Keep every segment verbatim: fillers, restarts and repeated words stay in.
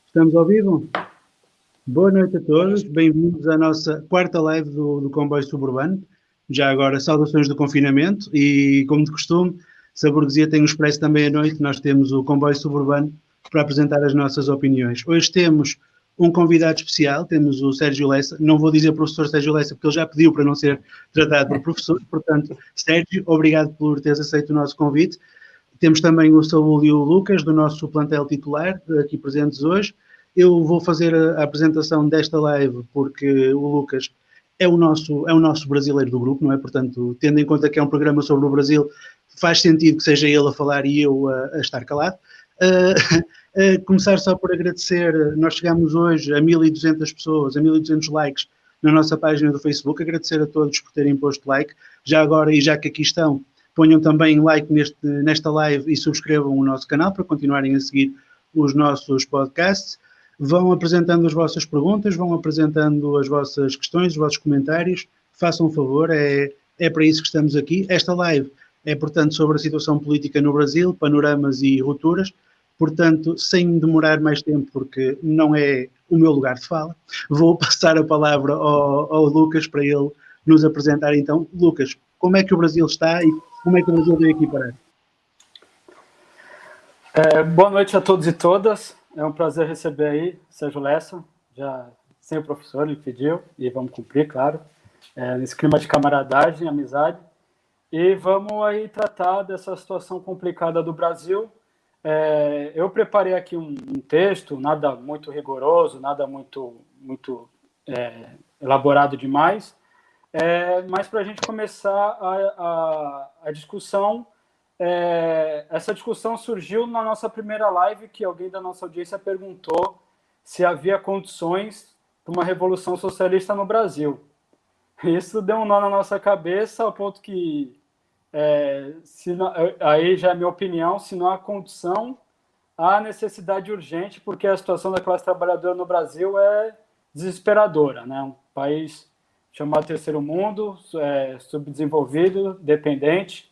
Estamos ao vivo? Boa noite a todos, bem-vindos à nossa quarta live do, do Comboio Suburbano. Já agora, saudações do confinamento e, como de costume, se a burguesia tem um expresso também à noite, nós temos o Comboio Suburbano para apresentar as nossas opiniões. Hoje temos um convidado especial, temos o Sérgio Lessa, não vou dizer professor Sérgio Lessa porque ele já pediu para não ser tratado por professor, portanto, Sérgio, obrigado por teres aceito o nosso convite. Temos também o Saúl e o Lucas, do nosso plantel titular, aqui presentes hoje. Eu vou fazer a, a apresentação desta live porque o Lucas é o, nosso, é o nosso brasileiro do grupo, não é? Portanto, tendo em conta que é um programa sobre o Brasil, faz sentido que seja ele a falar e eu a, a estar calado. Uh, uh, começar só por agradecer, nós chegamos hoje a mil e duzentas pessoas, a mil e duzentos likes na nossa página do Facebook, agradecer a todos por terem posto like. Já agora, e já que aqui estão, ponham também like neste, nesta live e subscrevam o nosso canal para continuarem a seguir os nossos podcasts. Vão apresentando as vossas perguntas, vão apresentando as vossas questões, os vossos comentários. Façam um favor, é, é para isso que estamos aqui. Esta live é, portanto, sobre a situação política no Brasil, panoramas e rupturas. Portanto, sem demorar mais tempo, porque não é o meu lugar de fala, vou passar a palavra ao, ao Lucas para ele nos apresentar. Então, Lucas, como é que o Brasil está e como é que o Brasil veio aqui parar? É, boa noite a todos e todas. É um prazer receber aí Sérgio Lessa, já sem o professor, ele pediu, e vamos cumprir, claro, é, nesse clima de camaradagem, amizade. E vamos aí tratar dessa situação complicada do Brasil. É, eu preparei aqui um, um texto, nada muito rigoroso, nada muito, muito é, elaborado demais, é, mas para a gente começar a, a, a discussão. É, essa discussão surgiu na nossa primeira live, que alguém da nossa audiência perguntou se havia condições para uma revolução socialista no Brasil. Isso deu um nó na nossa cabeça, ao ponto que, é, se não, aí já é minha opinião, se não há condição, há necessidade urgente, porque a situação da classe trabalhadora no Brasil é desesperadora, né? Um país chamado Terceiro Mundo, é, subdesenvolvido, dependente.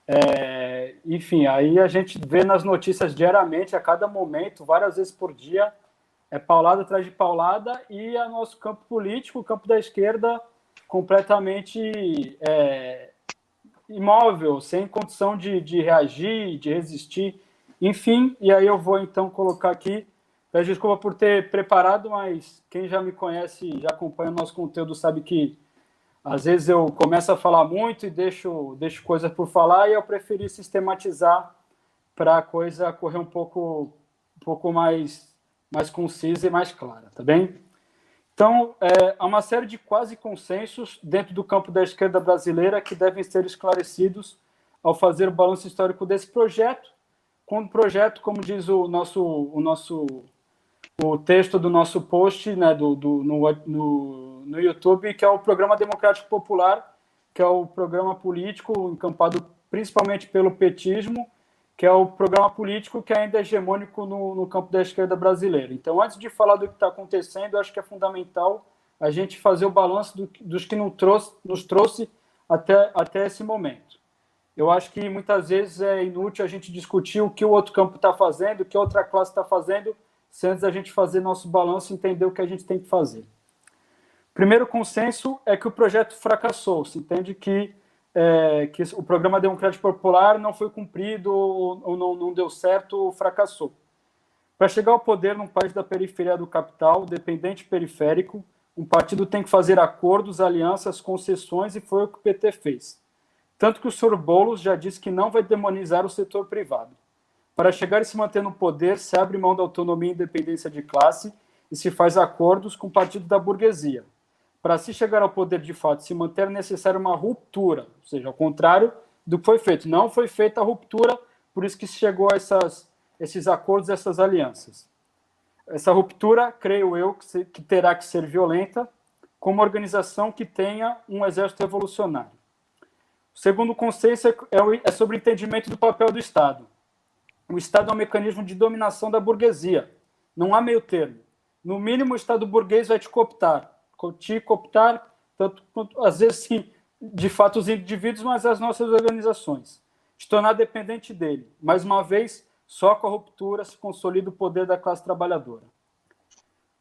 É, enfim, aí a gente vê nas notícias diariamente, a cada momento, várias vezes por dia, é paulada atrás de paulada, e o nosso campo político, o campo da esquerda, completamente é, imóvel, sem condição de, de reagir, de resistir, enfim. E aí eu vou então colocar aqui, peço desculpa por ter preparado, mas quem já me conhece, já acompanha o nosso conteúdo, sabe que às vezes eu começo a falar muito e deixo, deixo coisas por falar, e eu preferi sistematizar para a coisa correr um pouco, um pouco mais, mais concisa e mais clara, tá bem? Então, é, há uma série de quase consensos dentro do campo da esquerda brasileira que devem ser esclarecidos ao fazer o balanço histórico desse projeto, quando o projeto, como diz o nosso, o nosso o texto do nosso post, né, do, do, no, no, no YouTube, que é o Programa Democrático Popular, que é o programa político encampado principalmente pelo petismo, que é o programa político que ainda é hegemônico no, no campo da esquerda brasileira. Então, antes de falar do que está acontecendo, eu acho que é fundamental a gente fazer o balanço do, dos que nos trouxe, nos trouxe até, até esse momento. Eu acho que muitas vezes é inútil a gente discutir o que o outro campo está fazendo, o que a outra classe está fazendo, se antes a gente fazer nosso balanço e entender o que a gente tem que fazer. Primeiro consenso é que o projeto fracassou. Se entende que, é, que o Programa Democrático Popular não foi cumprido ou, ou não, não deu certo, fracassou. Para chegar ao poder num país da periferia do capital, dependente periférico, um partido tem que fazer acordos, alianças, concessões, e foi o que o P T fez. Tanto que o senhor Boulos já disse que não vai demonizar o setor privado. Para chegar e se manter no poder, se abre mão da autonomia e independência de classe e se faz acordos com o partido da burguesia. Para se chegar ao poder de fato, se manter, é necessária uma ruptura, ou seja, ao contrário do que foi feito. Não foi feita a ruptura, por isso que se chegou a essas, esses acordos, essas alianças. Essa ruptura, creio eu, que, se, que terá que ser violenta, com uma organização que tenha um exército revolucionário. O segundo consenso é, é sobre o entendimento do papel do Estado. O Estado é um mecanismo de dominação da burguesia. Não há meio termo. No mínimo, o Estado burguês vai te cooptar. Te cooptar, tanto quanto, às vezes, sim, de fato, os indivíduos, mas as nossas organizações. Te tornar dependente dele. Mais uma vez, só com a ruptura se consolida o poder da classe trabalhadora.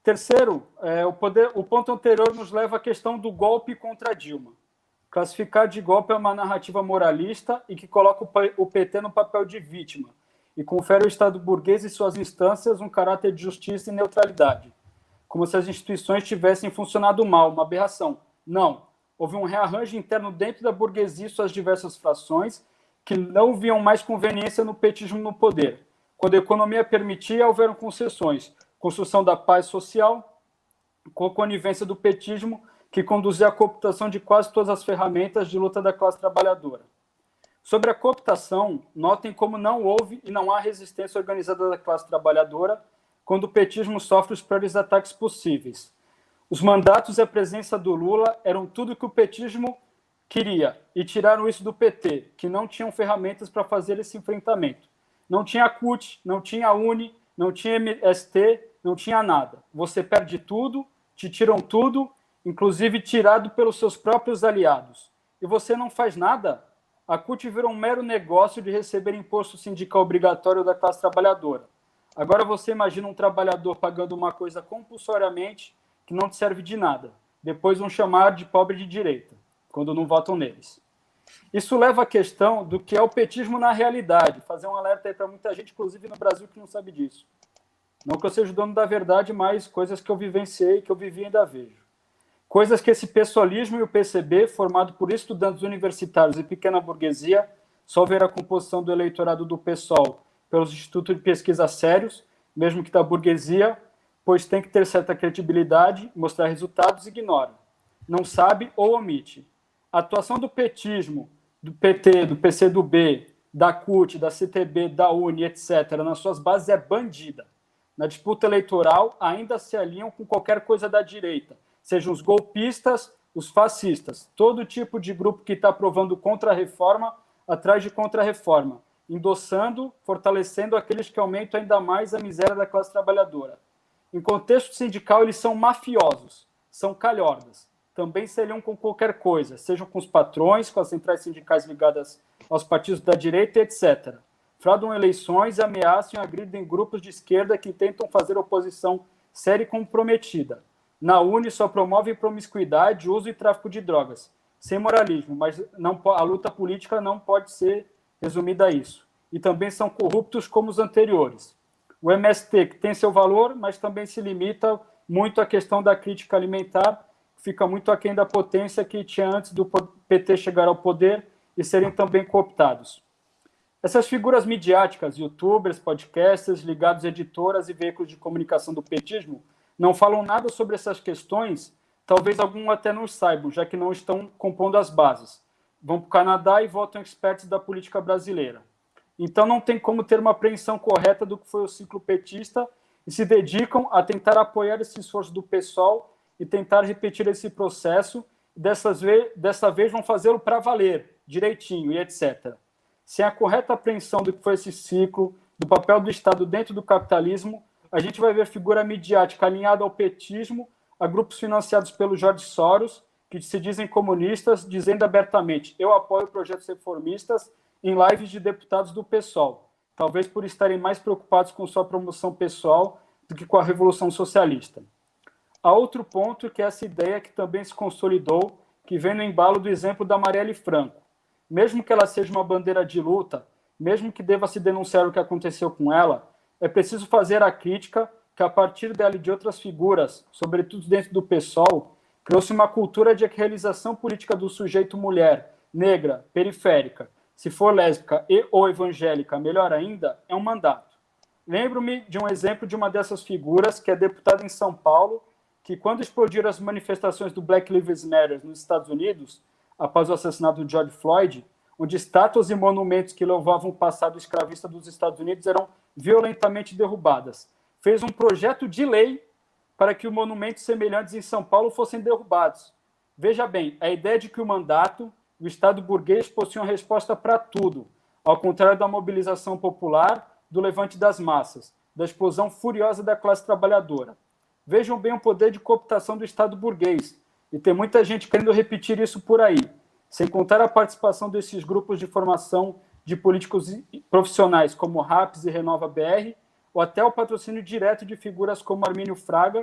Terceiro, é, o, poder, o ponto anterior nos leva à questão do golpe contra Dilma. Classificar de golpe é uma narrativa moralista e que coloca o P T no papel de vítima e confere ao Estado burguês e suas instâncias um caráter de justiça e neutralidade, como se as instituições tivessem funcionado mal, uma aberração. Não. Houve um rearranjo interno dentro da burguesia e suas diversas frações que não viam mais conveniência no petismo no poder. Quando a economia permitia, houveram concessões. Construção da paz social, com a conivência do petismo, que conduzia à cooptação de quase todas as ferramentas de luta da classe trabalhadora. Sobre a cooptação, notem como não houve e não há resistência organizada da classe trabalhadora quando o petismo sofre os piores ataques possíveis. Os mandatos e a presença do Lula eram tudo que o petismo queria, e tiraram isso do P T, que não tinham ferramentas para fazer esse enfrentamento. Não tinha a C U T, não tinha a UNE, não tinha M S T, não tinha nada. Você perde tudo, te tiram tudo, inclusive tirado pelos seus próprios aliados. E você não faz nada? A C U T virou um mero negócio de receber imposto sindical obrigatório da classe trabalhadora. Agora você imagina um trabalhador pagando uma coisa compulsoriamente que não te serve de nada. Depois vão chamar de pobre de direita, quando não votam neles. Isso leva à questão do que é o petismo na realidade. Fazer um alerta aí para muita gente, inclusive no Brasil, que não sabe disso. Não que eu seja o dono da verdade, mas coisas que eu vivenciei, que eu vivi e ainda vejo. Coisas que esse pessoalismo e o P C B, formado por estudantes universitários e pequena burguesia, só ver a composição do eleitorado do PSOL pelos institutos de pesquisa sérios, mesmo que da burguesia, pois tem que ter certa credibilidade, mostrar resultados, ignora. Não sabe ou omite. A atuação do petismo, do P T, do P C do B, da C U T, da C T B, da UNE, etcétera, nas suas bases é bandida. Na disputa eleitoral, ainda se alinham com qualquer coisa da direita, sejam os golpistas, os fascistas, todo tipo de grupo que está aprovando contra-reforma atrás de contra-reforma, endossando, fortalecendo aqueles que aumentam ainda mais a miséria da classe trabalhadora. Em contexto sindical, eles são mafiosos, são calhordas. Também se aliam com qualquer coisa, sejam com os patrões, com as centrais sindicais ligadas aos partidos da direita, etcétera. Fraudam eleições, ameaçam e agridem grupos de esquerda que tentam fazer oposição séria e comprometida. Na UNE só promovem promiscuidade, uso e tráfico de drogas, sem moralismo, mas não, a luta política não pode ser resumida a isso. E também são corruptos como os anteriores. O M S T, que tem seu valor, mas também se limita muito à questão da crítica alimentar, fica muito aquém da potência que tinha antes do P T chegar ao poder e serem também cooptados. Essas figuras midiáticas, youtubers, podcasters, ligados a editoras e veículos de comunicação do petismo, não falam nada sobre essas questões, talvez algum até não saibam, já que não estão compondo as bases. Vão para o Canadá e votam expertos da política brasileira. Então não tem como ter uma apreensão correta do que foi o ciclo petista e se dedicam a tentar apoiar esse esforço do PSOL e tentar repetir esse processo, e dessas vez, dessa vez vão fazê-lo para valer, direitinho e etcétera. Sem a correta apreensão do que foi esse ciclo, do papel do Estado dentro do capitalismo, a gente vai ver figura midiática alinhada ao petismo, a grupos financiados pelo George Soros, que se dizem comunistas, dizendo abertamente, eu apoio projetos reformistas em lives de deputados do PSOL, talvez por estarem mais preocupados com sua promoção pessoal do que com a revolução socialista. Há outro ponto que é essa ideia que também se consolidou, que vem no embalo do exemplo da Marielle Franco. Mesmo que ela seja uma bandeira de luta, mesmo que deva se denunciar o que aconteceu com ela, é preciso fazer a crítica que, a partir dela e de outras figuras, sobretudo dentro do PSOL, criou-se uma cultura de que a realização política do sujeito mulher, negra, periférica, se for lésbica e ou evangélica, melhor ainda, é um mandato. Lembro-me de um exemplo de uma dessas figuras, que é deputada em São Paulo, que quando explodiram as manifestações do Black Lives Matter nos Estados Unidos, após o assassinato de George Floyd, onde estátuas e monumentos que louvavam o passado escravista dos Estados Unidos eram violentamente derrubadas. Fez um projeto de lei para que monumentos semelhantes em São Paulo fossem derrubados. Veja bem, a ideia de que o mandato, o Estado burguês, possui uma resposta para tudo, ao contrário da mobilização popular, do levante das massas, da explosão furiosa da classe trabalhadora. Vejam bem o poder de cooptação do Estado burguês, e tem muita gente querendo repetir isso por aí, sem contar a participação desses grupos de formação de políticos profissionais como RAPS e Renova B R, ou até o patrocínio direto de figuras como Armínio Fraga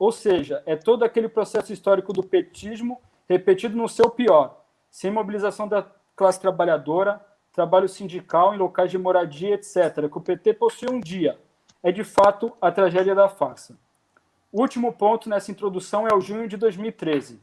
Ou seja, é todo aquele processo histórico do petismo repetido no seu pior, sem mobilização da classe trabalhadora, trabalho sindical em locais de moradia, etcétera, que o P T possui um dia. É, de fato, a tragédia da farsa. O último ponto nessa introdução é o junho de dois mil e treze.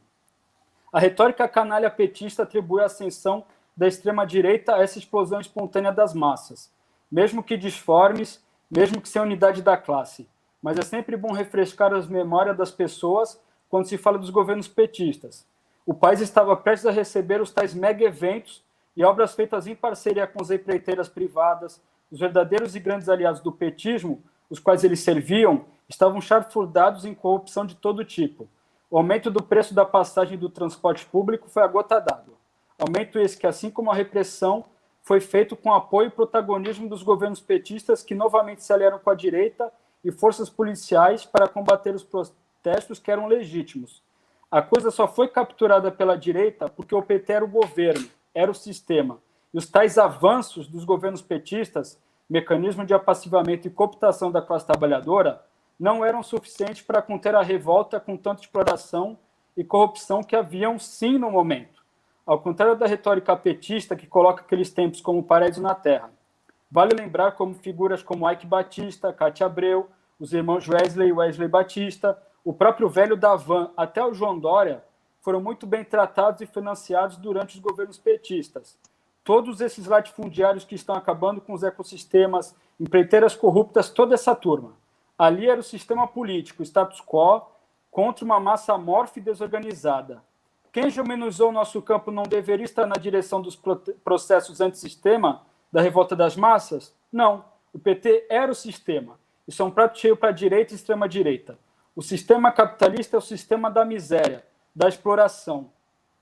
A retórica canalha petista atribui a ascensão da extrema-direita a essa explosão espontânea das massas, mesmo que disformes, mesmo que sem unidade da classe. Mas é sempre bom refrescar as memórias das pessoas quando se fala dos governos petistas. O país estava prestes a receber os tais mega-eventos e obras feitas em parceria com as empreiteiras privadas, os verdadeiros e grandes aliados do petismo, os quais eles serviam, estavam chafurdados em corrupção de todo tipo. O aumento do preço da passagem do transporte público foi a gota d'água. Aumento esse que, assim como a repressão, foi feito com apoio e protagonismo dos governos petistas que novamente se aliaram com a direita e forças policiais para combater os protestos que eram legítimos. A coisa só foi capturada pela direita porque o P T era o governo, era o sistema. E os tais avanços dos governos petistas, mecanismo de apassivamento e cooptação da classe trabalhadora, não eram suficientes para conter a revolta com tanta exploração e corrupção que haviam sim no momento. Ao contrário da retórica petista que coloca aqueles tempos como paraíso na terra. Vale lembrar como figuras como Ike Batista, Cátia Abreu, os irmãos Wesley e Wesley Batista, o próprio velho da Van, até o João Dória, foram muito bem tratados e financiados durante os governos petistas. Todos esses latifundiários que estão acabando com os ecossistemas, empreiteiras corruptas, toda essa turma. Ali era o sistema político, status quo, contra uma massa amorfa e desorganizada. Quem geminizou o nosso campo não deveria estar na direção dos processos antissistema da revolta das massas? Não. O P T era o sistema. Isso é um prato cheio para a direita e extrema-direita. O sistema capitalista é o sistema da miséria, da exploração.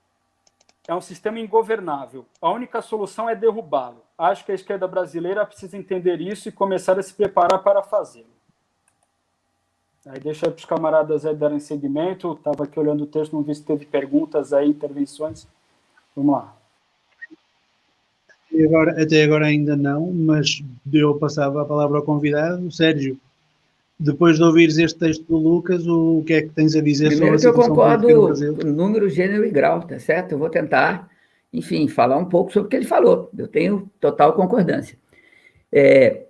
É um sistema ingovernável. A única solução é derrubá-lo. Acho que a esquerda brasileira precisa entender isso e começar a se preparar para fazê-lo. Aí deixa para os camaradas aí darem seguimento. Estava aqui olhando o texto, não vi se teve perguntas aí, intervenções. Vamos lá. E agora, até agora ainda não, mas eu passava a palavra ao convidado. Sérgio, depois de ouvires este texto do Lucas, o que é que tens a dizer Primeiro sobre a situação política no Brasil? Primeiro que eu concordo número, gênero e grau, tá certo? Eu vou tentar, enfim, falar um pouco sobre o que ele falou. Eu tenho total concordância. É,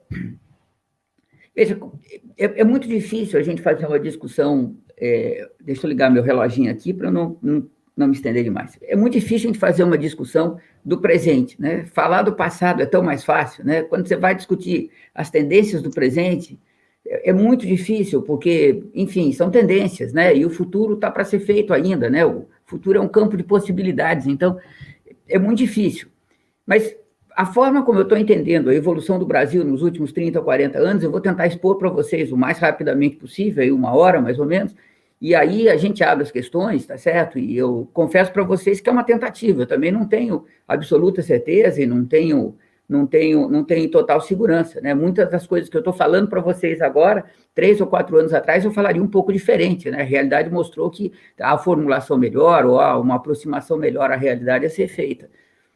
veja, é, é muito difícil a gente fazer uma discussão... É, deixa eu ligar meu reloginho aqui para não, não, não me estender demais. É muito difícil a gente fazer uma discussão do presente, né? Falar do passado é tão mais fácil, né? Quando você vai discutir as tendências do presente... É muito difícil, porque, enfim, são tendências, né? E o futuro está para ser feito ainda, né? O futuro é um campo de possibilidades, então é muito difícil. Mas a forma como eu estou entendendo a evolução do Brasil nos últimos trinta ou quarenta anos, eu vou tentar expor para vocês o mais rapidamente possível, aí uma hora mais ou menos, e aí a gente abre as questões, tá certo? E eu confesso para vocês que é uma tentativa, eu também não tenho absoluta certeza e não tenho... não tenho, não tenho total segurança, né? Muitas das coisas que eu estou falando para vocês agora, três ou quatro anos atrás, eu falaria um pouco diferente, né? A realidade mostrou que há a formulação melhor ou há uma aproximação melhor à realidade a ser feita.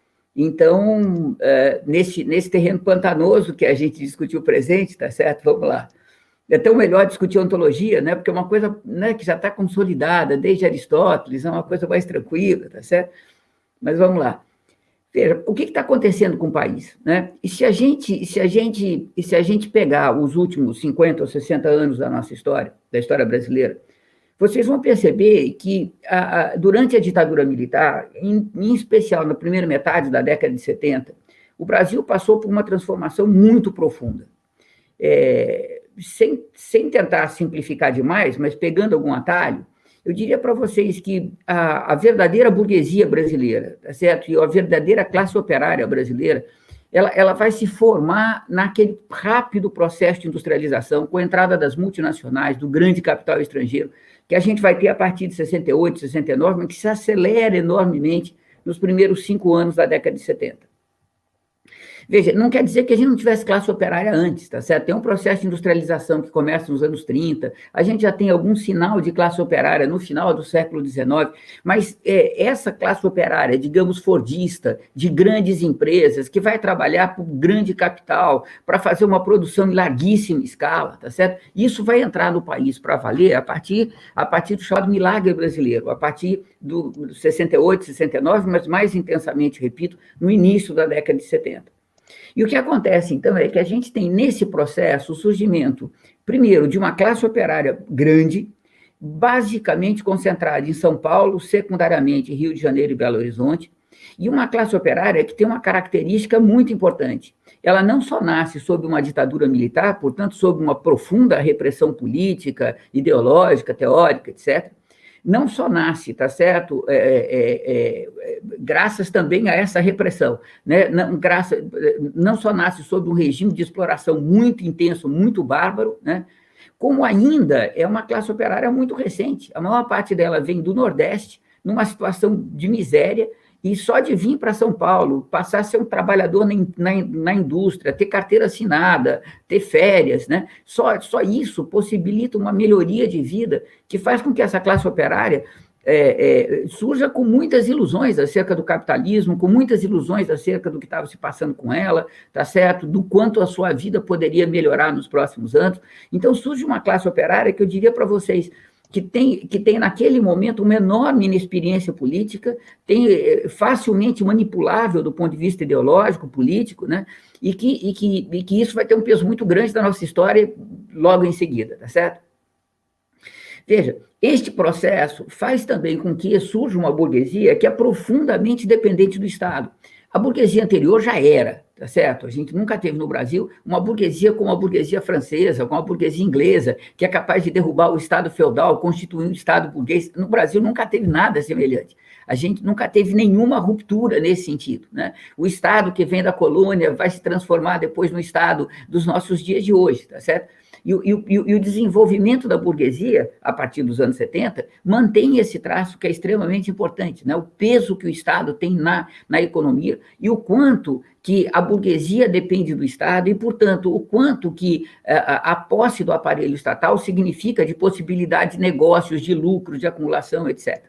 Então, é, nesse, nesse terreno pantanoso que a gente discutiu o presente, tá certo? Vamos lá. É tão melhor discutir ontologia, né? Porque é uma coisa, né, que já está consolidada desde Aristóteles, é uma coisa mais tranquila, tá certo? Mas vamos lá. Veja, o que está acontecendo com o país, né? E se a gente, se a gente, e se a gente pegar os últimos cinquenta ou sessenta anos da nossa história, da história brasileira, vocês vão perceber que a, a, durante a ditadura militar, em, em especial na primeira metade da década de setenta, o Brasil passou por uma transformação muito profunda. É, sem, sem tentar simplificar demais, mas pegando algum atalho, eu diria para vocês que a, a verdadeira burguesia brasileira, tá certo? E a verdadeira classe operária brasileira, ela, ela vai se formar naquele rápido processo de industrialização, com a entrada das multinacionais, do grande capital estrangeiro, que a gente vai ter a partir de sessenta e oito, sessenta e nove, mas que se acelera enormemente nos primeiros cinco anos da década de setenta. Veja, não quer dizer que a gente não tivesse classe operária antes, tá certo? Tem um processo de industrialização que começa nos anos trinta, a gente já tem algum sinal de classe operária no final do século dezenove, mas é, essa classe operária, digamos, fordista, de grandes empresas, que vai trabalhar por grande capital, para fazer uma produção em larguíssima escala, tá certo? Isso vai entrar no país para valer a partir, a partir do chamado milagre brasileiro, a partir do sessenta e oito, sessenta e nove, mas mais intensamente, repito, no início da década de setenta. E o que acontece, então, é que a gente tem nesse processo o surgimento, primeiro, de uma classe operária grande, basicamente concentrada em São Paulo, secundariamente Rio de Janeiro e Belo Horizonte, e uma classe operária que tem uma característica muito importante. Ela não só nasce sob uma ditadura militar, portanto, sob uma profunda repressão política, ideológica, teórica, etcétera, não só nasce, tá certo, é, é, é, graças também a essa repressão, né? não, graça, não só nasce sob um regime de exploração muito intenso, muito bárbaro, né? Como ainda é uma classe operária muito recente, a maior parte dela vem do Nordeste, numa situação de miséria, e só de vir para São Paulo, passar a ser um trabalhador na, na, na indústria, ter carteira assinada, ter férias, né? Só, só isso possibilita uma melhoria de vida que faz com que essa classe operária é, é, surja com muitas ilusões acerca do capitalismo, com muitas ilusões acerca do que estava se passando com ela, tá certo? Do quanto a sua vida poderia melhorar nos próximos anos. Então, surge uma classe operária que eu diria para vocês, que tem, que tem naquele momento uma enorme inexperiência política, tem facilmente manipulável do ponto de vista ideológico, político, né? E que, e que, e que isso vai ter um peso muito grande na nossa história logo em seguida, tá certo? Veja, este processo faz também com que surja uma burguesia que é profundamente dependente do Estado. A burguesia anterior já era, tá certo? A gente nunca teve no Brasil uma burguesia como a burguesia francesa, como a burguesia inglesa, que é capaz de derrubar o Estado feudal, constituir um Estado burguês. No Brasil nunca teve nada semelhante. A gente nunca teve nenhuma ruptura nesse sentido, né? O Estado que vem da colônia vai se transformar depois no Estado dos nossos dias de hoje, tá certo? E, e, e, e o desenvolvimento da burguesia, a partir dos anos setenta, mantém esse traço que é extremamente importante, né? O peso que o Estado tem na, na economia e o quanto que a burguesia depende do Estado e, portanto, o quanto que a, a posse do aparelho estatal significa de possibilidade de negócios, de lucros, de acumulação, etcétera.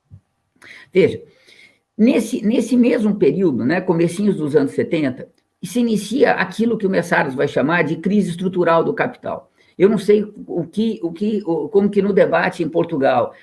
Veja, nesse, nesse mesmo período, né, comecinhos dos anos setenta, se inicia aquilo que o Messaros vai chamar de crise estrutural do capital. Eu não sei o que, o que, como que no debate em Portugal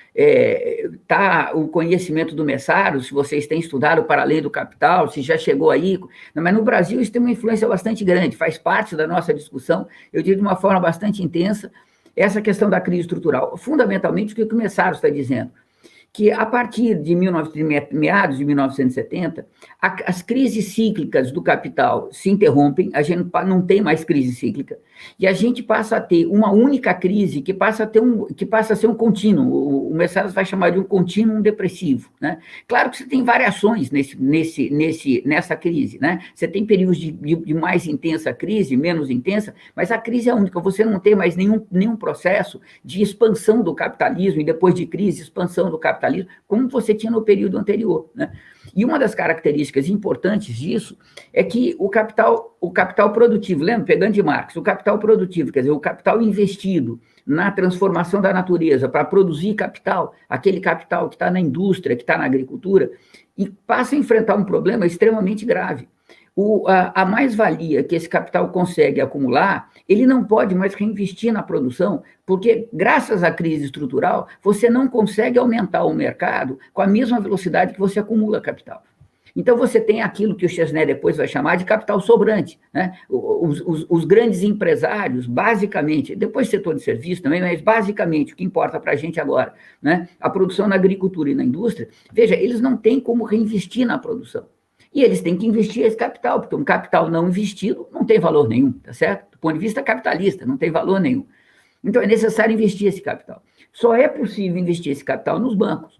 está é, o conhecimento do Messaros, se vocês têm estudado para a lei do capital, se já chegou aí, mas no Brasil isso tem uma influência bastante grande, faz parte da nossa discussão, eu digo de uma forma bastante intensa, essa questão da crise estrutural. Fundamentalmente, o que o Messaros está dizendo? Que a partir de meados de mil novecentos e setenta, a, as crises cíclicas do capital se interrompem, a gente não tem mais crise cíclica, e a gente passa a ter uma única crise que passa a, ter um, que passa a ser um contínuo, o, o Messaros vai chamar de um contínuo depressivo, né? Claro que você tem variações nesse, nesse, nesse, nessa crise, né? Você tem períodos de, de, de mais intensa crise, menos intensa, mas a crise é única, você não tem mais nenhum, nenhum processo de expansão do capitalismo, e depois de crise, expansão do capitalismo, como você tinha no período anterior, né? E uma das características importantes disso é que o capital, o capital produtivo, lembra, pegando de Marx, o capital produtivo, quer dizer, o capital investido na transformação da natureza para produzir capital, aquele capital que está na indústria, que está na agricultura, e passa a enfrentar um problema extremamente grave. O, a, a mais-valia que esse capital consegue acumular, ele não pode mais reinvestir na produção, porque, graças à crise estrutural, você não consegue aumentar o mercado com a mesma velocidade que você acumula capital. Então, você tem aquilo que o Chesney depois vai chamar de capital sobrante, né? Os, os, os grandes empresários, basicamente, depois setor de serviço também, mas basicamente o que importa para a gente agora, né? A produção na agricultura e na indústria, veja, eles não têm como reinvestir na produção. E eles têm que investir esse capital, porque um capital não investido não tem valor nenhum, tá certo? Do ponto de vista capitalista, não tem valor nenhum. Então, é necessário investir esse capital. Só é possível investir esse capital nos bancos.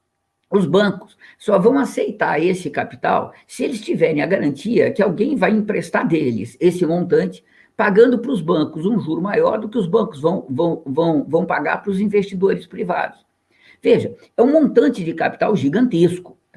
Os bancos só vão aceitar esse capital se eles tiverem a garantia que alguém vai emprestar deles esse montante, pagando para os bancos um juro maior do que os bancos vão, vão, vão, vão pagar para os investidores privados. Veja, é um montante de capital gigantesco.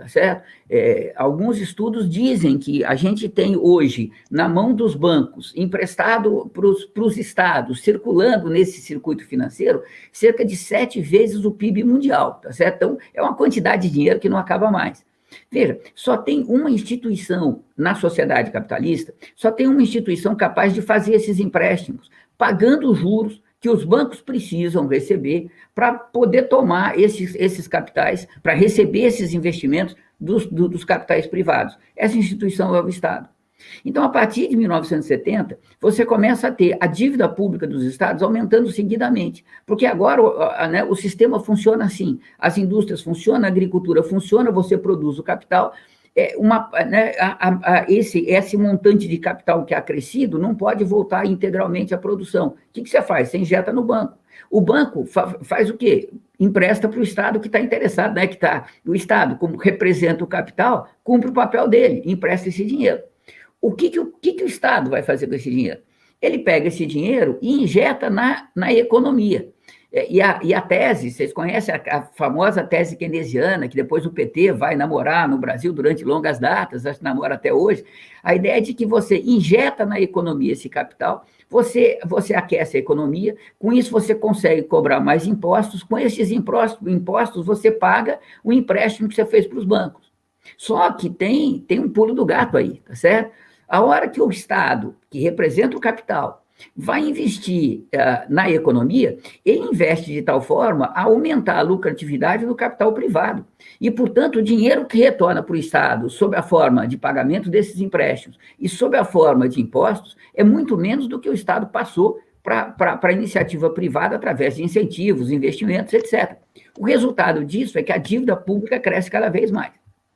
tá certo? É, alguns estudos dizem que a gente tem hoje, na mão dos bancos, emprestado para os estados, circulando nesse circuito financeiro, cerca de sete vezes o P I B mundial, tá certo? Então, é uma quantidade de dinheiro que não acaba mais. Veja, só tem uma instituição na sociedade capitalista, só tem uma instituição capaz de fazer esses empréstimos, pagando os juros que os bancos precisam receber para poder tomar esses, esses capitais, para receber esses investimentos dos, do, dos capitais privados. Essa instituição é o Estado. Então, a partir de mil novecentos e setenta, você começa a ter a dívida pública dos estados aumentando seguidamente, porque agora né, o sistema funciona assim, as indústrias funcionam, a agricultura funciona, você produz o capital. É uma, né, a, a, a, esse, esse montante de capital que é acrescido não pode voltar integralmente à produção. O que, que você faz? Você injeta no banco. O banco fa, faz o quê? Empresta para o Estado que está interessado, né, que tá, o Estado, como representa o capital, cumpre o papel dele, empresta esse dinheiro. O que, que, o, que, que o Estado vai fazer com esse dinheiro? Ele pega esse dinheiro e injeta na, na economia. E a, e a tese, vocês conhecem a, a famosa tese keynesiana, que depois o P T vai namorar no Brasil durante longas datas, acho que namora até hoje, a ideia é de que você injeta na economia esse capital, você, você aquece a economia, com isso você consegue cobrar mais impostos, com esses impostos, impostos você paga o empréstimo que você fez para os bancos. Só que tem, tem um pulo do gato aí, tá certo? A hora que o Estado, que representa o capital, vai investir uh, na economia, ele investe de tal forma a aumentar a lucratividade do capital privado. E, portanto, o dinheiro que retorna para o Estado sob a forma de pagamento desses empréstimos e sob a forma de impostos é muito menos do que o Estado passou para a iniciativa privada através de incentivos, investimentos, etcétera. O resultado disso é que a dívida pública cresce cada vez mais.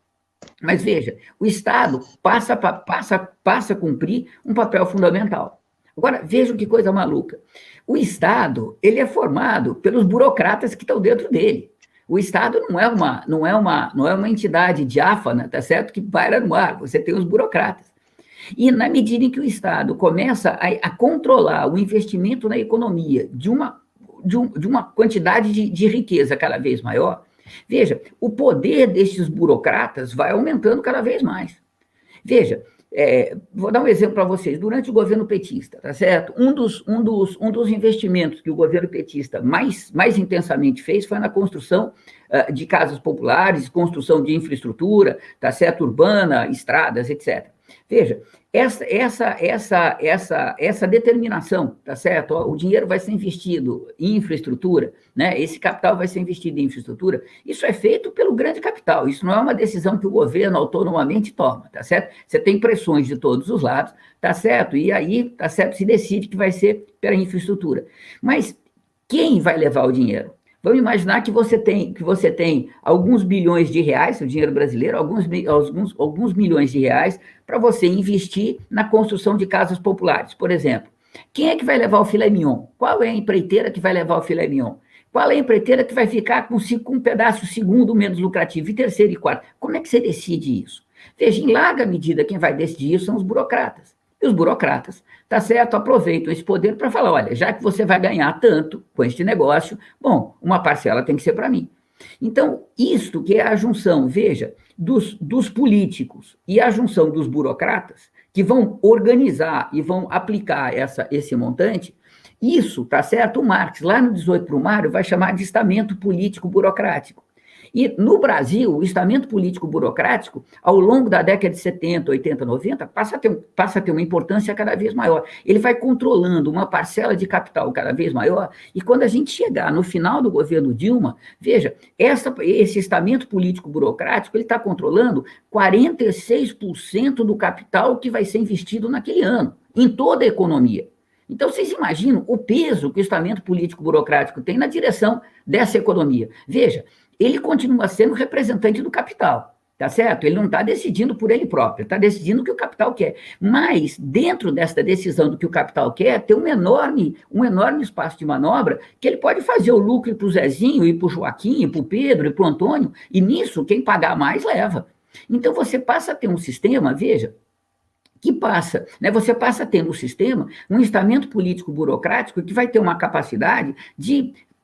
Mas, veja, o Estado passa, passa, passa a cumprir um papel fundamental. Agora, vejam que coisa maluca. O Estado, ele é formado pelos burocratas que estão dentro dele. O Estado não é uma, não é uma, não é uma entidade diáfana, tá certo? Que paira no ar, você tem os burocratas. E na medida em que o Estado começa a, a controlar o investimento na economia de uma, de um, de uma quantidade de, de riqueza cada vez maior, veja, o poder destes burocratas vai aumentando cada vez mais. Veja, É, vou dar um exemplo para vocês. Durante o governo petista, tá certo? Um dos, um dos, um dos investimentos que o governo petista mais, mais intensamente fez foi na construção uh, de casas populares, construção de infraestrutura, tá certo? Urbana, estradas, etcétera. Veja, essa, essa, essa, essa, essa determinação, tá certo? O dinheiro vai ser investido em infraestrutura, né? Esse capital vai ser investido em infraestrutura. Isso é feito pelo grande capital. Isso não é uma decisão que o governo autonomamente toma, tá certo? Você tem pressões de todos os lados, tá certo? E aí, tá certo? Se decide que vai ser pela infraestrutura. Mas quem vai levar o dinheiro? Vamos imaginar que você tem, que você tem alguns bilhões de reais, o dinheiro brasileiro, alguns, alguns, alguns milhões de reais, para você investir na construção de casas populares, por exemplo. Quem é que vai levar o filé mignon? Qual é a empreiteira que vai levar o filé mignon? Qual é a empreiteira que vai ficar com, com um pedaço segundo menos lucrativo, e terceiro e quarto? Como é que você decide isso? Veja, em larga medida, quem vai decidir isso são os burocratas. E os burocratas, tá certo, aproveitam esse poder para falar, olha, já que você vai ganhar tanto com este negócio, bom, uma parcela tem que ser para mim. Então, isto que é a junção, veja, dos, dos políticos e a junção dos burocratas, que vão organizar e vão aplicar essa, esse montante, isso, tá certo, o Marx, lá no dezoito Brumário, vai chamar de estamento político burocrático. E, no Brasil, o estamento político burocrático, ao longo da década de setenta, oitenta, noventa, passa a ter, passa a ter uma importância cada vez maior. Ele vai controlando uma parcela de capital cada vez maior, e quando a gente chegar no final do governo Dilma, veja, essa, esse estamento político burocrático, ele está controlando quarenta e seis por cento do capital que vai ser investido naquele ano, em toda a economia. Então, vocês imaginam o peso que o estamento político burocrático tem na direção dessa economia. Veja, ele continua sendo representante do capital, tá certo? Ele não está decidindo por ele próprio, está decidindo o que o capital quer. Mas, dentro dessa decisão do que o capital quer, tem um enorme, um enorme espaço de manobra que ele pode fazer o lucro para o Zezinho, e para o Joaquim, e para o Pedro, e para o Antônio, e nisso, quem pagar mais, leva. Então, você passa a ter um sistema, veja, que passa, né? Você passa a ter no sistema um estamento político burocrático que vai ter uma capacidade de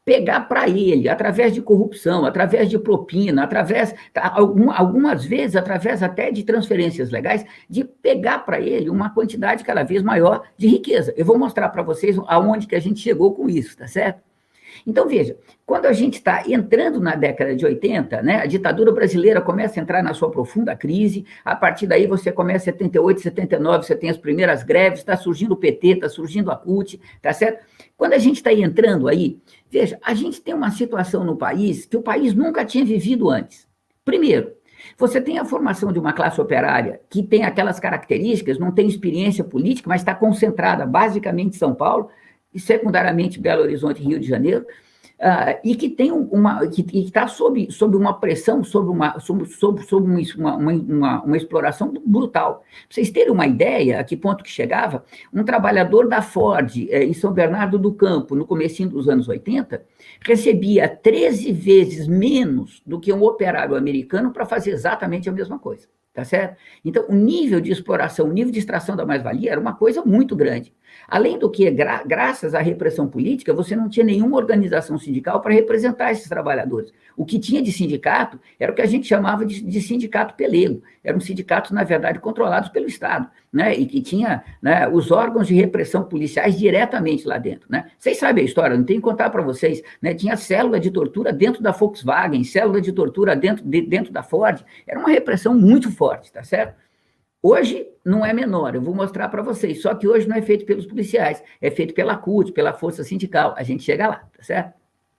pegar para ele, através de corrupção, através de propina, através, algumas vezes, através até de transferências legais, de pegar para ele uma quantidade cada vez maior de riqueza. Eu vou mostrar para vocês aonde que a gente chegou com isso, tá certo? Então, veja, quando a gente está entrando na década de oitenta, né, a ditadura brasileira começa a entrar na sua profunda crise, a partir daí você começa em setenta e oito, setenta e nove, você tem as primeiras greves, está surgindo o P T, está surgindo a C U T, tá certo? Quando a gente está entrando aí, veja, a gente tem uma situação no país que o país nunca tinha vivido antes. Primeiro, você tem a formação de uma classe operária que tem aquelas características, não tem experiência política, mas está concentrada basicamente em São Paulo, e secundariamente Belo Horizonte e Rio de Janeiro, uh, e que tem uma, que está sob, sob uma pressão, sob uma, sob, sob, sob uma, uma, uma, uma exploração brutal. Para vocês terem uma ideia a que ponto que chegava, um trabalhador da Ford eh, em São Bernardo do Campo, no comecinho dos anos oitenta, recebia treze vezes menos do que um operário americano para fazer exatamente a mesma coisa. Tá certo? Então, o nível de exploração, o nível de extração da mais-valia era uma coisa muito grande. Além do que, gra graças à repressão política, você não tinha nenhuma organização sindical para representar esses trabalhadores. O que tinha de sindicato era o que a gente chamava de, de sindicato pelego. Eram sindicatos, na verdade, controlados pelo Estado, né? E que tinha, né, os órgãos de repressão policiais diretamente lá dentro, né? Vocês sabem a história, não tenho que contar para vocês, né? Tinha célula de tortura dentro da Volkswagen, célula de tortura dentro, de, dentro da Ford. Era uma repressão muito forte, tá certo? Hoje não é menor, eu vou mostrar para vocês, só que hoje não é feito pelos policiais, é feito pela C U T, pela Força Sindical, a gente chega lá, tá certo?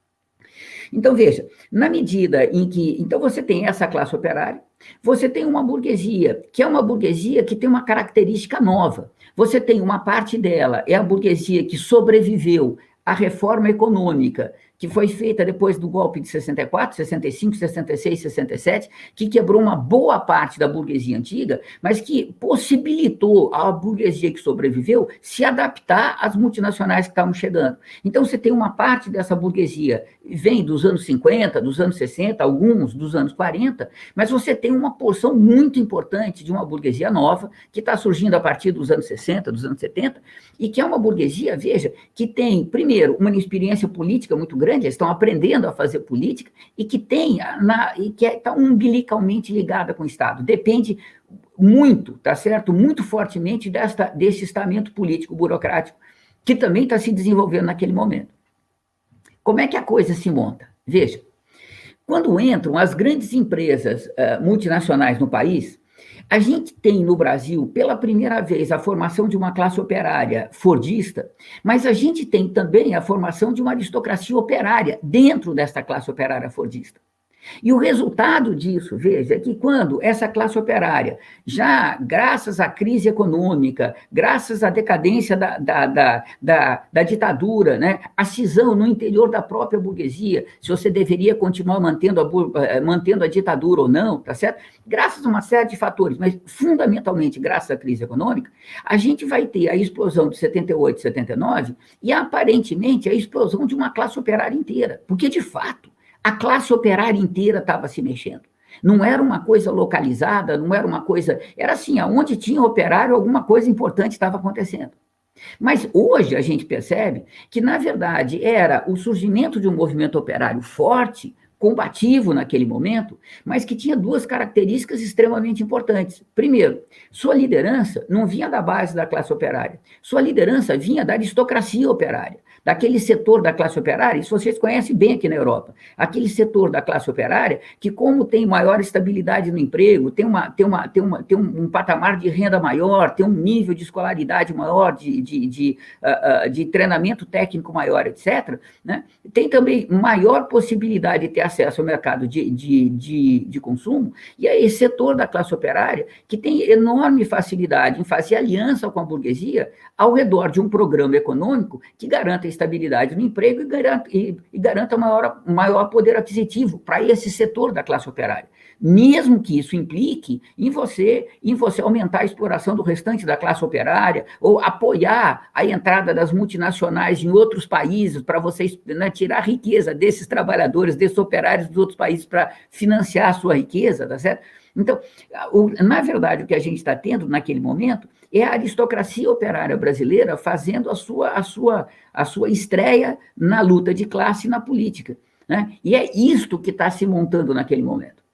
Então, veja, na medida em que... Então, você tem essa classe operária, você tem uma burguesia, que é uma burguesia que tem uma característica nova. Você tem uma parte dela, é a burguesia que sobreviveu à reforma econômica, que foi feita depois do golpe de sessenta e quatro, sessenta e cinco, sessenta e seis, sessenta e sete, que quebrou uma boa parte da burguesia antiga, mas que possibilitou à burguesia que sobreviveu se adaptar às multinacionais que estavam chegando. Então, você tem uma parte dessa burguesia, vem dos anos cinquenta, dos anos sessenta, alguns dos anos quarenta, mas você tem uma porção muito importante de uma burguesia nova, que está surgindo a partir dos anos sessenta, dos anos setenta, e que é uma burguesia, veja, que tem, primeiro, uma experiência política muito grande, eles estão aprendendo a fazer política, e que tem, na, e que está umbilicalmente ligada com o Estado, depende muito, tá certo? Muito fortemente desta, desse estamento político burocrático, que também está se desenvolvendo naquele momento. Como é que a coisa se monta? Veja, quando entram as grandes empresas uh, multinacionais no país, a gente tem no Brasil, pela primeira vez, a formação de uma classe operária fordista, mas a gente tem também a formação de uma aristocracia operária dentro desta classe operária fordista. E o resultado disso, veja, é que quando essa classe operária, já graças à crise econômica, graças à decadência da, da, da, da, da ditadura, né, a cisão no interior da própria burguesia, se você deveria continuar mantendo a, mantendo a ditadura ou não, tá certo? Graças a uma série de fatores, mas fundamentalmente graças à crise econômica, a gente vai ter a explosão de setenta e oito, setenta e nove e aparentemente a explosão de uma classe operária inteira, porque de fato, a classe operária inteira estava se mexendo. Não era uma coisa localizada, não era uma coisa... Era assim, aonde tinha operário, alguma coisa importante estava acontecendo. Mas hoje a gente percebe que, na verdade, era o surgimento de um movimento operário forte, combativo naquele momento, mas que tinha duas características extremamente importantes. Primeiro, sua liderança não vinha da base da classe operária. Sua liderança vinha da aristocracia operária, daquele setor da classe operária, isso vocês conhecem bem aqui na Europa, aquele setor da classe operária que, como tem maior estabilidade no emprego, tem, uma, tem, uma, tem, uma, tem um, um patamar de renda maior, tem um nível de escolaridade maior, de, de, de, uh, uh, de treinamento técnico maior, etcétera, né? Tem também maior possibilidade de ter acesso ao mercado de, de, de, de consumo, e é esse setor da classe operária que tem enorme facilidade em fazer aliança com a burguesia ao redor de um programa econômico que garanta estabilidade no emprego e garanta, e, e garanta maior, maior poder aquisitivo para esse setor da classe operária. Mesmo que isso implique em você, em você aumentar a exploração do restante da classe operária, ou apoiar a entrada das multinacionais em outros países para vocês, né, tirar a riqueza desses trabalhadores, desses operários dos outros países para financiar a sua riqueza, tá certo? Então, o, na verdade, o que a gente está tendo naquele momento é a aristocracia operária brasileira fazendo a sua, a sua, a sua estreia na luta de classe e na política, né? E é isto que está se montando naquele momento.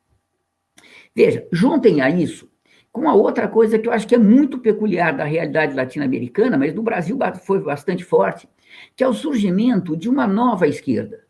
Veja, juntem a isso com a outra coisa que eu acho que é muito peculiar da realidade latino-americana, mas no Brasil foi bastante forte, que é o surgimento de uma nova esquerda.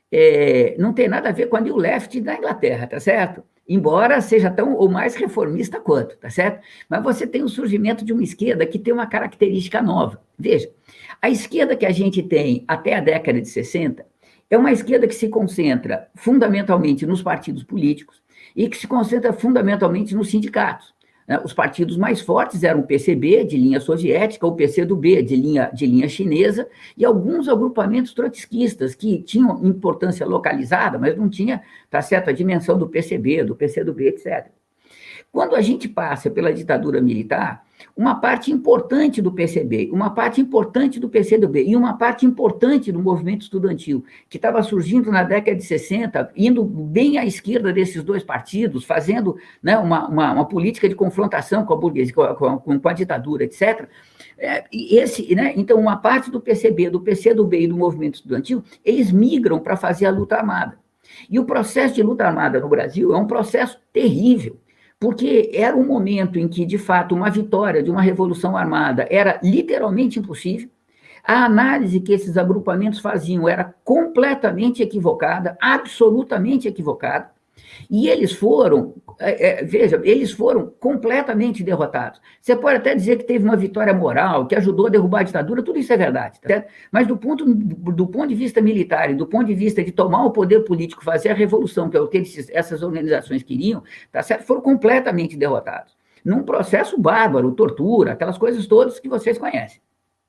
É, não tem nada a ver com a New Left da Inglaterra, tá certo? Embora seja tão ou mais reformista quanto, tá certo? Mas você tem o surgimento de uma esquerda que tem uma característica nova. Veja, a esquerda que a gente tem até a década de sessenta é uma esquerda que se concentra fundamentalmente nos partidos políticos e que se concentra fundamentalmente nos sindicatos. Os partidos mais fortes eram o P C B, de linha soviética, o P C do B, de linha, de linha chinesa, e alguns agrupamentos trotskistas, que tinham importância localizada, mas não tinha, tá certo, a dimensão do P C B, do P C do B, etcétera. Quando a gente passa pela ditadura militar, uma parte importante do P C B, uma parte importante do P C do B e uma parte importante do movimento estudantil, que estava surgindo na década de sessenta, indo bem à esquerda desses dois partidos, fazendo, né, uma, uma, uma política de confrontação com a burguesia, com a, com a ditadura, etcétera. É, e esse, né, então, uma parte do P C B, do P C do B e do movimento estudantil, eles migram para fazer a luta armada. E o processo de luta armada no Brasil é um processo terrível, porque era um momento em que, de fato, uma vitória de uma revolução armada era literalmente impossível. A análise que esses agrupamentos faziam era completamente equivocada, absolutamente equivocada, e eles foram, é, é, veja, eles foram completamente derrotados. Você pode até dizer que teve uma vitória moral, que ajudou a derrubar a ditadura, tudo isso é verdade, tá certo? Mas do ponto, do ponto de vista militar e do ponto de vista de tomar o poder político, fazer a revolução, que é o que esses, essas organizações queriam, tá certo? Foram completamente derrotados. Num processo bárbaro, tortura, aquelas coisas todas que vocês conhecem.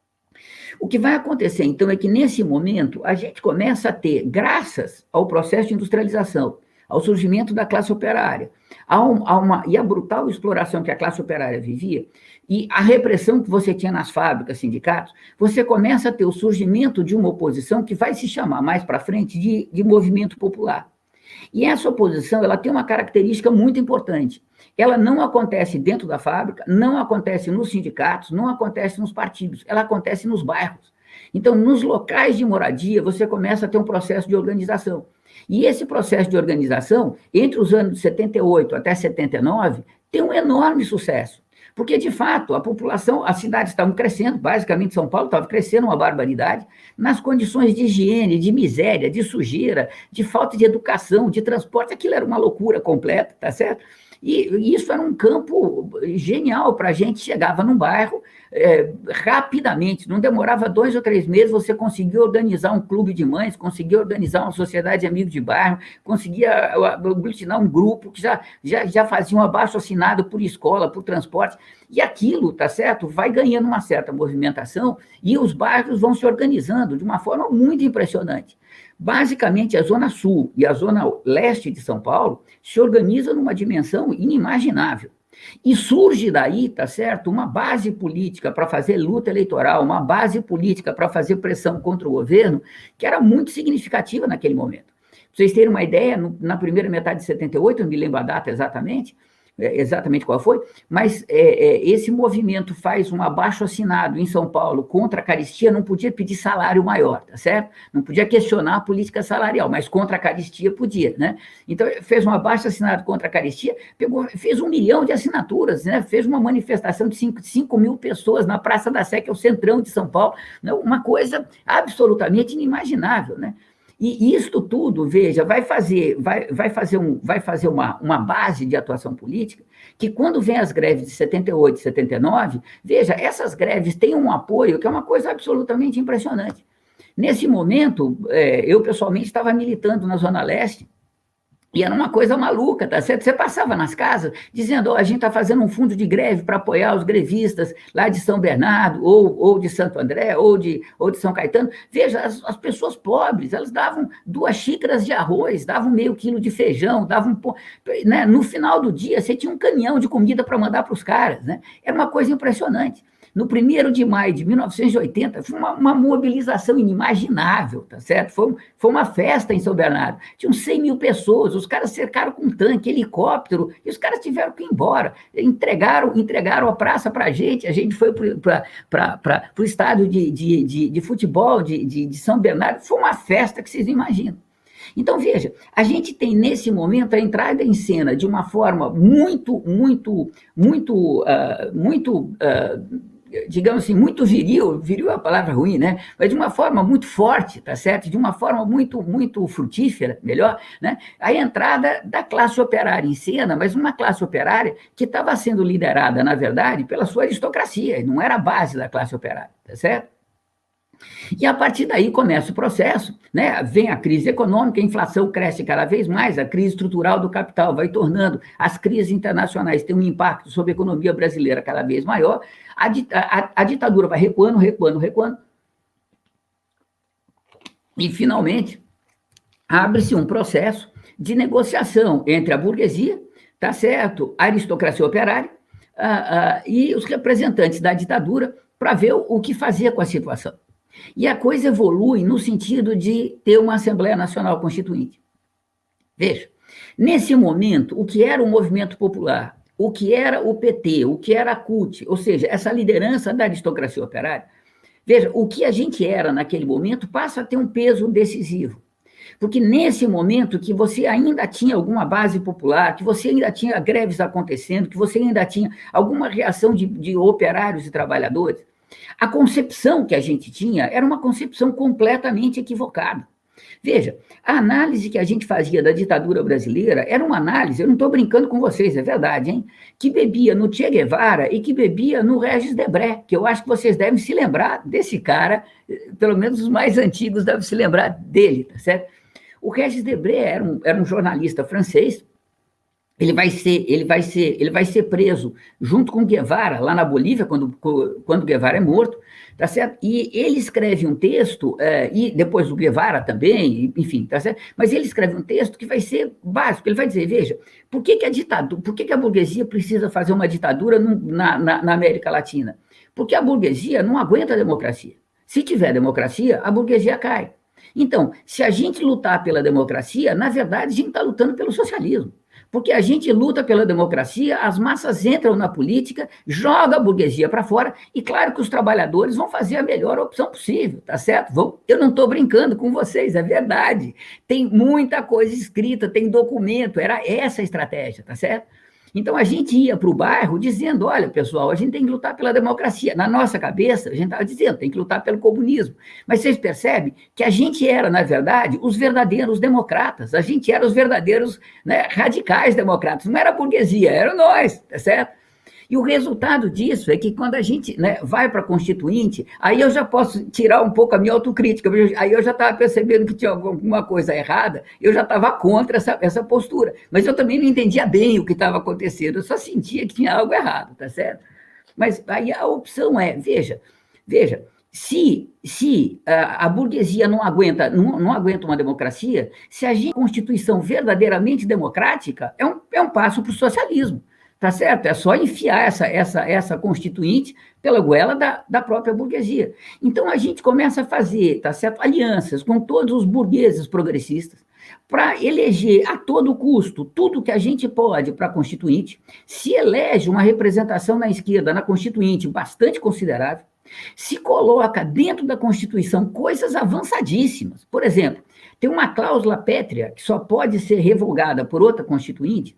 O que vai acontecer, então, é que nesse momento a gente começa a ter, graças ao processo de industrialização, ao surgimento da classe operária, a, um, a uma, e a brutal exploração que a classe operária vivia, e a repressão que você tinha nas fábricas, sindicatos, você começa a ter o surgimento de uma oposição que vai se chamar mais para frente de, de movimento popular. E essa oposição, ela tem uma característica muito importante. Ela não acontece dentro da fábrica, não acontece nos sindicatos, não acontece nos partidos, ela acontece nos bairros. Então, nos locais de moradia, você começa a ter um processo de organização. E esse processo de organização, entre os anos de setenta e oito até setenta e nove, tem um enorme sucesso. Porque, de fato, a população, as cidades estavam crescendo, basicamente São Paulo estava crescendo uma barbaridade, nas condições de higiene, de miséria, de sujeira, de falta de educação, de transporte, aquilo era uma loucura completa, tá certo? E isso era um campo genial para a gente. Chegava num bairro é, rapidamente, não demorava dois ou três meses, você conseguia organizar um clube de mães, conseguia organizar uma sociedade de amigos de bairro, conseguia aglutinar um grupo que já, já, já fazia um abaixo-assinado por escola, por transporte, e aquilo, tá certo, vai ganhando uma certa movimentação e os bairros vão se organizando de uma forma muito impressionante. Basicamente, a Zona Sul e a Zona Leste de São Paulo se organizam numa dimensão inimaginável. E surge daí, tá certo, uma base política para fazer luta eleitoral, uma base política para fazer pressão contra o governo, que era muito significativa naquele momento. Para vocês terem uma ideia, no, na primeira metade de setenta e oito, eu não me lembro a data exatamente, exatamente qual foi, mas é, é, esse movimento faz um abaixo-assinado em São Paulo contra a caristia, não podia pedir salário maior, tá certo? Não podia questionar a política salarial, mas contra a caristia podia, né? Então, fez um abaixo-assinado contra a caristia, pegou, fez um milhão de assinaturas, né? Fez uma manifestação de cinco mil pessoas na Praça da Sé, que é o centrão de São Paulo, né? Uma coisa absolutamente inimaginável, né? E isto tudo, veja, vai fazer, vai, vai fazer, um, vai fazer uma, uma base de atuação política que, quando vem as greves de setenta e oito, setenta e nove, veja, essas greves têm um apoio que é uma coisa absolutamente impressionante. Nesse momento, é, eu pessoalmente estava militando na Zona Leste, e era uma coisa maluca, tá certo? Você passava nas casas dizendo, ó, a gente está fazendo um fundo de greve para apoiar os grevistas lá de São Bernardo, ou, ou de Santo André, ou de, ou de São Caetano. Veja, as, as pessoas pobres, elas davam duas xícaras de arroz, davam meio quilo de feijão, davam... Né? No final do dia, você tinha um caminhão de comida para mandar para os caras, né? Era uma coisa impressionante. no primeiro de maio de mil novecentos e oitenta, foi uma, uma mobilização inimaginável, tá certo? Foi, foi uma festa em São Bernardo. Tinham cem mil pessoas, os caras cercaram com tanque, helicóptero, e os caras tiveram que ir embora. Entregaram, entregaram a praça para a gente, a gente foi para o estádio de, de, de, de futebol de, de, de São Bernardo. Foi uma festa que vocês não imaginam. Então, veja, a gente tem, nesse momento, a entrada em cena de uma forma muito, muito, muito, uh, muito, uh, digamos assim, muito viril, viril é uma palavra ruim, né? Mas de uma forma muito forte, tá certo? De uma forma muito, muito frutífera, melhor, né? A entrada da classe operária em cena, mas uma classe operária que estava sendo liderada, na verdade, pela sua aristocracia, não era a base da classe operária, tá certo? E a partir daí começa o processo, né? Vem a crise econômica, a inflação cresce cada vez mais, a crise estrutural do capital vai tornando, as crises internacionais têm um impacto sobre a economia brasileira cada vez maior, a, a, a ditadura vai recuando, recuando, recuando, e finalmente abre-se um processo de negociação entre a burguesia, tá certo, a aristocracia operária uh, uh, e os representantes da ditadura para ver o, o que fazer com a situação. E a coisa evolui no sentido de ter uma Assembleia Nacional Constituinte. Veja, nesse momento, o que era o movimento popular, o que era o P T, o que era a C U T, ou seja, essa liderança da aristocracia operária, veja, o que a gente era naquele momento passa a ter um peso decisivo. Porque nesse momento que você ainda tinha alguma base popular, que você ainda tinha greves acontecendo, que você ainda tinha alguma reação de, de operários e trabalhadores, a concepção que a gente tinha era uma concepção completamente equivocada. Veja, a análise que a gente fazia da ditadura brasileira era uma análise, eu não estou brincando com vocês, é verdade, hein? Que bebia no Che Guevara e que bebia no Regis Debray, que eu acho que vocês devem se lembrar desse cara, pelo menos os mais antigos devem se lembrar dele, tá certo? O Regis Debray era um, era um jornalista francês. Ele vai ser, ele vai ser, ele vai ser preso junto com Guevara, lá na Bolívia, quando, quando Guevara é morto, tá certo? E ele escreve um texto, é, e depois o Guevara também, enfim, tá certo? Mas ele escreve um texto que vai ser básico, ele vai dizer, veja, por que que a ditadura, por que que a burguesia precisa fazer uma ditadura no, na, na, na América Latina? Porque a burguesia não aguenta a democracia. Se tiver democracia, a burguesia cai. Então, se a gente lutar pela democracia, na verdade, a gente está lutando pelo socialismo. Porque a gente luta pela democracia, as massas entram na política, joga a burguesia para fora, e claro que os trabalhadores vão fazer a melhor opção possível, tá certo? Vão, eu não estou brincando com vocês, é verdade. Tem muita coisa escrita, tem documento, era essa a estratégia, tá certo? Então, a gente ia para o bairro dizendo, olha, pessoal, a gente tem que lutar pela democracia. Na nossa cabeça, a gente estava dizendo, tem que lutar pelo comunismo. Mas vocês percebem que a gente era, na verdade, os verdadeiros democratas. A gente era os verdadeiros, né, radicais democratas. Não era a burguesia, eram nós, tá certo? E o resultado disso é que quando a gente, né, vai para a Constituinte, aí eu já posso tirar um pouco a minha autocrítica, aí eu já estava percebendo que tinha alguma coisa errada, eu já estava contra essa, essa postura, mas eu também não entendia bem o que estava acontecendo, eu só sentia que tinha algo errado, tá certo? Mas aí a opção é, veja, veja, se, se a, a burguesia não aguenta, não, não aguenta uma democracia, se a gente, Constituição verdadeiramente democrática, é um, é um passo para o socialismo. Tá certo? É só enfiar essa, essa, essa constituinte pela goela da, da própria burguesia. Então, a gente começa a fazer, tá certo? Alianças com todos os burgueses progressistas para eleger a todo custo tudo que a gente pode para a Constituinte. Se elege uma representação na esquerda, na Constituinte, bastante considerável. Se coloca dentro da Constituição coisas avançadíssimas. Por exemplo, tem uma cláusula pétrea que só pode ser revogada por outra Constituinte,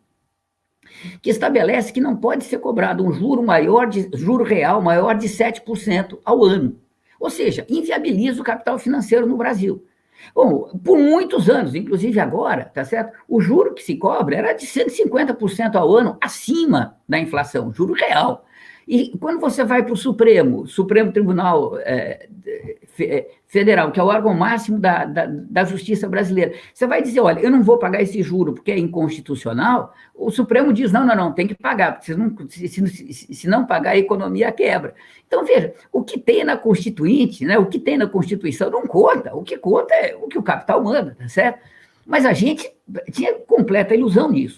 que estabelece que não pode ser cobrado um juro maior de juro real maior de sete por cento ao ano. Ou seja, inviabiliza o capital financeiro no Brasil. Bom, por muitos anos, inclusive agora, tá certo? O juro que se cobra era de cento e cinquenta por cento ao ano, acima da inflação, juro real. E quando você vai para o Supremo, Supremo Tribunal é, Federal, que é o órgão máximo da, da, da justiça brasileira, você vai dizer, olha, eu não vou pagar esse juro porque é inconstitucional, o Supremo diz, não, não, não, tem que pagar, porque se não, se, se, se não pagar, a economia quebra. Então, veja, o que tem na Constituinte, né, o que tem na Constituição não conta, o que conta é o que o capital manda, tá certo? Mas a gente tinha completa ilusão nisso.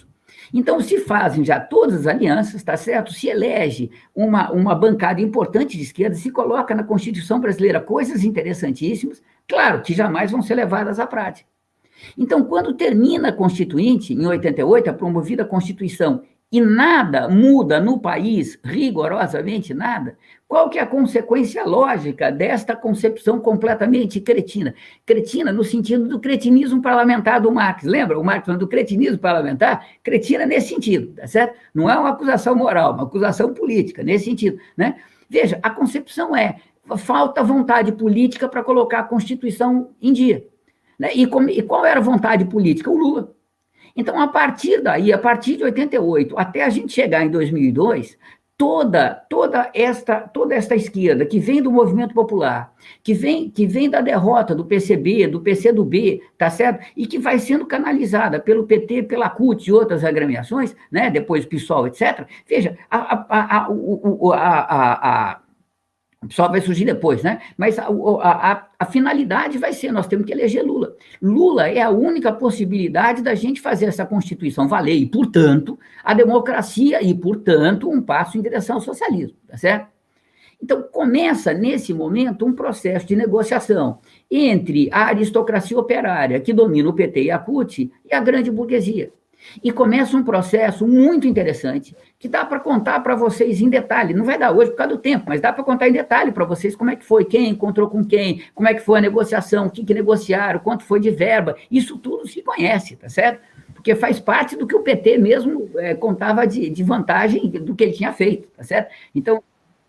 Então, se fazem já todas as alianças, tá certo? Se elege uma, uma bancada importante de esquerda, se coloca na Constituição brasileira coisas interessantíssimas, claro, que jamais vão ser levadas à prática. Então, quando termina a Constituinte, em oitenta e oito, a promovida Constituição, e nada muda no país, rigorosamente nada, qual que é a consequência lógica desta concepção completamente cretina? Cretina no sentido do cretinismo parlamentar do Marx. Lembra? O Marx falando do cretinismo parlamentar? Cretina nesse sentido, tá certo? Não é uma acusação moral, uma acusação política, nesse sentido, né? Veja, a concepção é, falta vontade política para colocar a Constituição em dia. Né? E, como, e qual era a vontade política? O Lula. Então, a partir daí, a partir de oitenta e oito, até a gente chegar em dois mil e dois, toda, toda, esta, toda esta esquerda que vem do movimento popular, que vem, que vem da derrota do P C B, do P C do B, tá certo? E que vai sendo canalizada pelo P T, pela C U T e outras agremiações, né? Depois o PSOL, etcétera. Veja, a, a, a, a, a, a o PSOL vai surgir depois, né? Mas a, a, a finalidade vai ser, nós temos que eleger Lula. Lula é a única possibilidade da gente fazer essa Constituição valer, e, portanto, a democracia e, portanto, um passo em direção ao socialismo, tá certo? Então, começa, nesse momento, um processo de negociação entre a aristocracia operária, que domina o P T e a C U T, e a grande burguesia. E começa um processo muito interessante, que dá para contar para vocês em detalhe. Não vai dar hoje por causa do tempo, mas dá para contar em detalhe para vocês como é que foi, quem encontrou com quem, como é que foi a negociação, o que, que negociaram, quanto foi de verba. Isso tudo se conhece, tá certo? Porque faz parte do que o P T mesmo é, contava de, de vantagem do que ele tinha feito, tá certo? Então,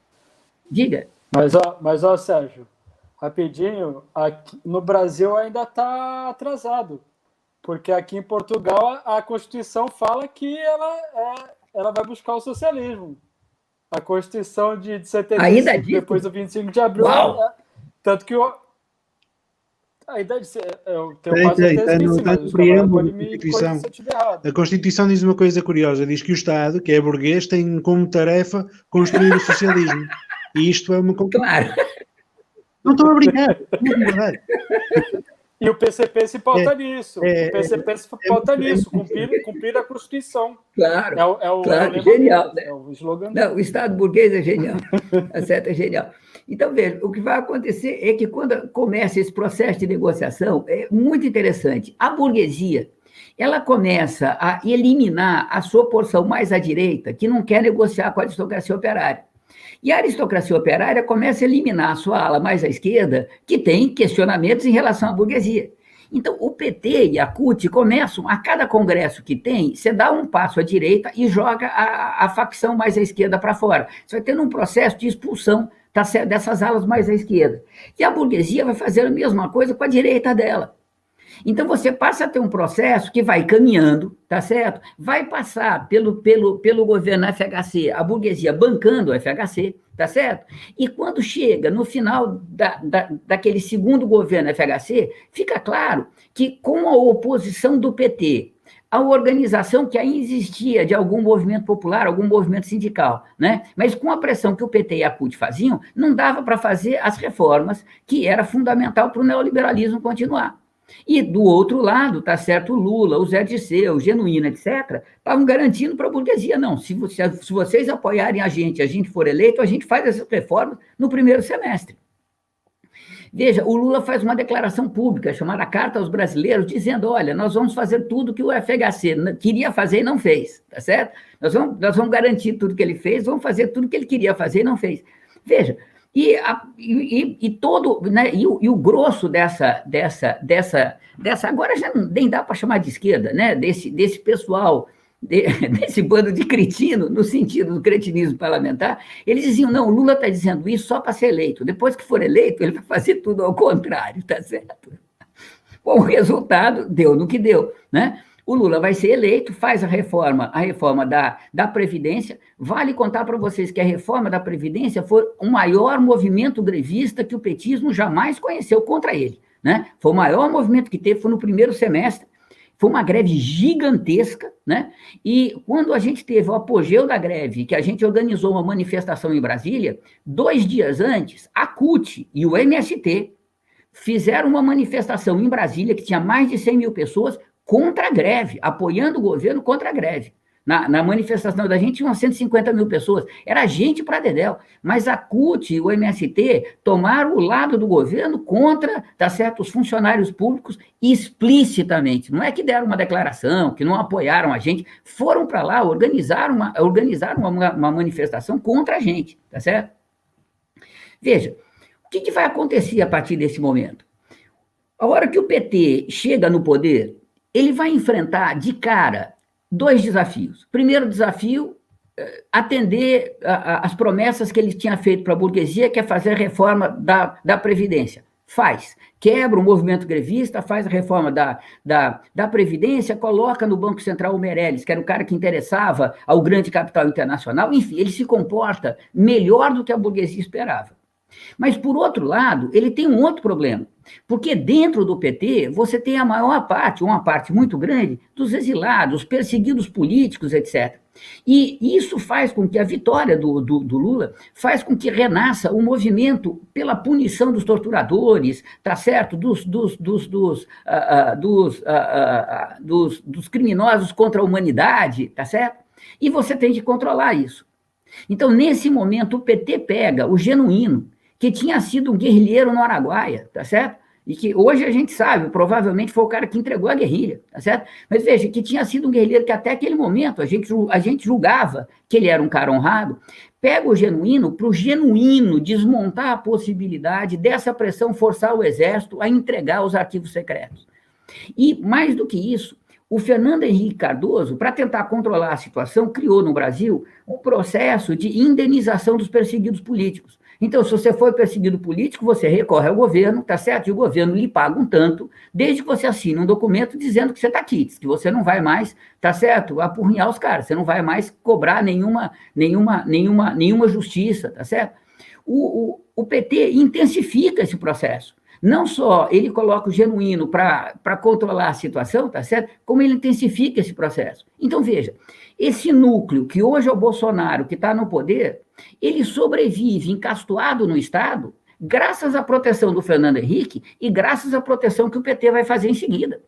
diga. Mas, ó, mas, ó Sérgio, rapidinho, aqui, no Brasil ainda está atrasado. Porque aqui em Portugal a Constituição fala que ela, é, ela vai buscar o socialismo. A Constituição de, de setenta e cinco, depois do vinte e cinco de abril, é, tanto que eu, ainda eu tenho quase certeza que sim, mas os camaradas podem me corrigir se eu estiver errado. A Constituição diz uma coisa curiosa, diz que o Estado, que é burguês, tem como tarefa construir o socialismo. E isto é uma... Claro. Não estou a brincar, não é verdade. E o P C P se pauta é, nisso. É, o P C P se pauta é, nisso, cumprir, cumprir a Constituição. Claro, é o, é o, claro, é o genial. Né? É o slogan. Não, o Estado burguês é genial. A certo, é genial. Então, veja, o que vai acontecer é que quando começa esse processo de negociação, é muito interessante. A burguesia, ela começa a eliminar a sua porção mais à direita, que não quer negociar com a aristocracia operária. E a aristocracia operária começa a eliminar a sua ala mais à esquerda, que tem questionamentos em relação à burguesia. Então, o P T e a C U T começam, a cada congresso que tem, você dá um passo à direita e joga a, a facção mais à esquerda para fora. Você vai tendo um processo de expulsão tá, dessas alas mais à esquerda. E a burguesia vai fazer a mesma coisa com a direita dela. Então, você passa a ter um processo que vai caminhando, tá certo? Vai passar pelo, pelo, pelo governo F H C, a burguesia bancando o F H C, tá certo? E quando chega no final da, da, daquele segundo governo F H C, fica claro que com a oposição do P T, a organização que ainda existia de algum movimento popular, algum movimento sindical, né? Mas com a pressão que o P T e a C U T faziam, não dava para fazer as reformas que era fundamental para o neoliberalismo continuar. E do outro lado, tá certo, o Lula, o Zé Dirceu, o Genuíno, etcétera, estavam garantindo para a burguesia, não, se, você, se vocês apoiarem a gente, a gente for eleito, a gente faz essas reformas no primeiro semestre. Veja, o Lula faz uma declaração pública, chamada Carta aos Brasileiros, dizendo, olha, nós vamos fazer tudo que o F H C queria fazer e não fez, tá certo? Nós vamos, nós vamos garantir tudo que ele fez, vamos fazer tudo que ele queria fazer e não fez. Veja, E, a, e, e todo, né, e, o, e o grosso dessa, dessa, dessa, dessa, agora já nem dá para chamar de esquerda, né, desse, desse pessoal, de, desse bando de cretino, no sentido do cretinismo parlamentar, eles diziam, não, o Lula está dizendo isso só para ser eleito, depois que for eleito, ele vai fazer tudo ao contrário, tá certo? Bom, o resultado deu no que deu, né? O Lula vai ser eleito, faz a reforma, a reforma da, da Previdência. Vale contar para vocês que a reforma da Previdência foi o maior movimento grevista que o petismo jamais conheceu contra ele, né? Foi o maior movimento que teve, foi no primeiro semestre. Foi uma greve gigantesca, né? E quando a gente teve o apogeu da greve, que a gente organizou uma manifestação em Brasília, dois dias antes, a C U T e o M S T fizeram uma manifestação em Brasília, que tinha mais de cem mil pessoas, contra a greve, apoiando o governo contra a greve. Na, na manifestação da gente tinham cento e cinquenta mil pessoas. Era gente para dedéu. Mas a C U T e o M S T tomaram o lado do governo contra, tá certo, os funcionários públicos explicitamente. Não é que deram uma declaração, que não apoiaram a gente. Foram para lá, organizaram, uma, organizaram uma, uma manifestação contra a gente, tá certo? Veja, o que, que vai acontecer a partir desse momento? A hora que o P T chega no poder, ele vai enfrentar de cara dois desafios. Primeiro desafio, atender às promessas que ele tinha feito para a burguesia, que é fazer a reforma da, da Previdência. Faz. Quebra o movimento grevista, faz a reforma da, da, da Previdência, coloca no Banco Central o Meirelles, que era o cara que interessava ao grande capital internacional. Enfim, ele se comporta melhor do que a burguesia esperava. Mas, por outro lado, ele tem um outro problema, porque dentro do P T você tem a maior parte, uma parte muito grande, dos exilados, perseguidos políticos, etcétera. E isso faz com que a vitória do, do, do Lula faz com que renasça o movimento pela punição dos torturadores, tá certo? Dos, dos, dos, dos, uh, uh, dos, uh, uh, dos, dos criminosos contra a humanidade, tá certo? E você tem que controlar isso. Então, nesse momento, o P T pega o Genuíno, que tinha sido um guerrilheiro no Araguaia, tá certo? E que hoje a gente sabe, provavelmente foi o cara que entregou a guerrilha, tá certo? Mas veja, que tinha sido um guerrilheiro que até aquele momento a gente, a gente julgava que ele era um cara honrado, pega o Genuíno para o Genuíno desmontar a possibilidade dessa pressão forçar o Exército a entregar os arquivos secretos. E, mais do que isso, o Fernando Henrique Cardoso, para tentar controlar a situação, criou no Brasil um processo de indenização dos perseguidos políticos. Então, se você for perseguido político, você recorre ao governo, tá certo? E o governo lhe paga um tanto, desde que você assine um documento dizendo que você está quites, que você não vai mais, tá certo? Apurrinhar os caras, você não vai mais cobrar nenhuma, nenhuma, nenhuma, nenhuma justiça, tá certo? O, o, o P T intensifica esse processo. Não só ele coloca o Genuíno para controlar a situação, tá certo? Como ele intensifica esse processo. Então, veja, esse núcleo que hoje é o Bolsonaro, que está no poder, ele sobrevive encastoado no Estado graças à proteção do Fernando Henrique e graças à proteção que o P T vai fazer em seguida.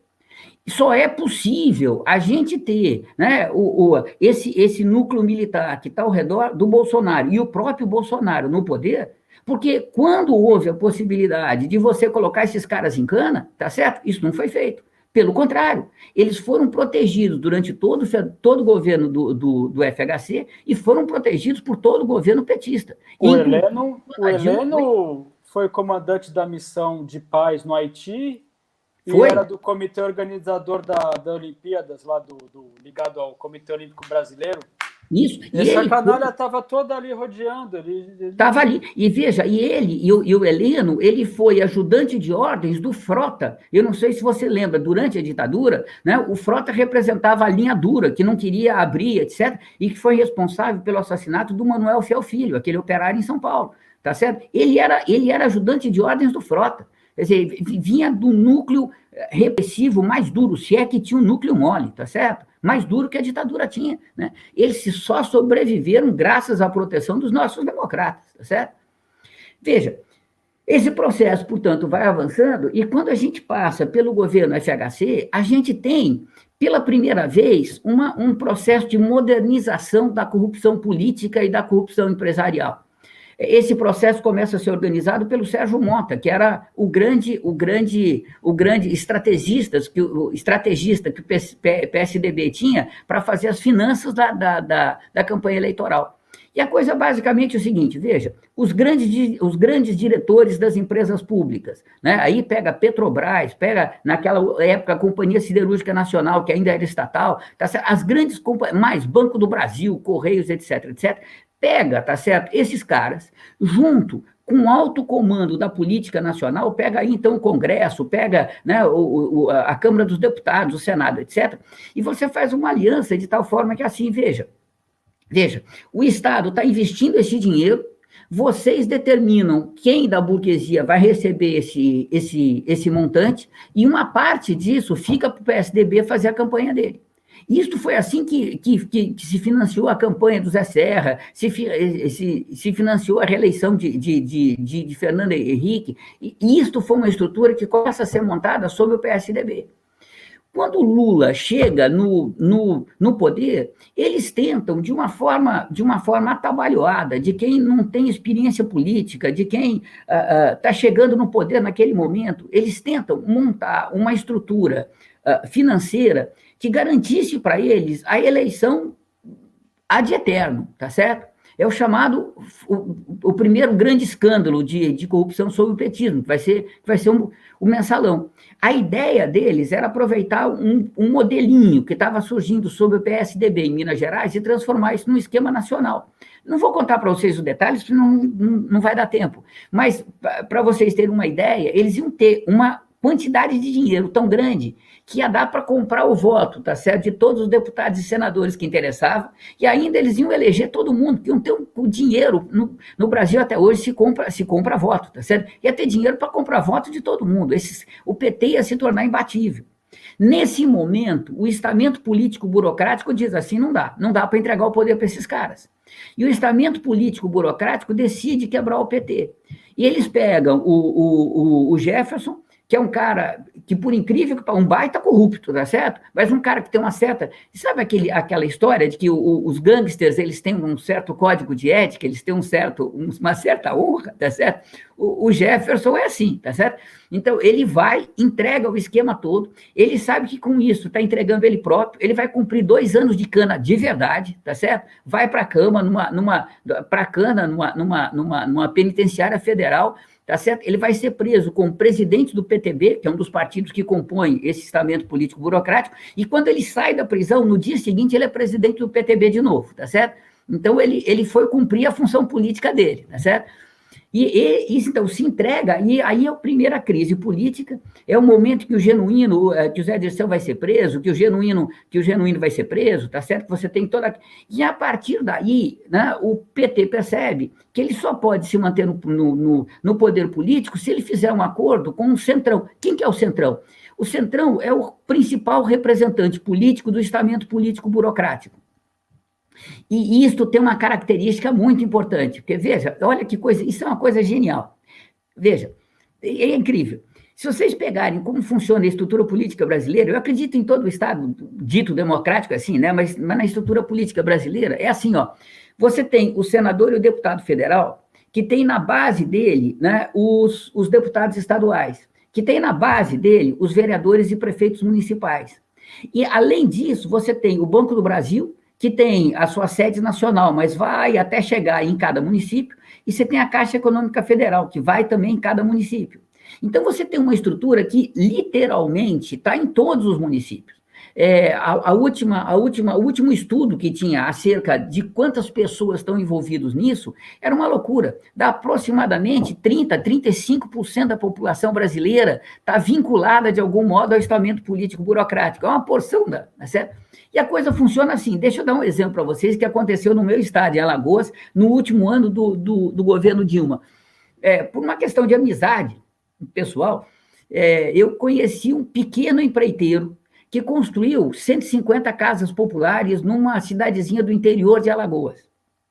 Só é possível a gente ter, né, o, o, esse, esse núcleo militar que está ao redor do Bolsonaro e o próprio Bolsonaro no poder, porque quando houve a possibilidade de você colocar esses caras em cana, tá certo? Isso não foi feito. Pelo contrário, eles foram protegidos durante todo, todo o governo do, do, do F H C e foram protegidos por todo o governo petista. O Heleno, o Heleno foi comandante da missão de paz no Haiti e foi? Era do comitê organizador da, da Olimpíadas, lá do, do, ligado ao Comitê Olímpico Brasileiro. Isso. E essa canalha estava toda ali rodeando. Estava ali. E veja, e ele, e o, e o Heleno, ele foi ajudante de ordens do Frota. Eu não sei se você lembra, durante a ditadura, né, o Frota representava a linha dura, que não queria abrir, etcétera, e que foi responsável pelo assassinato do Manuel Fiel Filho, aquele operário em São Paulo. Tá certo? Ele era, ele era ajudante de ordens do Frota. Quer dizer, vinha do núcleo repressivo mais duro, se é que tinha um núcleo mole, tá certo? Mais duro que a ditadura tinha, né? Eles só sobreviveram graças à proteção dos nossos democratas, tá certo? Veja, esse processo, portanto, vai avançando e quando a gente passa pelo governo F H C, a gente tem, pela primeira vez, uma, um processo de modernização da corrupção política e da corrupção empresarial. Esse processo começa a ser organizado pelo Sérgio Mota, que era o grande, o grande, o grande estrategista que o, estrategista que o P S D B tinha para fazer as finanças da, da, da, da campanha eleitoral. E a coisa basicamente é o seguinte, veja, os grandes, os grandes diretores das empresas públicas, né? Aí pega Petrobras, pega naquela época a Companhia Siderúrgica Nacional, que ainda era estatal, tá certo? As grandes companhias, mais Banco do Brasil, Correios, etc, etcétera, pega, tá certo, esses caras, junto com o alto comando da política nacional, pega aí então o Congresso, pega, né, o, o, a Câmara dos Deputados, o Senado, etcétera, e você faz uma aliança de tal forma que assim, veja, veja, o Estado está investindo esse dinheiro, vocês determinam quem da burguesia vai receber esse, esse, esse montante, e uma parte disso fica para o P S D B fazer a campanha dele. Isto foi assim que, que, que, que se financiou a campanha do Zé Serra, se, se, se financiou a reeleição de, de, de, de, de Fernando Henrique, e isto foi uma estrutura que começa a ser montada sob o P S D B. Quando o Lula chega no, no, no poder, eles tentam, de uma forma, de uma forma atabalhoada, de quem não tem experiência política, de quem está uh, uh, chegando no poder naquele momento, eles tentam montar uma estrutura uh, financeira que garantisse para eles a eleição ad eterno, tá certo? É o chamado, o, o primeiro grande escândalo de, de corrupção sobre o petismo, que vai ser, que vai ser um, um mensalão. A ideia deles era aproveitar um, um modelinho que estava surgindo sobre o P S D B em Minas Gerais e transformar isso num esquema nacional. Não vou contar para vocês os detalhes, porque não, não, não vai dar tempo, mas para vocês terem uma ideia, eles iam ter uma quantidade de dinheiro tão grande que ia dar para comprar o voto, tá certo, de todos os deputados e senadores que interessavam, e ainda eles iam eleger todo mundo, que iam ter o dinheiro, no, no Brasil até hoje se compra, se compra voto, tá certo? Ia ter dinheiro para comprar voto de todo mundo, Esses, o P T ia se tornar imbatível. Nesse momento, o estamento político burocrático diz assim, não dá, não dá para entregar o poder para esses caras. E o estamento político burocrático decide quebrar o P T. E eles pegam o, o, o, o Jefferson, que é um cara que, por incrível que pareça, um baita corrupto, tá certo? Mas um cara que tem uma certa... Sabe aquele, aquela história de que o, os gangsters, eles têm um certo código de ética, eles têm um certo, uma certa honra, tá certo? O, o Jefferson é assim, tá certo? Então, ele vai, entrega o esquema todo, ele sabe que com isso está entregando ele próprio, ele vai cumprir dois anos de cana de verdade, tá certo? Vai para a cama, numa, numa, para a cana, numa, numa, numa, numa penitenciária federal, tá certo? Ele vai ser preso como presidente do P T B, que é um dos partidos que compõem esse estamento político burocrático, e quando ele sai da prisão, no dia seguinte, ele é presidente do P T B de novo, tá certo? Então, ele, ele foi cumprir a função política dele, tá certo? E, e isso, então, se entrega, e aí é a primeira crise política, é o momento que o genuíno, que o Zé Dirceu vai ser preso, que o genuíno, que o genuíno vai ser preso, tá certo? Você tem toda... E a partir daí, né, o P T percebe que ele só pode se manter no, no, no poder político se ele fizer um acordo com o Centrão. Quem que é o Centrão? O Centrão é o principal representante político do estamento político burocrático. E isto tem uma característica muito importante, porque, veja, olha que coisa, isso é uma coisa genial. Veja, é incrível. Se vocês pegarem como funciona a estrutura política brasileira, eu acredito em todo o Estado dito democrático, assim, né? Mas, mas na estrutura política brasileira é assim, ó. Você tem o senador e o deputado federal, que tem na base dele, né, os, os deputados estaduais, que tem na base dele os vereadores e prefeitos municipais. E, além disso, você tem o Banco do Brasil, que tem a sua sede nacional, mas vai até chegar em cada município, e você tem a Caixa Econômica Federal, que vai também em cada município. Então, você tem uma estrutura que, literalmente, está em todos os municípios. É, a, a última, a última, o último estudo que tinha acerca de quantas pessoas estão envolvidas nisso era uma loucura. Dá aproximadamente trinta, trinta e cinco por cento da população brasileira está vinculada, de algum modo, ao estamento político burocrático. É uma porção, da, tá certo? E a coisa funciona assim. Deixa eu dar um exemplo para vocês que aconteceu no meu estado, em Alagoas, no último ano do, do, do governo Dilma. É, por uma questão de amizade pessoal, é, eu conheci um pequeno empreiteiro que construiu cento e cinquenta casas populares numa cidadezinha do interior de Alagoas.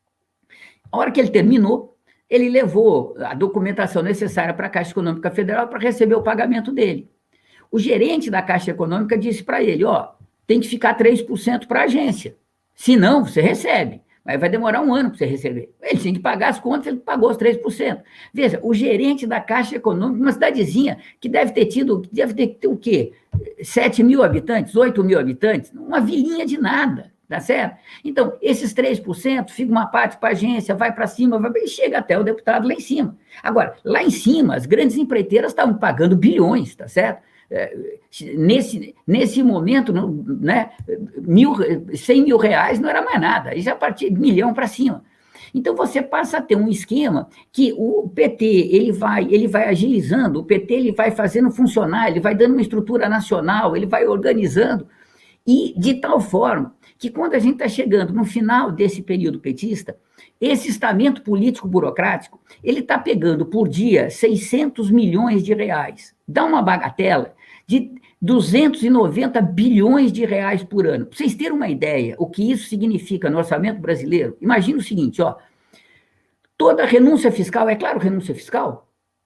A hora que ele terminou, ele levou a documentação necessária para a Caixa Econômica Federal para receber o pagamento dele. O gerente da Caixa Econômica disse para ele, ó, tem que ficar três por cento para a agência, senão você recebe, mas vai demorar um ano para você receber. Ele tinha que pagar as contas, ele pagou os três por cento. Veja, o gerente da Caixa Econômica, uma cidadezinha que deve ter tido, deve ter, ter o quê? sete mil habitantes, oito mil habitantes, uma vilinha de nada, tá certo? Então, esses três por cento, fica uma parte para a agência, vai para cima, vai, e chega até o deputado lá em cima. Agora, lá em cima, as grandes empreiteiras estavam pagando bilhões, tá certo? Nesse, nesse momento, né, mil, cem mil reais não era mais nada, aí já partia de milhão para cima. Então, você passa a ter um esquema que o P T ele vai, ele vai agilizando, o P T ele vai fazendo funcionar, ele vai dando uma estrutura nacional, ele vai organizando, e de tal forma que quando a gente está chegando no final desse período petista, esse estamento político burocrático, ele está pegando por dia seiscentos milhões de reais, dá uma bagatela de duzentos e noventa bilhões de reais por ano. Para vocês terem uma ideia, o que isso significa no orçamento brasileiro, imagina o seguinte, ó, toda renúncia fiscal, é claro renúncia fiscal,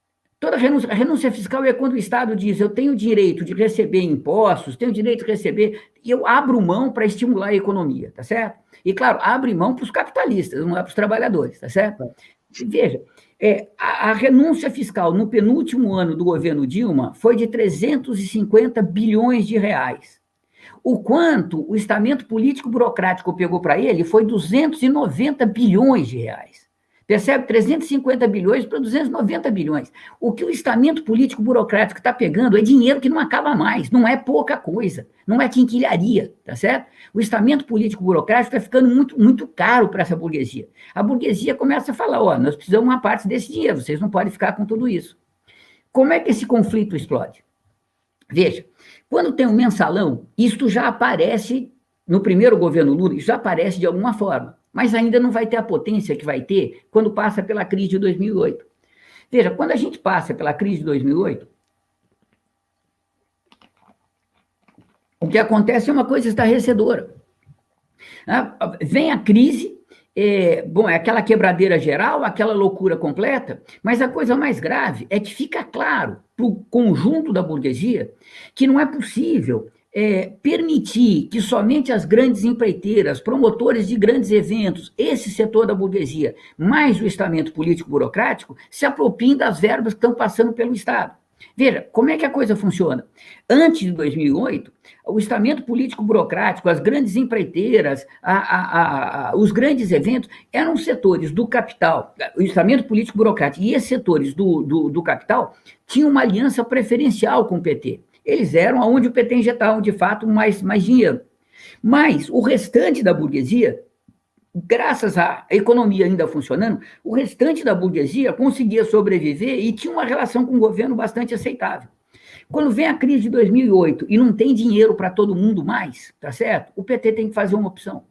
Toda renúncia, a renúncia fiscal é quando o Estado diz, eu tenho direito de receber impostos, tenho direito de receber, e eu abro mão para estimular a economia, tá certo? E, claro, abre mão para os capitalistas, não é para os trabalhadores, tá certo? Veja, é, a, a renúncia fiscal no penúltimo ano do governo Dilma foi de trezentos e cinquenta bilhões de reais. O quanto o estamento político burocrático pegou para ele foi duzentos e noventa bilhões de reais. Percebe? trezentos e cinquenta bilhões para duzentos e noventa bilhões. O que o estamento político burocrático está pegando é dinheiro que não acaba mais, não é pouca coisa, não é quinquilharia, tá certo? O estamento político burocrático está ficando muito, muito caro para essa burguesia. A burguesia começa a falar, ó, nós precisamos uma parte desse dinheiro, vocês não podem ficar com tudo isso. Como é que esse conflito explode? Veja, quando tem um mensalão, isto já aparece, no primeiro governo Lula, isso já aparece de alguma forma, mas ainda não vai ter a potência que vai ter quando passa pela crise de dois mil e oito. Veja, quando a gente passa pela crise de dois mil e oito, o que acontece é uma coisa estarrecedora. Vem a crise, é, bom, é aquela quebradeira geral, aquela loucura completa, mas a coisa mais grave é que fica claro para o conjunto da burguesia que não é possível É, permitir que somente as grandes empreiteiras, promotores de grandes eventos, esse setor da burguesia, mais o estamento político-burocrático, se apropriem das verbas que estão passando pelo Estado. Veja, como é que a coisa funciona? Antes de dois mil e oito, o estamento político-burocrático, as grandes empreiteiras, a, a, a, a, os grandes eventos, eram setores do capital, o estamento político-burocrático e esses setores do, do, do capital tinham uma aliança preferencial com o P T. Eles eram onde o P T injetava, de fato, mais, mais dinheiro. Mas o restante da burguesia, graças à economia ainda funcionando, o restante da burguesia conseguia sobreviver e tinha uma relação com o governo bastante aceitável. Quando vem a crise de dois mil e oito e não tem dinheiro para todo mundo mais, tá certo? O P T tem que fazer uma opção.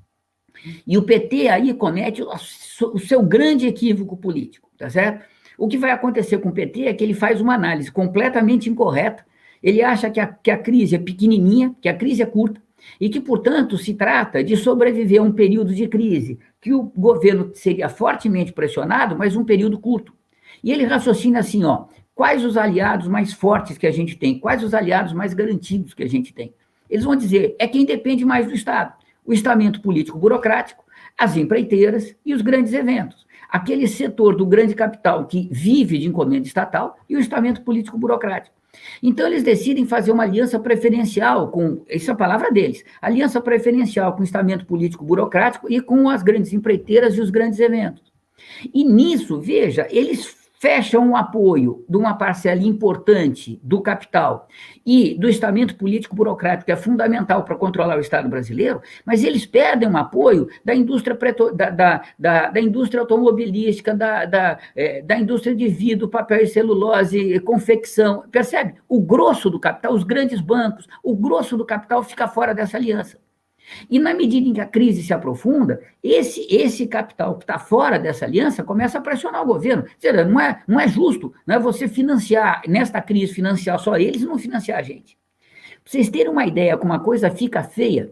E o P T aí comete o seu grande equívoco político, tá certo? O que vai acontecer com o P T é que ele faz uma análise completamente incorreta. Ele acha que a, que a crise é pequenininha, que a crise é curta, e que, portanto, se trata de sobreviver a um período de crise, que o governo seria fortemente pressionado, mas um período curto. E ele raciocina assim, ó, quais os aliados mais fortes que a gente tem, quais os aliados mais garantidos que a gente tem. Eles vão dizer, é quem depende mais do Estado, o estamento político-burocrático, as empreiteiras e os grandes eventos. Aquele setor do grande capital que vive de encomenda estatal e o estamento político-burocrático. Então, eles decidem fazer uma aliança preferencial com, essa é a palavra deles, aliança preferencial com o estamento político burocrático e com as grandes empreiteiras e os grandes eventos. E nisso, veja, eles fecham o apoio de uma parcela importante do capital e do estamento político burocrático, que é fundamental para controlar o Estado brasileiro, mas eles perdem o apoio da indústria, preto, da, da, da, da indústria automobilística, da, da, é, da indústria de vidro, papel e celulose, confecção, percebe? O grosso do capital, os grandes bancos, o grosso do capital fica fora dessa aliança. E na medida em que a crise se aprofunda, esse, esse capital que está fora dessa aliança começa a pressionar o governo. Ou seja, não é, não é justo, não é você financiar, nesta crise, financiar só eles e não financiar a gente. Para vocês terem uma ideia como a coisa fica feia,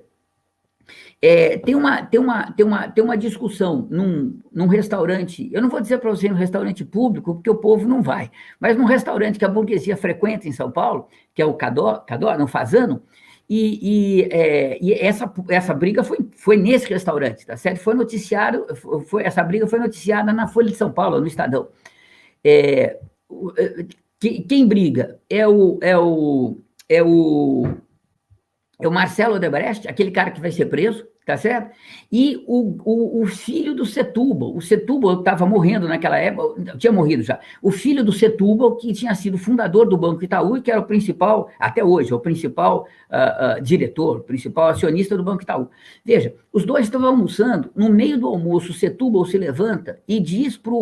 é, tem, uma, tem, uma, tem, uma, tem uma discussão num, num restaurante, eu não vou dizer para você num restaurante público, porque o povo não vai, mas num restaurante que a burguesia frequenta em São Paulo, que é o Cadó, Cadó não, Fazano, E, e, é, e essa, essa briga foi, foi nesse restaurante, tá certo? Foi noticiado, foi, essa briga foi noticiada na Folha de São Paulo, no Estadão. É, quem, quem briga é o, é, o, é, o, é o Marcelo Odebrecht, aquele cara que vai ser preso, tá certo? E o, o, o filho do Setúbal, o Setúbal estava morrendo naquela época, tinha morrido já, o filho do Setúbal, que tinha sido fundador do Banco Itaú, e que era o principal, até hoje, é o principal uh, uh, diretor, o principal acionista do Banco Itaú. Veja, os dois estavam almoçando, no meio do almoço, o Setúbal se levanta e diz para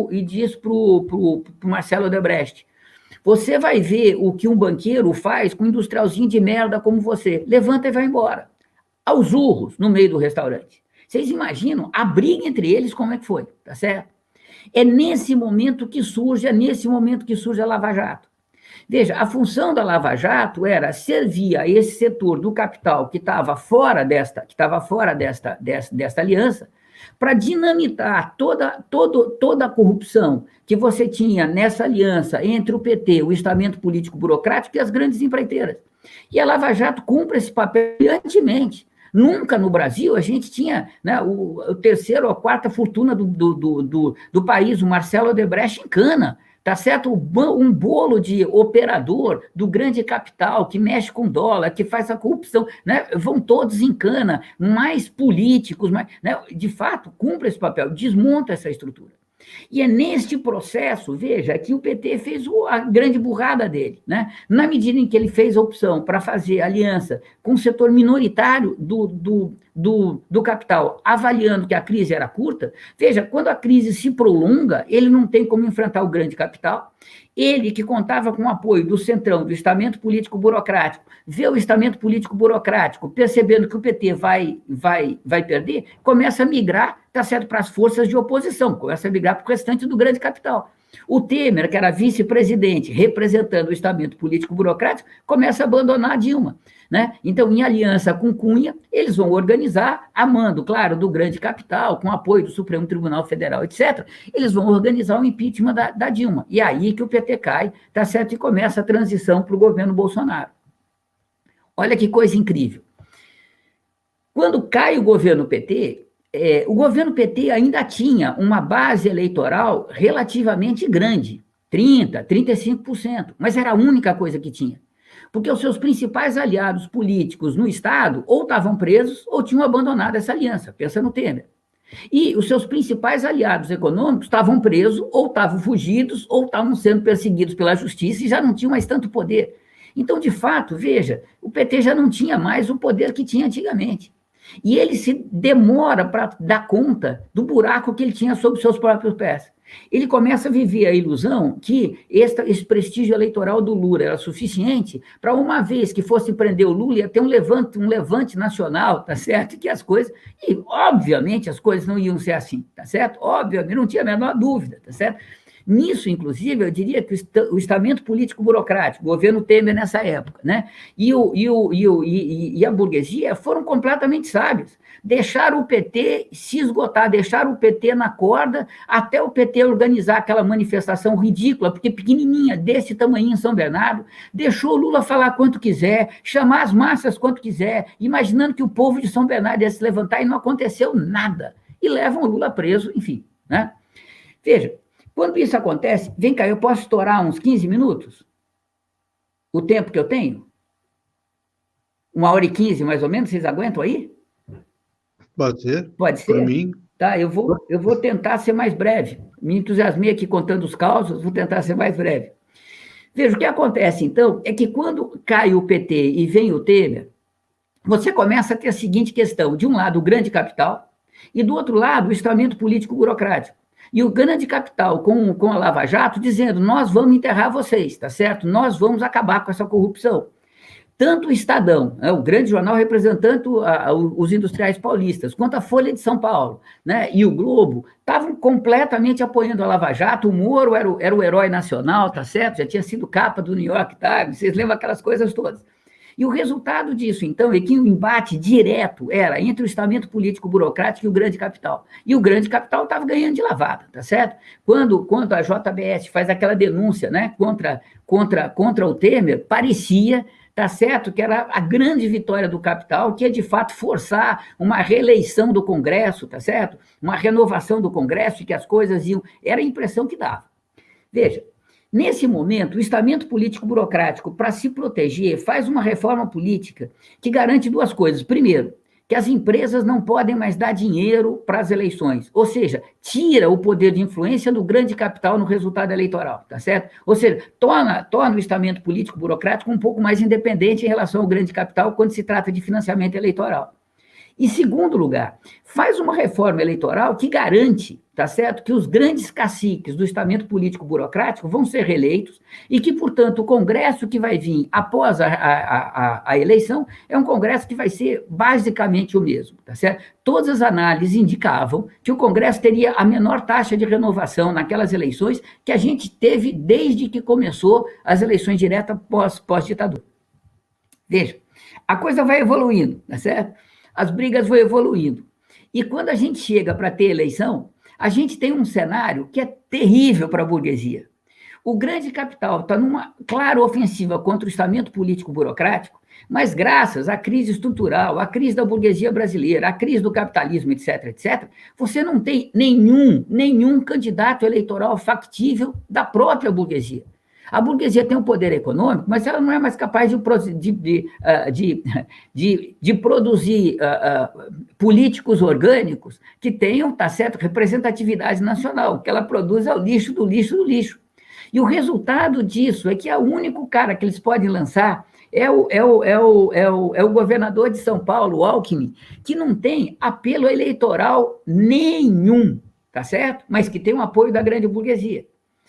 o Marcelo Odebrecht, você vai ver o que um banqueiro faz com um industrialzinho de merda como você, levanta e vai embora. Aos urros, no meio do restaurante. Vocês imaginam a briga entre eles, como é que foi, tá certo? É nesse momento que surge, é nesse momento que surge a Lava Jato. Veja, a função da Lava Jato era servir a esse setor do capital que estava fora desta, que estava fora desta, desta, desta aliança, para dinamitar toda, todo, toda a corrupção que você tinha nessa aliança entre o P T, o estamento político burocrático e as grandes empreiteiras. E a Lava Jato cumpre esse papel brilhantemente. Nunca no Brasil a gente tinha, né, o, o terceiro ou a quarta fortuna do, do, do, do, do país, o Marcelo Odebrecht em cana, tá certo? Um bolo de operador do grande capital que mexe com dólar, que faz a corrupção, né? Vão todos em cana, mais políticos, mais, né? De fato, cumpre esse papel, desmonta essa estrutura. E é neste processo, veja, que o P T fez a grande burrada dele, né? Na medida em que ele fez a opção para fazer aliança com o setor minoritário do, do, do, do capital, avaliando que a crise era curta, veja, quando a crise se prolonga, ele não tem como enfrentar o grande capital. Ele, que contava com o apoio do centrão, do estamento político burocrático, vê o estamento político burocrático percebendo que o P T vai, vai, vai perder, começa a migrar, tá certo, para as forças de oposição, começa a migrar para o restante do grande capital. O Temer, que era vice-presidente, representando o estamento político burocrático, começa a abandonar a Dilma, né? Então, em aliança com Cunha, eles vão organizar, amando, claro, do grande capital, com apoio do Supremo Tribunal Federal, etcétera, eles vão organizar o impeachment da, da Dilma. E é aí que o P T cai, tá certo? E começa a transição para o governo Bolsonaro. Olha que coisa incrível. Quando cai o governo P T, é, o governo P T ainda tinha uma base eleitoral relativamente grande, trinta por cento, trinta e cinco por cento, mas era a única coisa que tinha. Porque os seus principais aliados políticos no Estado ou estavam presos ou tinham abandonado essa aliança, pensa no Temer. E os seus principais aliados econômicos estavam presos ou estavam fugidos ou estavam sendo perseguidos pela justiça e já não tinham mais tanto poder. Então, de fato, veja, o P T já não tinha mais o poder que tinha antigamente. E ele se demora para dar conta do buraco que ele tinha sob seus próprios pés. Ele começa a viver a ilusão que esse, esse prestígio eleitoral do Lula era suficiente para, uma vez que fosse prender o Lula, ia ter um levante, um levante nacional, tá certo? Que as coisas... E, obviamente, as coisas não iam ser assim, tá certo? Obviamente, não tinha a menor dúvida, tá certo? Nisso, inclusive, eu diria que o estamento político burocrático, o governo Temer nessa época, né, e, o, e, o, e, o, e, e a burguesia foram completamente sábios. Deixaram o P T se esgotar, deixaram o P T na corda, até o P T organizar aquela manifestação ridícula, porque pequenininha, desse tamanho em São Bernardo, deixou o Lula falar quanto quiser, chamar as massas quanto quiser, imaginando que o povo de São Bernardo ia se levantar e não aconteceu nada. E levam o Lula preso, enfim, né? Veja, quando isso acontece, vem cá, eu posso estourar uns quinze minutos? O tempo que eu tenho? Uma hora e quinze, mais ou menos, vocês aguentam aí? Pode ser. Pode ser? Por mim. Tá, eu vou, eu vou tentar ser mais breve. Me entusiasmei aqui contando os causos, vou tentar ser mais breve. Veja, o que acontece, então, é que quando cai o P T e vem o Temer, você começa a ter a seguinte questão: de um lado, o grande capital, e do outro lado, o estamento político burocrático. E o grande capital com, com a Lava Jato dizendo: nós vamos enterrar vocês, tá certo? Nós vamos acabar com essa corrupção. Tanto o Estadão, né, o grande jornal representando a, a, os industriais paulistas, quanto a Folha de São Paulo, né, e o Globo, estavam completamente apoiando a Lava Jato. O Moro era o, era o herói nacional, tá certo? Já tinha sido capa do New York Times, vocês lembram aquelas coisas todas. E o resultado disso, então, é que o embate direto era entre o estamento político burocrático e o grande capital. E o grande capital estava ganhando de lavada, tá certo? Quando, quando a J B S faz aquela denúncia, né, contra, contra, contra o Temer, parecia, tá certo, que era a grande vitória do capital, que ia, de fato, forçar uma reeleição do Congresso, tá certo? Uma renovação do Congresso, e que as coisas iam... Era a impressão que dava. Veja, nesse momento, o estamento político burocrático, para se proteger, faz uma reforma política que garante duas coisas. Primeiro, que as empresas não podem mais dar dinheiro para as eleições, ou seja, tira o poder de influência do grande capital no resultado eleitoral, tá certo? Ou seja, torna, torna o estamento político burocrático um pouco mais independente em relação ao grande capital quando se trata de financiamento eleitoral. Em segundo lugar, faz uma reforma eleitoral que garante, tá certo, que os grandes caciques do estamento político burocrático vão ser reeleitos e que, portanto, o Congresso que vai vir após a, a, a, a eleição é um Congresso que vai ser basicamente o mesmo, tá certo? Todas as análises indicavam que o Congresso teria a menor taxa de renovação naquelas eleições que a gente teve desde que começou as eleições diretas pós, pós-ditadura. Veja, a coisa vai evoluindo, tá certo? As brigas vão evoluindo. E quando a gente chega para ter eleição, a gente tem um cenário que é terrível para a burguesia. O grande capital está numa clara ofensiva contra o estamento político burocrático, mas graças à crise estrutural, à crise da burguesia brasileira, à crise do capitalismo, etc, etcétera, você não tem nenhum, nenhum candidato eleitoral factível da própria burguesia. A burguesia tem um poder econômico, mas ela não é mais capaz de, de, de, de, de, de produzir uh, uh, políticos orgânicos que tenham, tá certo, representatividade nacional. O que ela produz é o lixo do lixo do lixo. E o resultado disso é que o único cara que eles podem lançar é o, é o, é o, é o, é o governador de São Paulo, o Alckmin, que não tem apelo eleitoral nenhum, tá certo? Mas que tem o apoio da grande burguesia.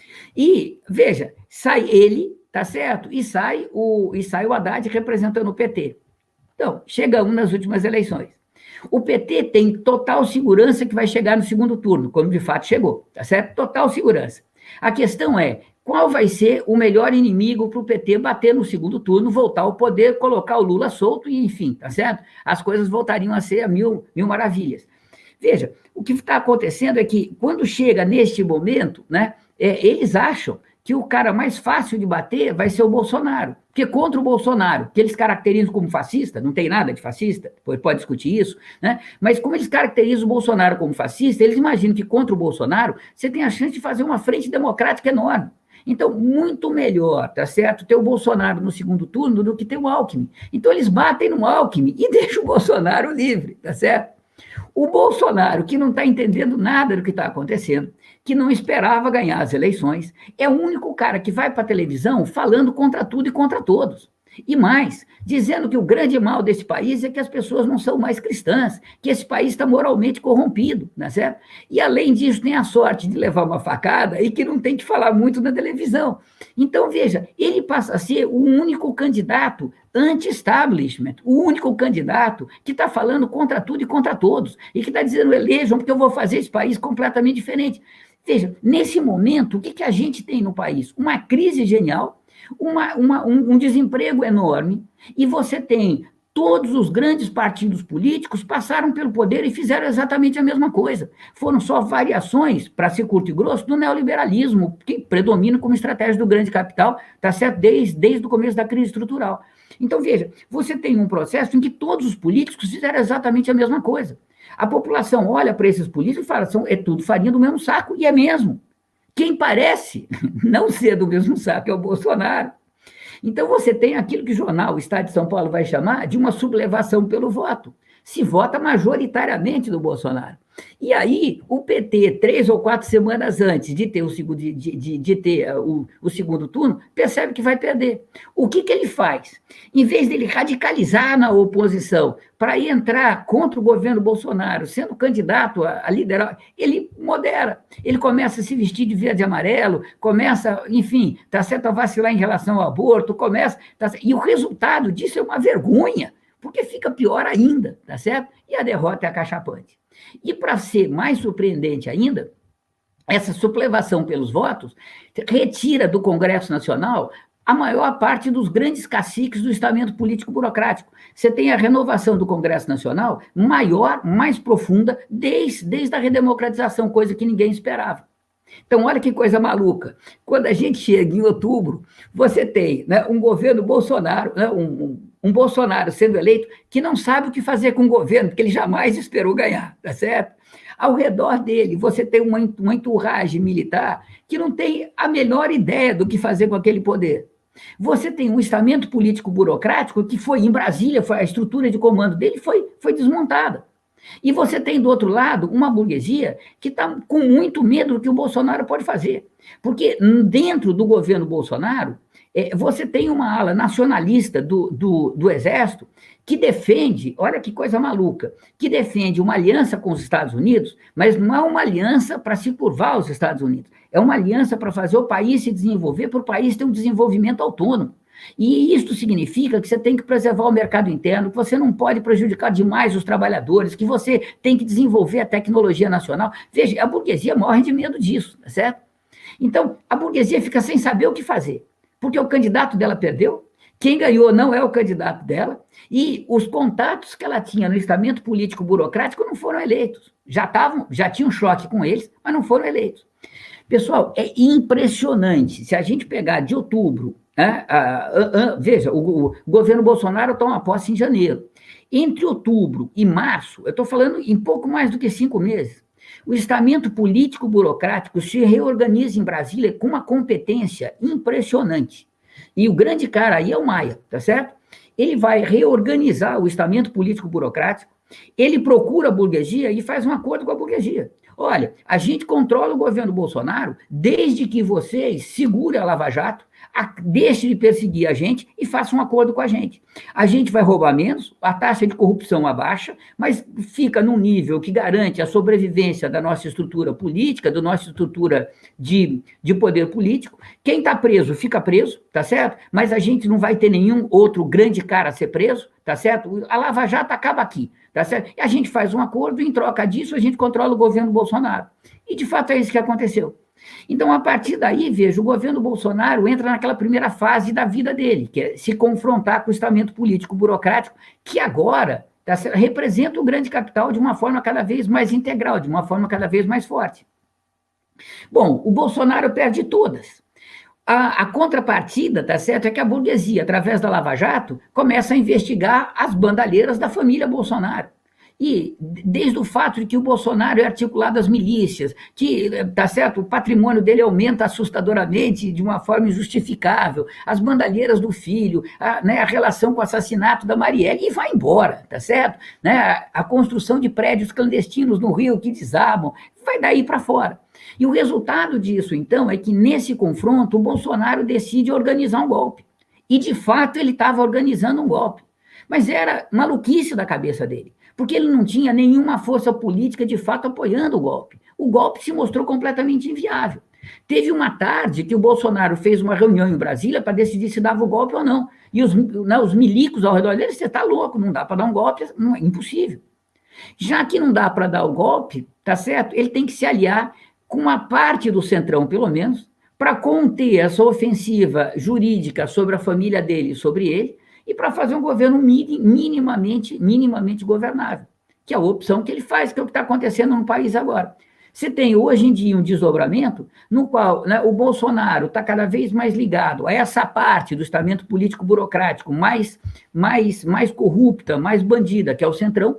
E, veja, sai ele, tá certo? E sai o, e sai o Haddad representando o P T. Então, chegamos nas últimas eleições. O P T tem total segurança que vai chegar no segundo turno, como de fato chegou, tá certo? Total segurança. A questão é, qual vai ser o melhor inimigo para o P T bater no segundo turno, voltar ao poder, colocar o Lula solto e, enfim, tá certo? As coisas voltariam a ser a mil, mil maravilhas. Veja, o que está acontecendo é que, quando chega neste momento, né, é, eles acham que o cara mais fácil de bater vai ser o Bolsonaro, porque contra o Bolsonaro, que eles caracterizam como fascista, não tem nada de fascista, depois pode discutir isso, né? Mas como eles caracterizam o Bolsonaro como fascista, eles imaginam que contra o Bolsonaro você tem a chance de fazer uma frente democrática enorme. Então, muito melhor, tá certo, ter o Bolsonaro no segundo turno do que ter o Alckmin. Então, eles batem no Alckmin e deixam o Bolsonaro livre, tá certo? O Bolsonaro, que não está entendendo nada do que está acontecendo, que não esperava ganhar as eleições, é o único cara que vai para a televisão falando contra tudo e contra todos. E mais, dizendo que o grande mal desse país é que as pessoas não são mais cristãs, que esse país está moralmente corrompido, não é certo? E, além disso, tem a sorte de levar uma facada e que não tem que falar muito na televisão. Então, veja, ele passa a ser o único candidato anti-establishment, o único candidato que está falando contra tudo e contra todos, e que está dizendo, elejam, porque eu vou fazer esse país completamente diferente. Veja, nesse momento, o que, que a gente tem no país? Uma crise genial, Uma, uma, um, um desemprego enorme, e você tem todos os grandes partidos políticos passaram pelo poder e fizeram exatamente a mesma coisa. Foram só variações, para ser curto e grosso, do neoliberalismo, que predomina como estratégia do grande capital, tá certo? Desde, desde o começo da crise estrutural. Então, veja, você tem um processo em que todos os políticos fizeram exatamente a mesma coisa. A população olha para esses políticos e fala, são, é tudo farinha do mesmo saco, e é mesmo. Quem parece não ser do mesmo saco é o Bolsonaro. Então, você tem aquilo que o jornal, o Estado de São Paulo, vai chamar de uma sublevação pelo voto. Se vota majoritariamente do Bolsonaro. E aí, o P T, três ou quatro semanas antes de ter o segundo, de, de, de ter o, o segundo turno, percebe que vai perder. O que, que ele faz? Em vez dele radicalizar na oposição para ir entrar contra o governo Bolsonaro, sendo candidato a, a liderar, ele modera. Ele começa a se vestir de verde e amarelo, começa, enfim, tá certo, a vacilar em relação ao aborto, começa... Tá, e o resultado disso é uma vergonha, porque fica pior ainda, tá certo? E a derrota é acachapante. E, para ser mais surpreendente ainda, essa sublevação pelos votos retira do Congresso Nacional a maior parte dos grandes caciques do estamento político burocrático. Você tem a renovação do Congresso Nacional maior, mais profunda, desde, desde a redemocratização, coisa que ninguém esperava. Então, olha que coisa maluca. Quando a gente chega em outubro, você tem, né, um governo Bolsonaro, né, um, um, um Bolsonaro sendo eleito que não sabe o que fazer com o governo, porque ele jamais esperou ganhar, tá certo? Ao redor dele, você tem uma, uma entourage militar que não tem a menor ideia do que fazer com aquele poder. Você tem um estamento político burocrático que foi em Brasília, foi, a estrutura de comando dele foi, foi desmontada. E você tem, do outro lado, uma burguesia que está com muito medo do que o Bolsonaro pode fazer. Porque dentro do governo Bolsonaro, é, você tem uma ala nacionalista do, do, do Exército que defende, olha que coisa maluca, que defende uma aliança com os Estados Unidos, mas não é uma aliança para se curvar aos Estados Unidos, é uma aliança para fazer o país se desenvolver, para o país ter um desenvolvimento autônomo. E isso significa que você tem que preservar o mercado interno, que você não pode prejudicar demais os trabalhadores, que você tem que desenvolver a tecnologia nacional. Veja, a burguesia morre de medo disso, tá certo? Então, a burguesia fica sem saber o que fazer, porque o candidato dela perdeu. Quem ganhou não é o candidato dela, e os contatos que ela tinha no estamento político burocrático não foram eleitos. Já, tavam, já tinham choque com eles, mas não foram eleitos. Pessoal, é impressionante. Se a gente pegar de outubro, né, a, a, a, veja, o, o governo Bolsonaro toma posse em janeiro. Entre outubro e março, eu estou falando em pouco mais do que cinco meses, o estamento político burocrático se reorganiza em Brasília com uma competência impressionante. E o grande cara aí é o Maia, tá certo? Ele vai reorganizar o estamento político burocrático, ele procura a burguesia e faz um acordo com a burguesia. Olha, a gente controla o governo Bolsonaro desde que vocês segurem a Lava Jato, a, deixe de perseguir a gente e faça um acordo com a gente. A gente vai roubar menos, a taxa de corrupção abaixa, mas fica num nível que garante a sobrevivência da nossa estrutura política, da nossa estrutura de, de poder político. Quem está preso, fica preso, tá certo? Mas a gente não vai ter nenhum outro grande cara a ser preso, tá certo? A Lava Jato acaba aqui, tá certo? E a gente faz um acordo e, em troca disso, a gente controla o governo Bolsonaro. E, de fato, é isso que aconteceu. Então, a partir daí, veja, o governo Bolsonaro entra naquela primeira fase da vida dele, que é se confrontar com o estamento político burocrático, que agora tá, representa o grande capital de uma forma cada vez mais integral, de uma forma cada vez mais forte. Bom, o Bolsonaro perde todas. A, a contrapartida, tá certo, é que a burguesia, através da Lava Jato, começa a investigar as bandalheiras da família Bolsonaro. E desde o fato de que o Bolsonaro é articulado às milícias, que, tá certo, o patrimônio dele aumenta assustadoramente de uma forma injustificável, as bandalheiras do filho, a, né, a relação com o assassinato da Marielle, e vai embora, tá certo? Né, a, a construção de prédios clandestinos no Rio que desabam, vai daí para fora. E o resultado disso, então, é que nesse confronto o Bolsonaro decide organizar um golpe. E, de fato, ele estava organizando um golpe. Mas era maluquice da cabeça dele, porque ele não tinha nenhuma força política de fato apoiando o golpe. O golpe se mostrou completamente inviável. Teve uma tarde que o Bolsonaro fez uma reunião em Brasília para decidir se dava o golpe ou não. E os, né, os milicos ao redor dele, você está louco, não dá para dar um golpe, não, é impossível. Já que não dá para dar o golpe, tá certo? Ele tem que se aliar com uma parte do Centrão, pelo menos, para conter essa ofensiva jurídica sobre a família dele e sobre ele, e para fazer um governo minimamente, minimamente governável, que é a opção que ele faz, que é o que está acontecendo no país agora. Você tem hoje em dia um desdobramento no qual, né, o Bolsonaro está cada vez mais ligado a essa parte do estamento político burocrático mais, mais, mais corrupta, mais bandida, que é o Centrão.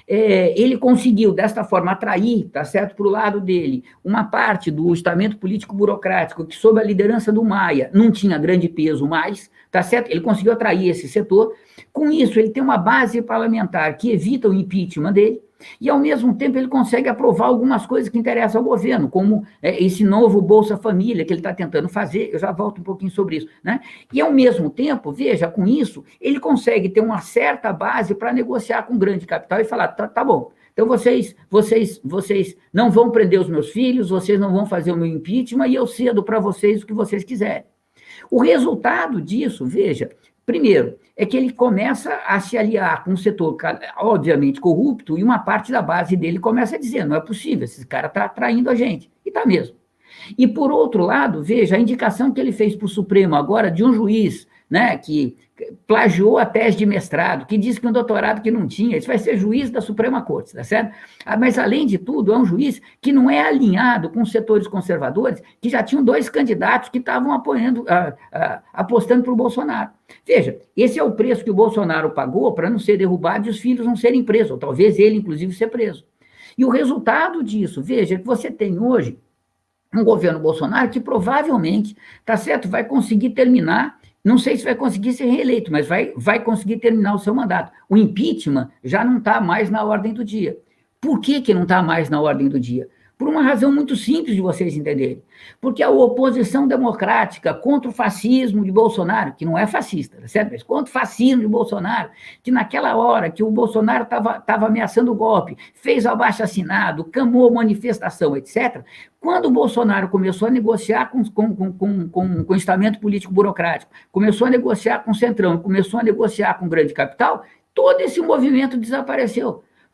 É, ele conseguiu, desta forma, atrair, tá certo, para o lado dele, uma parte do estamento político burocrático que, sob a liderança do Maia, não tinha grande peso mais, tá certo? Ele conseguiu atrair esse setor. Com isso, ele tem uma base parlamentar que evita o impeachment dele, e, ao mesmo tempo, ele consegue aprovar algumas coisas que interessam ao governo, como é, esse novo Bolsa Família que ele está tentando fazer, eu já volto um pouquinho sobre isso, né? E, ao mesmo tempo, veja, com isso, ele consegue ter uma certa base para negociar com o grande capital e falar, tá, tá bom, então vocês, vocês, vocês não vão prender os meus filhos, vocês não vão fazer o meu impeachment, e eu cedo para vocês o que vocês quiserem. O resultado disso, veja, primeiro, é que ele começa a se aliar com um setor, obviamente, corrupto, e uma parte da base dele começa a dizer, não é possível, esse cara está traindo a gente. E está mesmo. E, por outro lado, veja, a indicação que ele fez para o Supremo agora de um juiz, né, que plagiou a tese de mestrado, que disse que um doutorado que não tinha, isso vai ser juiz da Suprema Corte, tá certo? Ah, mas, além de tudo, é um juiz que não é alinhado com os setores conservadores, que já tinham dois candidatos que estavam apoiando, ah, ah, apostando para o Bolsonaro. Veja, esse é o preço que o Bolsonaro pagou para não ser derrubado e os filhos não serem presos, ou talvez ele, inclusive, ser preso. E o resultado disso, veja, é que você tem hoje um governo Bolsonaro que provavelmente, tá certo, vai conseguir terminar. Não sei se vai conseguir ser reeleito, mas vai, vai conseguir terminar o seu mandato. O impeachment já não está mais na ordem do dia. Por que, que não está mais na ordem do dia? Por uma razão muito simples de vocês entenderem. Porque a oposição democrática contra o fascismo de Bolsonaro, que não é fascista, certo? Mas contra o fascismo de Bolsonaro, que naquela hora que o Bolsonaro estava ameaçando o golpe, fez abaixo-assinado, camou manifestação, etcétera, quando o Bolsonaro começou a negociar com, com, com, com, com, com o estamento político burocrático, começou a negociar com o Centrão, começou a negociar com o grande capital, todo esse movimento desapareceu.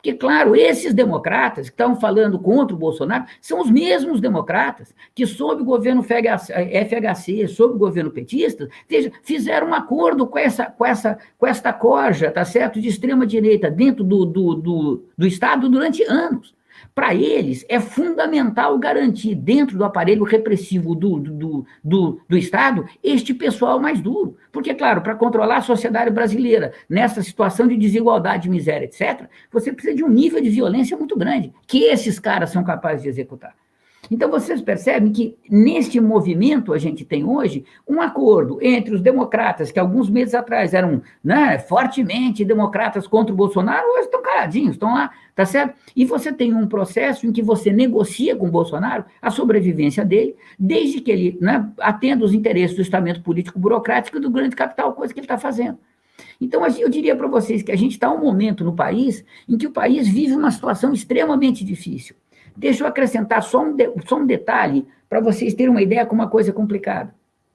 Porque, claro, esses democratas que estavam falando contra o Bolsonaro são os mesmos democratas que, sob o governo F H C, sob o governo petista, veja, fizeram um acordo com essa, com essa, com esta corja, tá certo, de extrema-direita dentro do, do, do, do Estado durante anos. Para eles, é fundamental garantir, dentro do aparelho repressivo do, do, do, do Estado, este pessoal mais duro. Porque, claro, para controlar a sociedade brasileira nessa situação de desigualdade, miséria, etcétera, você precisa de um nível de violência muito grande, que esses caras são capazes de executar. Então, vocês percebem que, neste movimento, a gente tem hoje um acordo entre os democratas, que alguns meses atrás eram, né, fortemente democratas contra o Bolsonaro, hoje estão caladinhos, estão lá, tá certo? E você tem um processo em que você negocia com o Bolsonaro a sobrevivência dele, desde que ele, né, atenda os interesses do estamento político burocrático e do grande capital, coisa que ele está fazendo. Então, eu diria para vocês que a gente está um momento no país em que o país vive uma situação extremamente difícil. Deixa eu acrescentar só um, de, só um detalhe para vocês terem uma ideia como uma coisa complicada.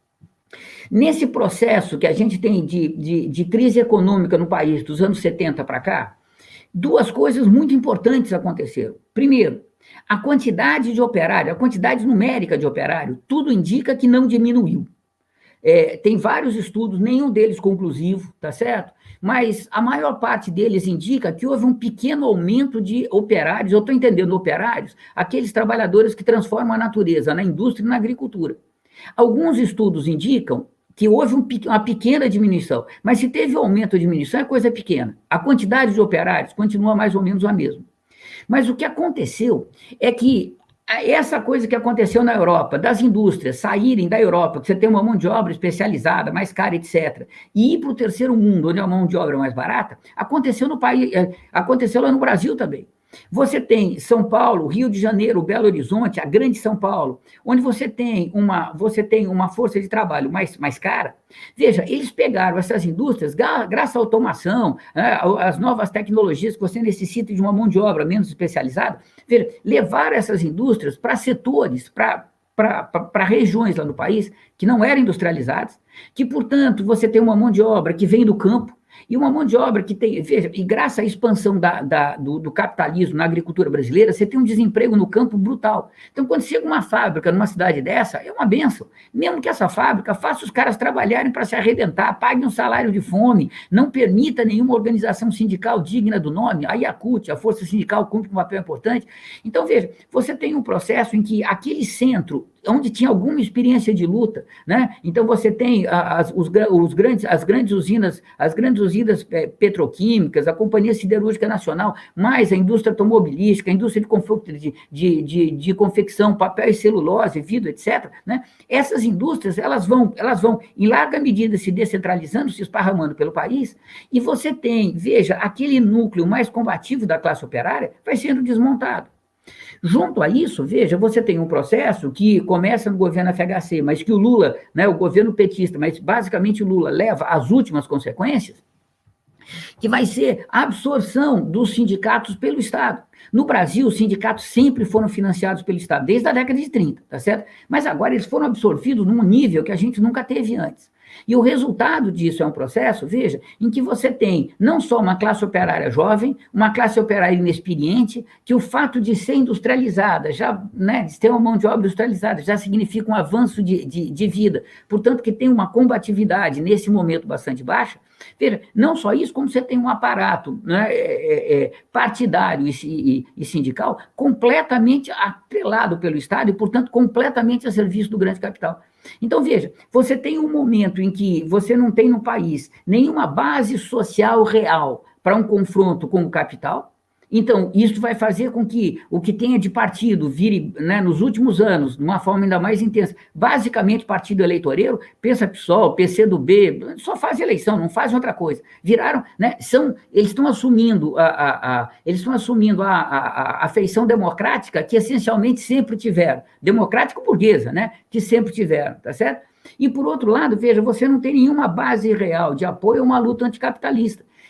Nesse processo que a gente tem de, de, de crise econômica no país dos anos setenta para cá, duas coisas muito importantes aconteceram. Primeiro, a quantidade de operário, a quantidade numérica de operário, tudo indica que não diminuiu. É, tem vários estudos, nenhum deles conclusivo, tá certo? Mas a maior parte deles indica que houve um pequeno aumento de operários, eu estou entendendo operários, aqueles trabalhadores que transformam a natureza na indústria e na agricultura. Alguns estudos indicam que houve um, uma pequena diminuição, mas se teve aumento ou diminuição é coisa pequena. A quantidade de operários continua mais ou menos a mesma. Mas o que aconteceu é que essa coisa que aconteceu na Europa, das indústrias saírem da Europa, que você tem uma mão de obra especializada, mais cara, etcétera, e ir para o terceiro mundo, onde a mão de obra é mais barata, aconteceu no país, aconteceu lá no Brasil também. Você tem São Paulo, Rio de Janeiro, Belo Horizonte, a grande São Paulo, onde você tem uma, você tem uma força de trabalho mais, mais cara. Veja, eles pegaram essas indústrias, graças à automação, às novas tecnologias que você necessita de uma mão de obra menos especializada, veja, levaram essas indústrias para setores, para para regiões lá no país que não eram industrializadas, que, portanto, você tem uma mão de obra que vem do campo, e uma mão de obra que tem, veja, e graças à expansão da, da, do, do capitalismo na agricultura brasileira, você tem um desemprego no campo brutal. Então, quando chega uma fábrica numa cidade dessa, é uma benção. Mesmo que essa fábrica faça os caras trabalharem para se arrebentar, pague um salário de fome, não permita nenhuma organização sindical digna do nome, a IACUT, a Força Sindical, cumpre um papel importante. Então, veja, você tem um processo em que aquele centro, onde tinha alguma experiência de luta, né? Então você tem as, os, os grandes, as grandes usinas, as grandes usinas é, petroquímicas, a Companhia Siderúrgica Nacional, mais a indústria automobilística, a indústria de, de, de, de, de confecção, papel e celulose, vidro, etcétera, né? Essas indústrias, elas vão, elas vão, em larga medida, se descentralizando, se esparramando pelo país, e você tem, veja, aquele núcleo mais combativo da classe operária vai sendo desmontado. Junto a isso, veja, você tem um processo que começa no governo F H C, mas que o Lula, né, o governo petista, mas basicamente o Lula leva às últimas consequências, que vai ser a absorção dos sindicatos pelo Estado. No Brasil, os sindicatos sempre foram financiados pelo Estado, desde a década de trinta, tá certo? Mas agora eles foram absorvidos num nível que a gente nunca teve antes. E o resultado disso é um processo, veja, em que você tem não só uma classe operária jovem, uma classe operária inexperiente, que o fato de ser industrializada, já, né, de ter uma mão de obra industrializada, já significa um avanço de, de, de vida, portanto que tem uma combatividade nesse momento bastante baixa. Veja, não só isso, como você tem um aparato, né, é, é, partidário e, e, e sindical completamente atrelado pelo Estado e, portanto, completamente a serviço do grande capital. Então, veja, você tem um momento em que você não tem no país nenhuma base social real para um confronto com o capital. Então, isso vai fazer com que o que tenha de partido vire, né, nos últimos anos, de uma forma ainda mais intensa, basicamente partido eleitoreiro, pensa PSOL, P C do B, só faz eleição, não faz outra coisa. Viraram, né, são, eles estão assumindo a, a, a, eles estão assumindo a, a, a feição democrática que essencialmente sempre tiveram, democrático-burguesa, né, que sempre tiveram, tá certo? E, por outro lado, veja, você não tem nenhuma base real de apoio a uma luta anticapitalista.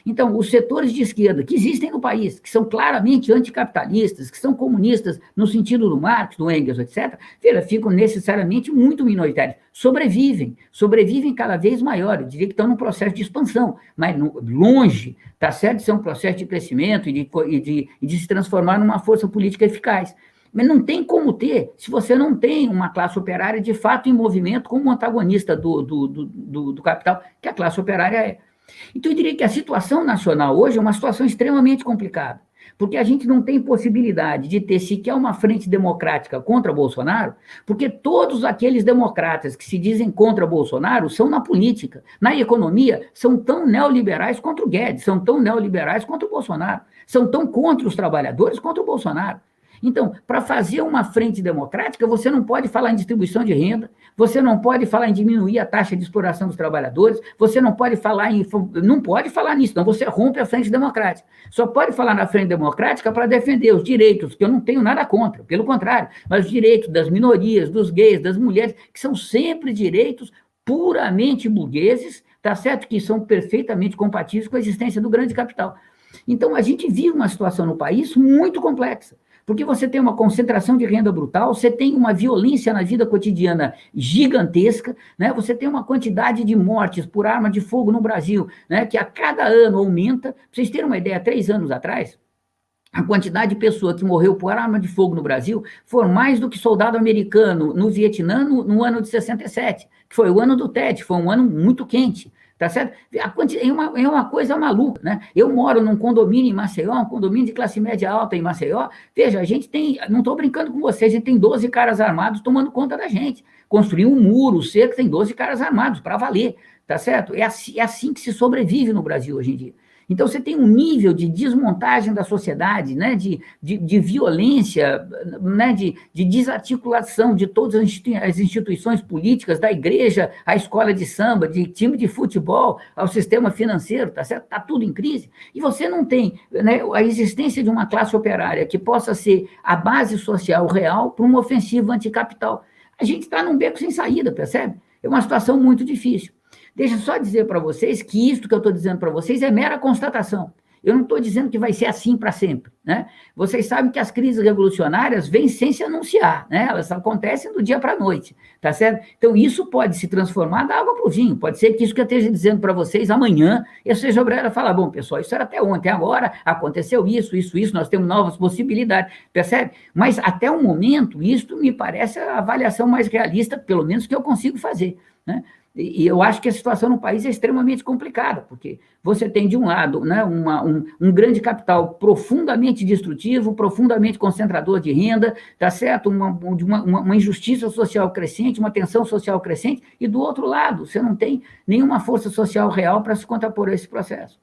Então, os setores de esquerda que existem no país, que são claramente anticapitalistas, que são comunistas no sentido do Marx, do Engels, etcétera, veja, ficam necessariamente muito minoritários. Sobrevivem, sobrevivem cada vez maior. Eu diria que estão num processo de expansão, mas no, longe, está certo, de ser um processo de crescimento e de, e, de, e de se transformar numa força política eficaz. Mas não tem como ter, se você não tem uma classe operária de fato em movimento como antagonista do, do, do, do, do capital, que a classe operária é. Então, eu diria que a situação nacional hoje é uma situação extremamente complicada, porque a gente não tem possibilidade de ter sequer uma frente democrática contra Bolsonaro, porque todos aqueles democratas que se dizem contra Bolsonaro são na política, na economia, são tão neoliberais contra o Guedes, são tão neoliberais contra o Bolsonaro, são tão contra os trabalhadores contra o Bolsonaro. Então, para fazer uma frente democrática, você não pode falar em distribuição de renda, você não pode falar em diminuir a taxa de exploração dos trabalhadores, você não pode falar em... Não pode falar nisso, então você rompe a frente democrática. Só pode falar na frente democrática para defender os direitos, que eu não tenho nada contra, pelo contrário, mas os direitos das minorias, dos gays, das mulheres, que são sempre direitos puramente burgueses, tá certo? Que são perfeitamente compatíveis com a existência do grande capital. Então, a gente vive uma situação no país muito complexa, porque você tem uma concentração de renda brutal, você tem uma violência na vida cotidiana gigantesca, né? Você tem uma quantidade de mortes por arma de fogo no Brasil, né? Que a cada ano aumenta. Para vocês terem uma ideia, três anos atrás, a quantidade de pessoa que morreu por arma de fogo no Brasil foi mais do que soldado americano no Vietnã no, no ano de sessenta e sete, que foi o ano do Tet, foi um ano muito quente. Tá certo? É uma, é uma coisa maluca, né? Eu moro num condomínio em Maceió, um condomínio de classe média alta em Maceió. Veja, a gente tem, não estou brincando com vocês, a gente tem doze caras armados tomando conta da gente. Construir um muro, cerca, tem doze caras armados, para valer, tá certo? É assim, é assim que se sobrevive no Brasil hoje em dia. Então, você tem um nível de desmontagem da sociedade, né, de, de, de violência, né, de, de desarticulação de todas as instituições políticas, da igreja, à escola de samba, de time de futebol, ao sistema financeiro, tá certo? Está tudo em crise. E você não tem, né, a existência de uma classe operária que possa ser a base social real para uma ofensiva anticapital. A gente está num beco sem saída, percebe? É uma situação muito difícil. Deixa eu só dizer para vocês que isso que eu estou dizendo para vocês é mera constatação. Eu não estou dizendo que vai ser assim para sempre, né? Vocês sabem que as crises revolucionárias vêm sem se anunciar, né? Elas acontecem do dia para a noite, tá certo? Então, isso pode se transformar da água para o vinho. Pode ser que isso que eu esteja dizendo para vocês amanhã, eu seja obrigado a falar, bom, pessoal, isso era até ontem, agora aconteceu isso, isso, isso, nós temos novas possibilidades, percebe? Mas, até o momento, isso me parece a avaliação mais realista, pelo menos que eu consigo fazer, né? E eu acho que a situação no país é extremamente complicada, porque você tem, de um lado, né, uma, um, um grande capital profundamente destrutivo, profundamente concentrador de renda, tá certo? Uma, uma, uma injustiça social crescente, uma tensão social crescente, e, do outro lado, você não tem nenhuma força social real para se contrapor a esse processo.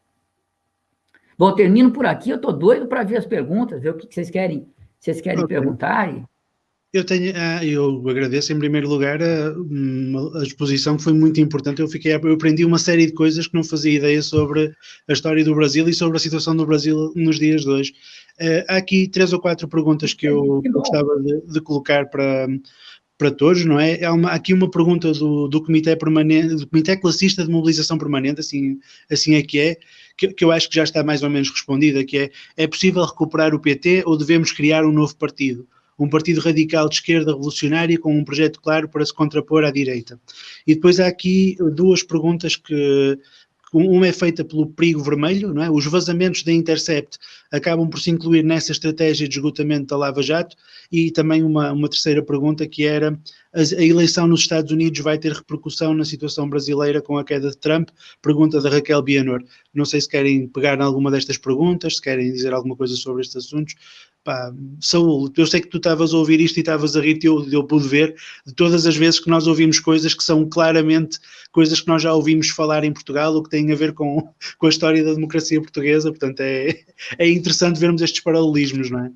Bom, eu termino por aqui, eu estou doido para ver as perguntas, ver o que vocês querem, vocês querem okay. perguntar. E... Eu, tenho, eu agradeço, em primeiro lugar, a, a exposição, que foi muito importante. Eu, fiquei, eu aprendi uma série de coisas que não fazia ideia sobre a história do Brasil e sobre a situação do Brasil nos dias de hoje. Uh, há aqui três ou quatro perguntas que eu, que eu gostava de, de colocar para, para todos, não é? Há uma, aqui uma pergunta do, do, Comitê Permanente, do Comitê Classista de Mobilização Permanente, assim, assim é que é, que, que eu acho que já está mais ou menos respondida, que é: é possível recuperar o P T ou devemos criar um novo partido? Um partido radical de esquerda revolucionária com um projeto claro para se contrapor à direita. E depois há aqui duas perguntas que... Uma é feita pelo perigo vermelho, não é? Os vazamentos da Intercept acabam por se incluir nessa estratégia de esgotamento da Lava Jato, e também uma, uma terceira pergunta, que era: a, a eleição nos Estados Unidos vai ter repercussão na situação brasileira com a queda de Trump? Pergunta da Raquel Bianor. Não sei se querem pegar em alguma destas perguntas, se querem dizer alguma coisa sobre estes assuntos. Pá, Saúl, eu sei que tu estavas a ouvir isto e estavas a rir, e eu, eu pude ver de todas as vezes que nós ouvimos coisas que são claramente coisas que nós já ouvimos falar em Portugal, ou que têm a ver com, com a história da democracia portuguesa. Portanto, é, é interessante vermos estes paralelismos, não é?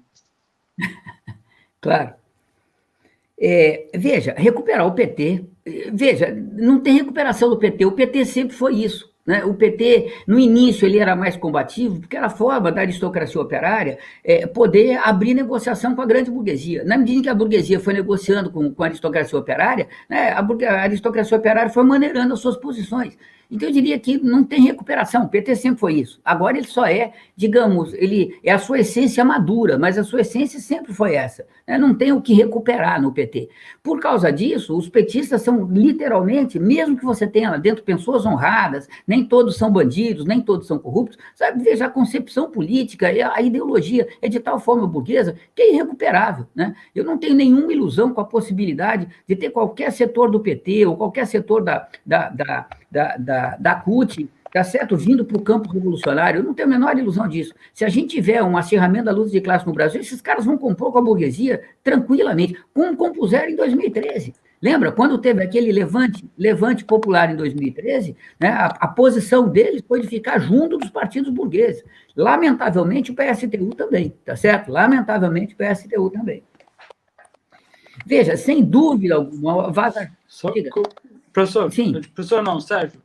Claro. É, veja, recuperar o P T, veja, não tem recuperação do P T, o P T sempre foi isso. Né? O P T, no início, ele era mais combativo, porque era a forma da aristocracia operária é, poder abrir negociação com a grande burguesia. Na medida em que a burguesia foi negociando com, com a aristocracia operária, né, a, a aristocracia operária foi maneirando as suas posições. Então, eu diria que não tem recuperação. O P T sempre foi isso. Agora ele só é, digamos, ele é a sua essência madura, mas a sua essência sempre foi essa. Né? Não tem o que recuperar no P T. Por causa disso, os petistas são literalmente, mesmo que você tenha lá dentro pessoas honradas, nem todos são bandidos, nem todos são corruptos, sabe? Veja, a concepção política, a ideologia é de tal forma burguesa que é irrecuperável. Né? Eu não tenho nenhuma ilusão com a possibilidade de ter qualquer setor do P T ou qualquer setor da, da, da, da, da, da C U T, tá certo? Vindo para o campo revolucionário, eu não tenho a menor ilusão disso. Se a gente tiver um acirramento da luta de classe no Brasil, esses caras vão compor com a burguesia tranquilamente, como compuseram em dois mil e treze. Lembra? Quando teve aquele levante, levante popular em dois mil e treze, né, a, a posição deles foi de ficar junto dos partidos burgueses. Lamentavelmente, o P S T U também, tá certo? Lamentavelmente, o P S T U também. Veja, sem dúvida alguma, vaza... Só, professor, Sim. professor não, Sérgio,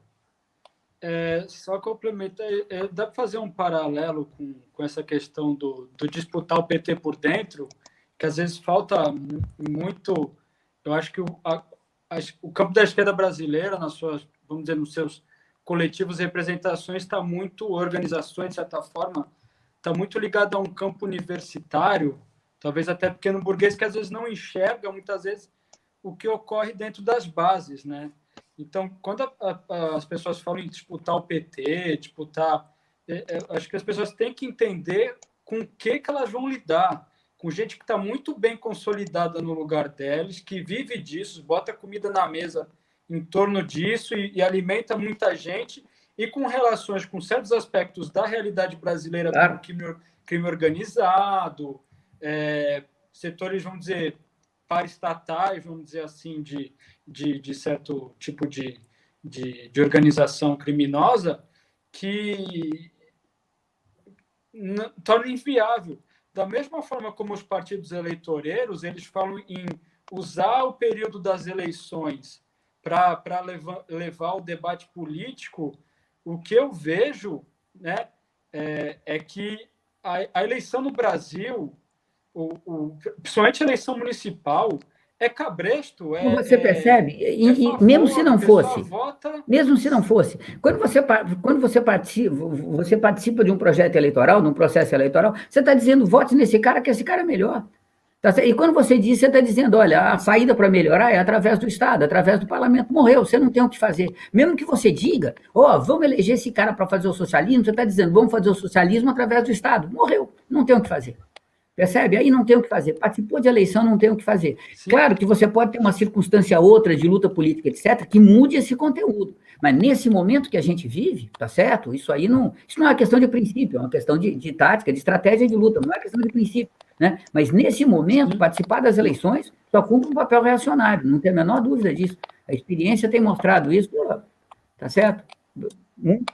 é, só complementa, é, é, dá para fazer um paralelo com, com essa questão do, do disputar o P T por dentro, que às vezes falta muito, eu acho que o, a, a, o campo da esquerda brasileira, nas suas, vamos dizer, nos seus coletivos e representações, está muito, organizações, de certa forma, está muito ligado a um campo universitário, talvez até pequeno burguês, que às vezes não enxerga, muitas vezes, o que ocorre dentro das bases, né? Então, quando a, a, as pessoas falam em disputar o P T, disputar... É, é, acho que as pessoas têm que entender com o que, que elas vão lidar, com gente que está muito bem consolidada no lugar delas, que vive disso, bota comida na mesa em torno disso e, e alimenta muita gente, e com relações com certos aspectos da realidade brasileira, claro, como crime, crime organizado, é, setores, vamos dizer, paraestatais, vamos dizer assim, de, de, de certo tipo de, de, de organização criminosa, que torna inviável. Da mesma forma como os partidos eleitoreiros, eles falam em usar o período das eleições para levar, levar o debate político, o que eu vejo, né, é, é que a, a eleição no Brasil, o, o, principalmente a eleição municipal, é cabresto. É, você percebe? É, e, é favor, e mesmo se não fosse, vota... mesmo se não fosse, quando você, quando você participa, você participa de um projeto eleitoral, de um processo eleitoral, você está dizendo, vote nesse cara, que esse cara é melhor. E quando você diz, você está dizendo, olha, a saída para melhorar é através do Estado, através do parlamento. Morreu, você não tem o que fazer. Mesmo que você diga, ó, oh, vamos eleger esse cara para fazer o socialismo, você está dizendo, vamos fazer o socialismo através do Estado. Morreu, não tem o que fazer. Percebe? Aí não tem o que fazer. Participou de eleição, não tem o que fazer. Sim. Claro que você pode ter uma circunstância outra de luta política, etcétera, que mude esse conteúdo. Mas nesse momento que a gente vive, tá certo? Isso aí não, isso não é uma questão de princípio, é uma questão de, de tática, de estratégia de luta, não é questão de princípio. Né? Mas nesse momento, participar das eleições só cumpre um papel reacionário, não tem a menor dúvida disso. A experiência tem mostrado isso, tá certo? Muito.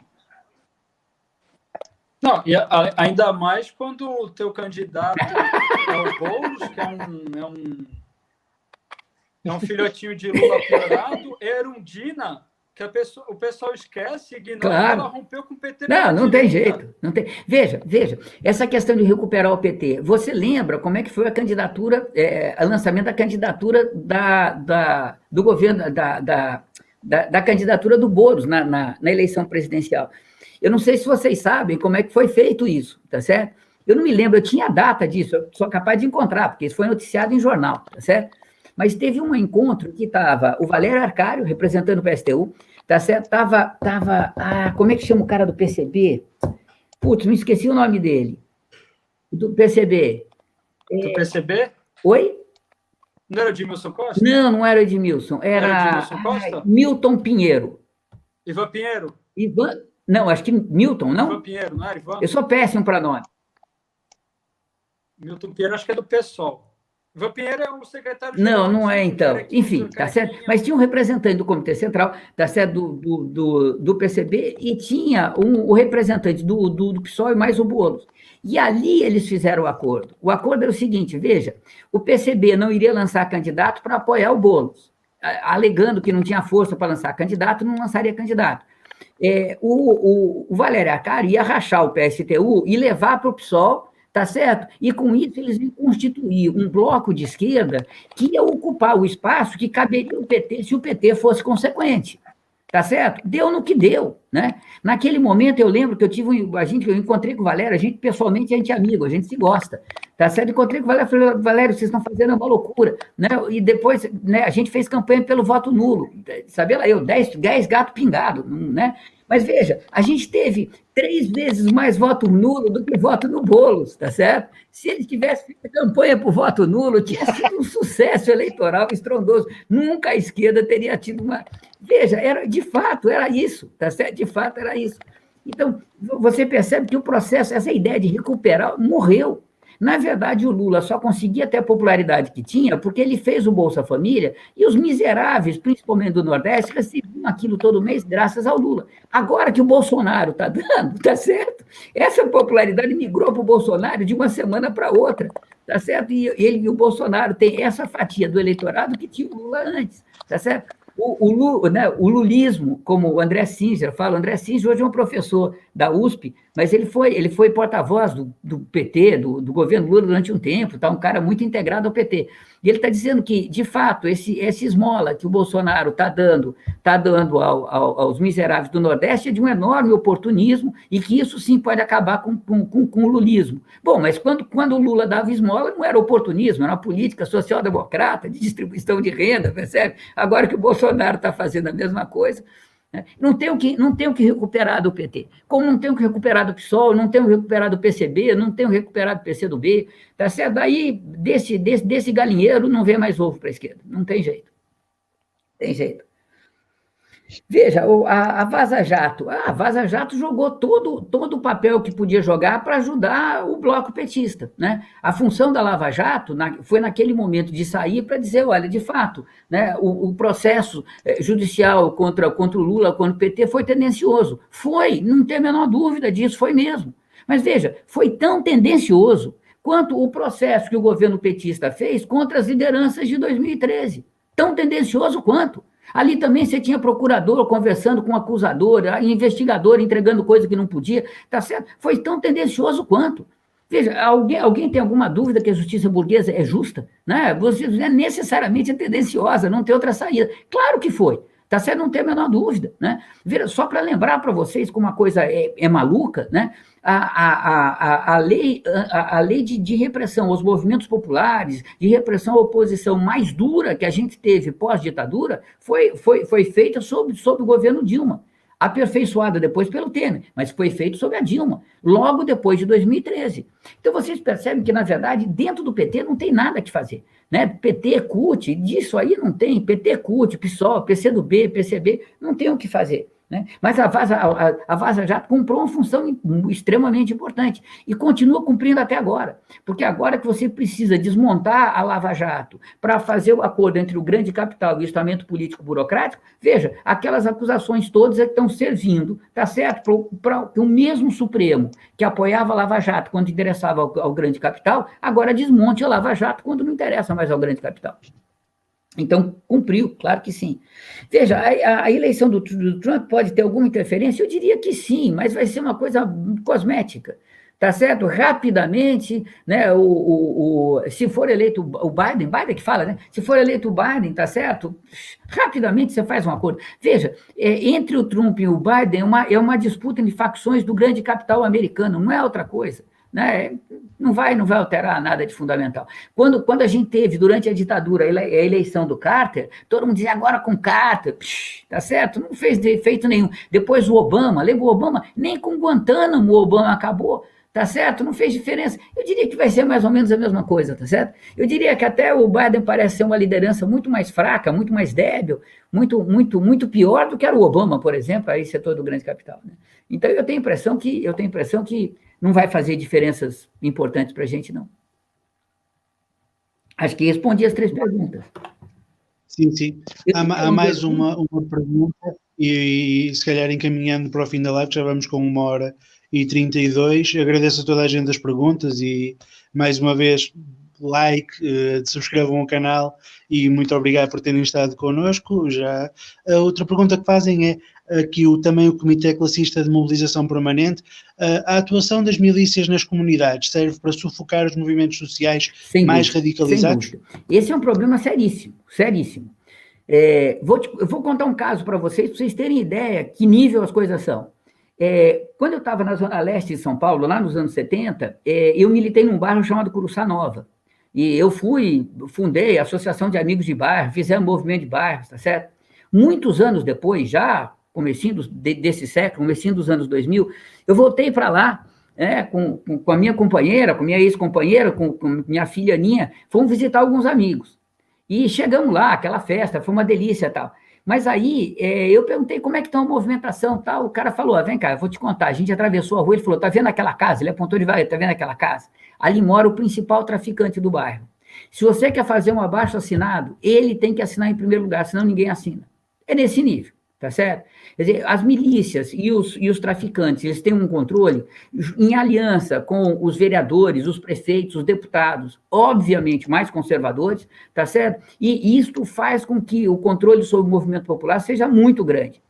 Não, e a, ainda mais quando o teu candidato é o Boulos, que é um, é um, é um filhotinho de Lula piorado, Erundina, que a pessoa, o pessoal esquece, ignora, claro. Ela rompeu com o P T. Não, não tem jeito. Não tem. Veja, veja, essa questão de recuperar o P T, você lembra como é que foi a candidatura, é, o lançamento da candidatura da, da, do governo, da, da, da, da candidatura do Boulos na, na, na eleição presidencial? Eu não sei se vocês sabem como é que foi feito isso, tá certo? Eu não me lembro, eu tinha a data disso, eu sou capaz de encontrar, porque isso foi noticiado em jornal, tá certo? Mas teve um encontro que estava o Valério Arcário, representando o P S T U, tá certo? Estava, tava, ah, como é que chama o cara do P C B? Putz, me esqueci o nome dele. Do P C B. Do é... P C B? Oi? Não era o Edmilson Costa? Não, não era o Edmilson, era, era Edmilson Costa? Ai, Milton Pinheiro. Ivan Pinheiro? Ivan... Não, acho que Milton, não? Ivan Pinheiro, não era Ivan? Eu sou péssimo para nome. Milton Pinheiro, acho que é do PSOL. Ivan Pinheiro é o secretário de... Não, não é, então. Enfim, tá certo? Mas tinha um representante do Comitê Central, tá certo? Do, do, do, do P C B, e tinha um, o representante do, do, do PSOL e mais o Boulos. E ali eles fizeram o acordo. O acordo era o seguinte, veja, o P C B não iria lançar candidato para apoiar o Boulos, alegando que não tinha força para lançar candidato, não lançaria candidato. É, o, o, o Valério Arcário ia rachar o P S T U e levar para o PSOL, tá certo? E com isso eles iam constituir um bloco de esquerda que ia ocupar o espaço que caberia o P T se o P T fosse consequente, Tá certo? Deu no que deu, né? Naquele momento, eu lembro que eu tive, a gente, eu encontrei com o Valério, a gente, pessoalmente, a gente é amigo, a gente se gosta, tá certo? Encontrei com o Valério, falei, Valério, vocês estão fazendo uma loucura, né? E depois, né, a gente fez campanha pelo voto nulo, sabia lá, eu, dez, dez gato pingado, né? Mas veja, a gente teve três vezes mais voto nulo do que voto no Boulos, tá certo? Se ele tivesse feito campanha por voto nulo, tinha sido um sucesso eleitoral estrondoso. Nunca a esquerda teria tido uma... Veja, era, de fato, era isso, tá certo? De fato, era isso. Então, você percebe que o processo, essa ideia de recuperar, morreu. Na verdade, o Lula só conseguia ter a popularidade que tinha porque ele fez o Bolsa Família e os miseráveis, principalmente do Nordeste, recebiam aquilo todo mês graças ao Lula. Agora que o Bolsonaro está dando, tá certo? Essa popularidade migrou para o Bolsonaro de uma semana para outra, tá certo? E ele e o Bolsonaro têm essa fatia do eleitorado que tinha o Lula antes, tá certo? O, o, Lu, né, o lulismo, como o André Singer fala, o André Singer hoje é um professor da U S P, mas ele foi, ele foi porta-voz do, do P T, do, do governo Lula durante um tempo, tá, um cara muito integrado ao P T. E ele está dizendo que, de fato, esse, esse esmola que o Bolsonaro está dando, tá dando ao, ao, aos miseráveis do Nordeste é de um enorme oportunismo e que isso sim pode acabar com, com, com, com o lulismo. Bom, mas quando, quando o Lula dava esmola, não era oportunismo, era uma política social-democrata de distribuição de renda, percebe? Agora que o Bolsonaro está fazendo a mesma coisa, né? Não tem o que, não tem o que recuperar do P T, como não tem o que recuperar do PSOL, não tem o que recuperar do P C B, não tem o que recuperar do P C do B, tá certo? Daí, desse, desse, desse galinheiro, não vem mais ovo para a esquerda, não tem jeito, tem jeito. Veja, a, a Vaza Jato, a Vaza Jato jogou todo, todo o papel que podia jogar para ajudar o bloco petista, né? A função da Lava Jato na, foi naquele momento de sair para dizer, olha, de fato, né, o, o processo judicial contra, contra o Lula, contra o P T foi tendencioso. Foi, não tem a menor dúvida disso, foi mesmo. Mas veja, foi tão tendencioso quanto o processo que o governo petista fez contra as lideranças de dois mil e treze. Tão tendencioso quanto. Ali também você tinha procurador conversando com acusador, investigador entregando coisa que não podia, tá certo? Foi tão tendencioso quanto. Veja, alguém, alguém tem alguma dúvida que a justiça burguesa é justa? Né? Você não é necessariamente tendenciosa, não tem outra saída. Claro que foi, tá certo? Não tem a menor dúvida, né? Veja, só para lembrar para vocês como uma coisa é, é maluca, né? A, a, a, a lei, a, a lei de, de repressão aos movimentos populares, de repressão à oposição mais dura que a gente teve pós-ditadura, foi, foi, foi feita sob, sob o governo Dilma, aperfeiçoada depois pelo Temer, mas foi feito sob a Dilma, logo depois de dois mil e treze. Então, vocês percebem que, na verdade, dentro do P T não tem nada que fazer, né? P T, C U T, disso aí não tem, P T, C U T, PSOL, P C do B, P C B, não tem o que fazer. Né? Mas a Vaza, a, a Vaza Jato comprou uma função extremamente importante e continua cumprindo até agora, porque agora que você precisa desmontar a Lava Jato para fazer o acordo entre o grande capital e o estamento político burocrático, veja, aquelas acusações todas é que estão servindo, tá certo, para o mesmo Supremo que apoiava a Lava Jato quando interessava ao, ao grande capital, agora desmonte a Lava Jato quando não interessa mais ao grande capital. Então, cumpriu, claro que sim. Veja, a, a eleição do, do Trump pode ter alguma interferência? Eu diria que sim, mas vai ser uma coisa cosmética, tá certo? Rapidamente, né, o, o, o, se for eleito o Biden, Biden que fala, né? Se for eleito o Biden, tá certo? Rapidamente você faz um acordo. Veja, é, entre o Trump e o Biden é uma, é uma disputa de facções do grande capital americano, não é outra coisa. Né? Não vai, não vai alterar nada de fundamental. Quando, quando a gente teve, durante a ditadura, a eleição do Carter, todo mundo dizia, agora com Carter, psh, tá certo? Não fez efeito nenhum. Depois o Obama, lembra o Obama? Nem com Guantánamo o Obama acabou, tá certo? Não fez diferença. Eu diria que vai ser mais ou menos a mesma coisa, tá certo? Eu diria que até o Biden parece ser uma liderança muito mais fraca, muito mais débil, muito, muito, muito pior do que era o Obama, por exemplo, aí setor do grande capital. Né? Então eu tenho a impressão que, eu tenho a impressão que não vai fazer diferenças importantes para a gente, não. Acho que respondi as três perguntas. Sim, sim. Há, há mais uma, uma pergunta, e, e se calhar encaminhando para o fim da live, já vamos com uma hora e trinta e dois. Agradeço a toda a gente as perguntas e, mais uma vez, like, uh, subscrevam o canal e muito obrigado por terem estado connosco. Já. A outra pergunta que fazem é que o, também o Comitê Classista de Mobilização Permanente, a atuação das milícias nas comunidades serve para sufocar os movimentos sociais sem mais dúvida, radicalizados? Esse é um problema seríssimo, seríssimo. É, vou, te, eu vou contar um caso para vocês, para vocês terem ideia que nível as coisas são. É, quando eu estava na Zona Leste de São Paulo, lá nos anos setenta, é, eu militei num bairro chamado Curuçá Nova. E eu fui, fundei a Associação de Amigos de Bairro, fizemos movimento de bairros, tá certo? Muitos anos depois, já comecinho dos, de, desse século, comecinho dos anos dois mil, eu voltei para lá, é, com, com, com a minha companheira, com a minha ex-companheira, com, com minha filha Aninha, fomos visitar alguns amigos. E chegamos lá, aquela festa, foi uma delícia e tal. Mas aí, é, eu perguntei como é que está a movimentação e tal, o cara falou, ah, vem cá, eu vou te contar, a gente atravessou a rua, ele falou, tá vendo aquela casa? Ele apontou de vai, tá vendo aquela casa? Ali mora o principal traficante do bairro. Se você quer fazer um abaixo-assinado, ele tem que assinar em primeiro lugar, senão ninguém assina. É nesse nível, tá certo? Quer dizer, as milícias e os, e os traficantes, eles têm um controle em aliança com os vereadores, os prefeitos, os deputados, obviamente mais conservadores, tá certo? E isto faz com que o controle sobre o movimento popular seja muito grande.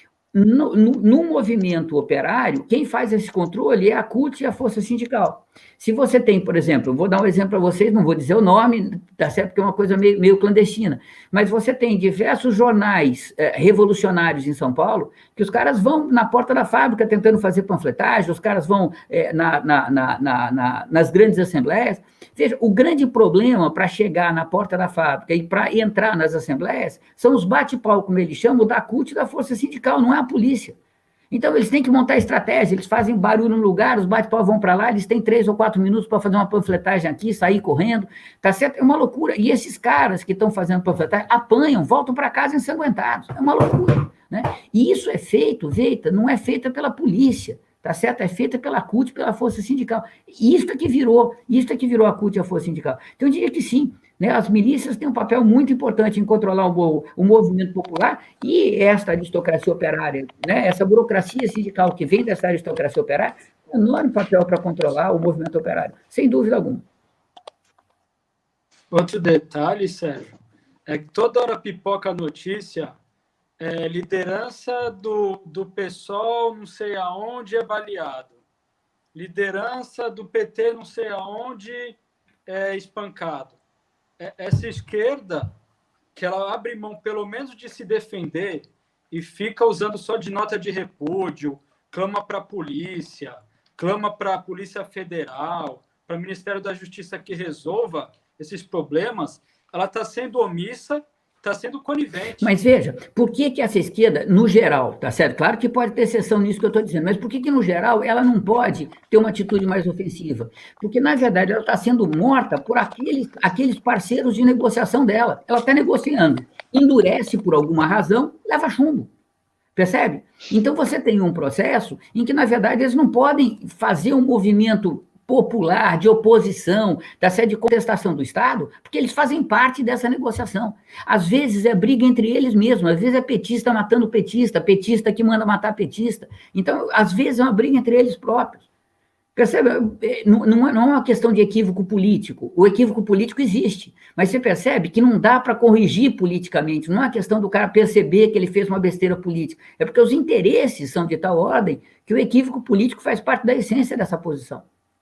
No, no, no movimento operário, quem faz esse controle é a C U T e a Força Sindical. Se você tem, por exemplo, eu vou dar um exemplo para vocês, não vou dizer o nome, tá certo, porque é uma coisa meio, meio clandestina, mas você tem diversos jornais eh, revolucionários em São Paulo, que os caras vão na porta da fábrica tentando fazer panfletagem, os caras vão eh, na, na, na, na, na, nas grandes assembleias. Veja, o grande problema para chegar na porta da fábrica e para entrar nas assembleias são os bate-pau, como eles chamam, da C U T e da Força Sindical, não é a polícia. Então, eles têm que montar estratégia, eles fazem barulho no lugar, os bate-pau vão para lá, eles têm três ou quatro minutos para fazer uma panfletagem aqui, sair correndo, tá certo? É uma loucura. E esses caras que estão fazendo panfletagem apanham, voltam para casa ensanguentados. É uma loucura, né? E isso é feito, Veita, não é feita pela polícia, tá certo? É feita pela C U T, pela Força Sindical. Isto é que virou, isto é que virou a C U T e a Força Sindical. Então, eu diria que sim, né? As milícias têm um papel muito importante em controlar o, o movimento popular e esta aristocracia operária, né? Essa burocracia sindical que vem dessa aristocracia operária, tem um enorme papel para controlar o movimento operário, sem dúvida alguma. Outro detalhe, Sérgio, é que toda hora pipoca a notícia, é, liderança do, do PSOL não sei aonde é baleado, liderança do P T não sei aonde é espancado. Essa esquerda, que ela abre mão pelo menos de se defender e fica usando só de nota de repúdio, clama para a polícia, clama para a Polícia Federal, para o Ministério da Justiça que resolva esses problemas, ela está sendo omissa, está sendo conivente. Mas veja, por que que essa esquerda, no geral, tá certo? Claro que pode ter exceção nisso que eu estou dizendo, mas por que que, no geral, ela não pode ter uma atitude mais ofensiva? Porque, na verdade, ela está sendo morta por aqueles, aqueles parceiros de negociação dela. Ela está negociando, endurece por alguma razão, leva chumbo. Percebe? Então, você tem um processo em que, na verdade, eles não podem fazer um movimento popular, de oposição, da sede de contestação do Estado, porque eles fazem parte dessa negociação. Às vezes é briga entre eles mesmos, às vezes é petista matando petista, petista que manda matar petista. Então, às vezes é uma briga entre eles próprios. Percebe? Não, não é uma questão de equívoco político. O equívoco político existe, mas você percebe que não dá para corrigir politicamente, não é uma questão do cara perceber que ele fez uma besteira política, é porque os interesses são de tal ordem que o equívoco político faz parte da essência dessa posição.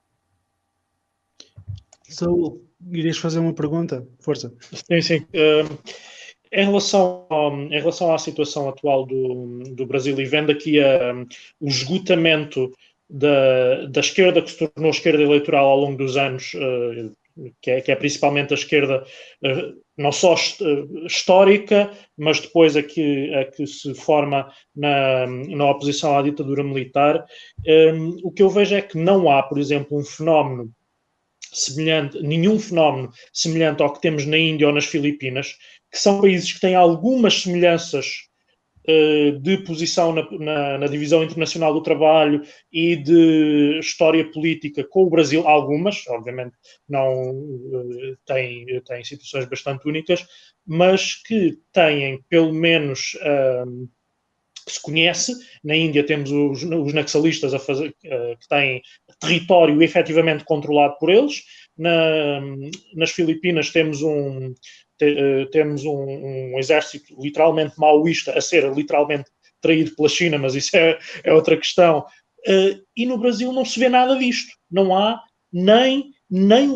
Saúl, irias fazer uma pergunta? Força. Sim, sim. Uh, em, relação ao, em relação à situação atual do, do Brasil e vendo aqui uh, o esgotamento da, da esquerda que se tornou esquerda eleitoral ao longo dos anos, uh, que, é, que é principalmente a esquerda uh, não só uh, histórica, mas depois a que, a que se forma na, na oposição à ditadura militar, um, o que eu vejo é que não há, por exemplo, um fenómeno semelhante, nenhum fenómeno semelhante ao que temos na Índia ou nas Filipinas, que são países que têm algumas semelhanças uh, de posição na, na, na divisão internacional do trabalho e de história política com o Brasil, algumas, obviamente não uh, têm, têm situações bastante únicas, mas que têm pelo menos uh, que se conhece. Na Índia temos os, os naxalistas a fazer, uh, que têm território efetivamente controlado por eles. Na, nas Filipinas temos um, te, uh, temos um, um exército literalmente maoísta a ser literalmente traído pela China, mas isso é, é outra questão. Uh, e no Brasil não se vê nada disto. Não há nem, nem uma...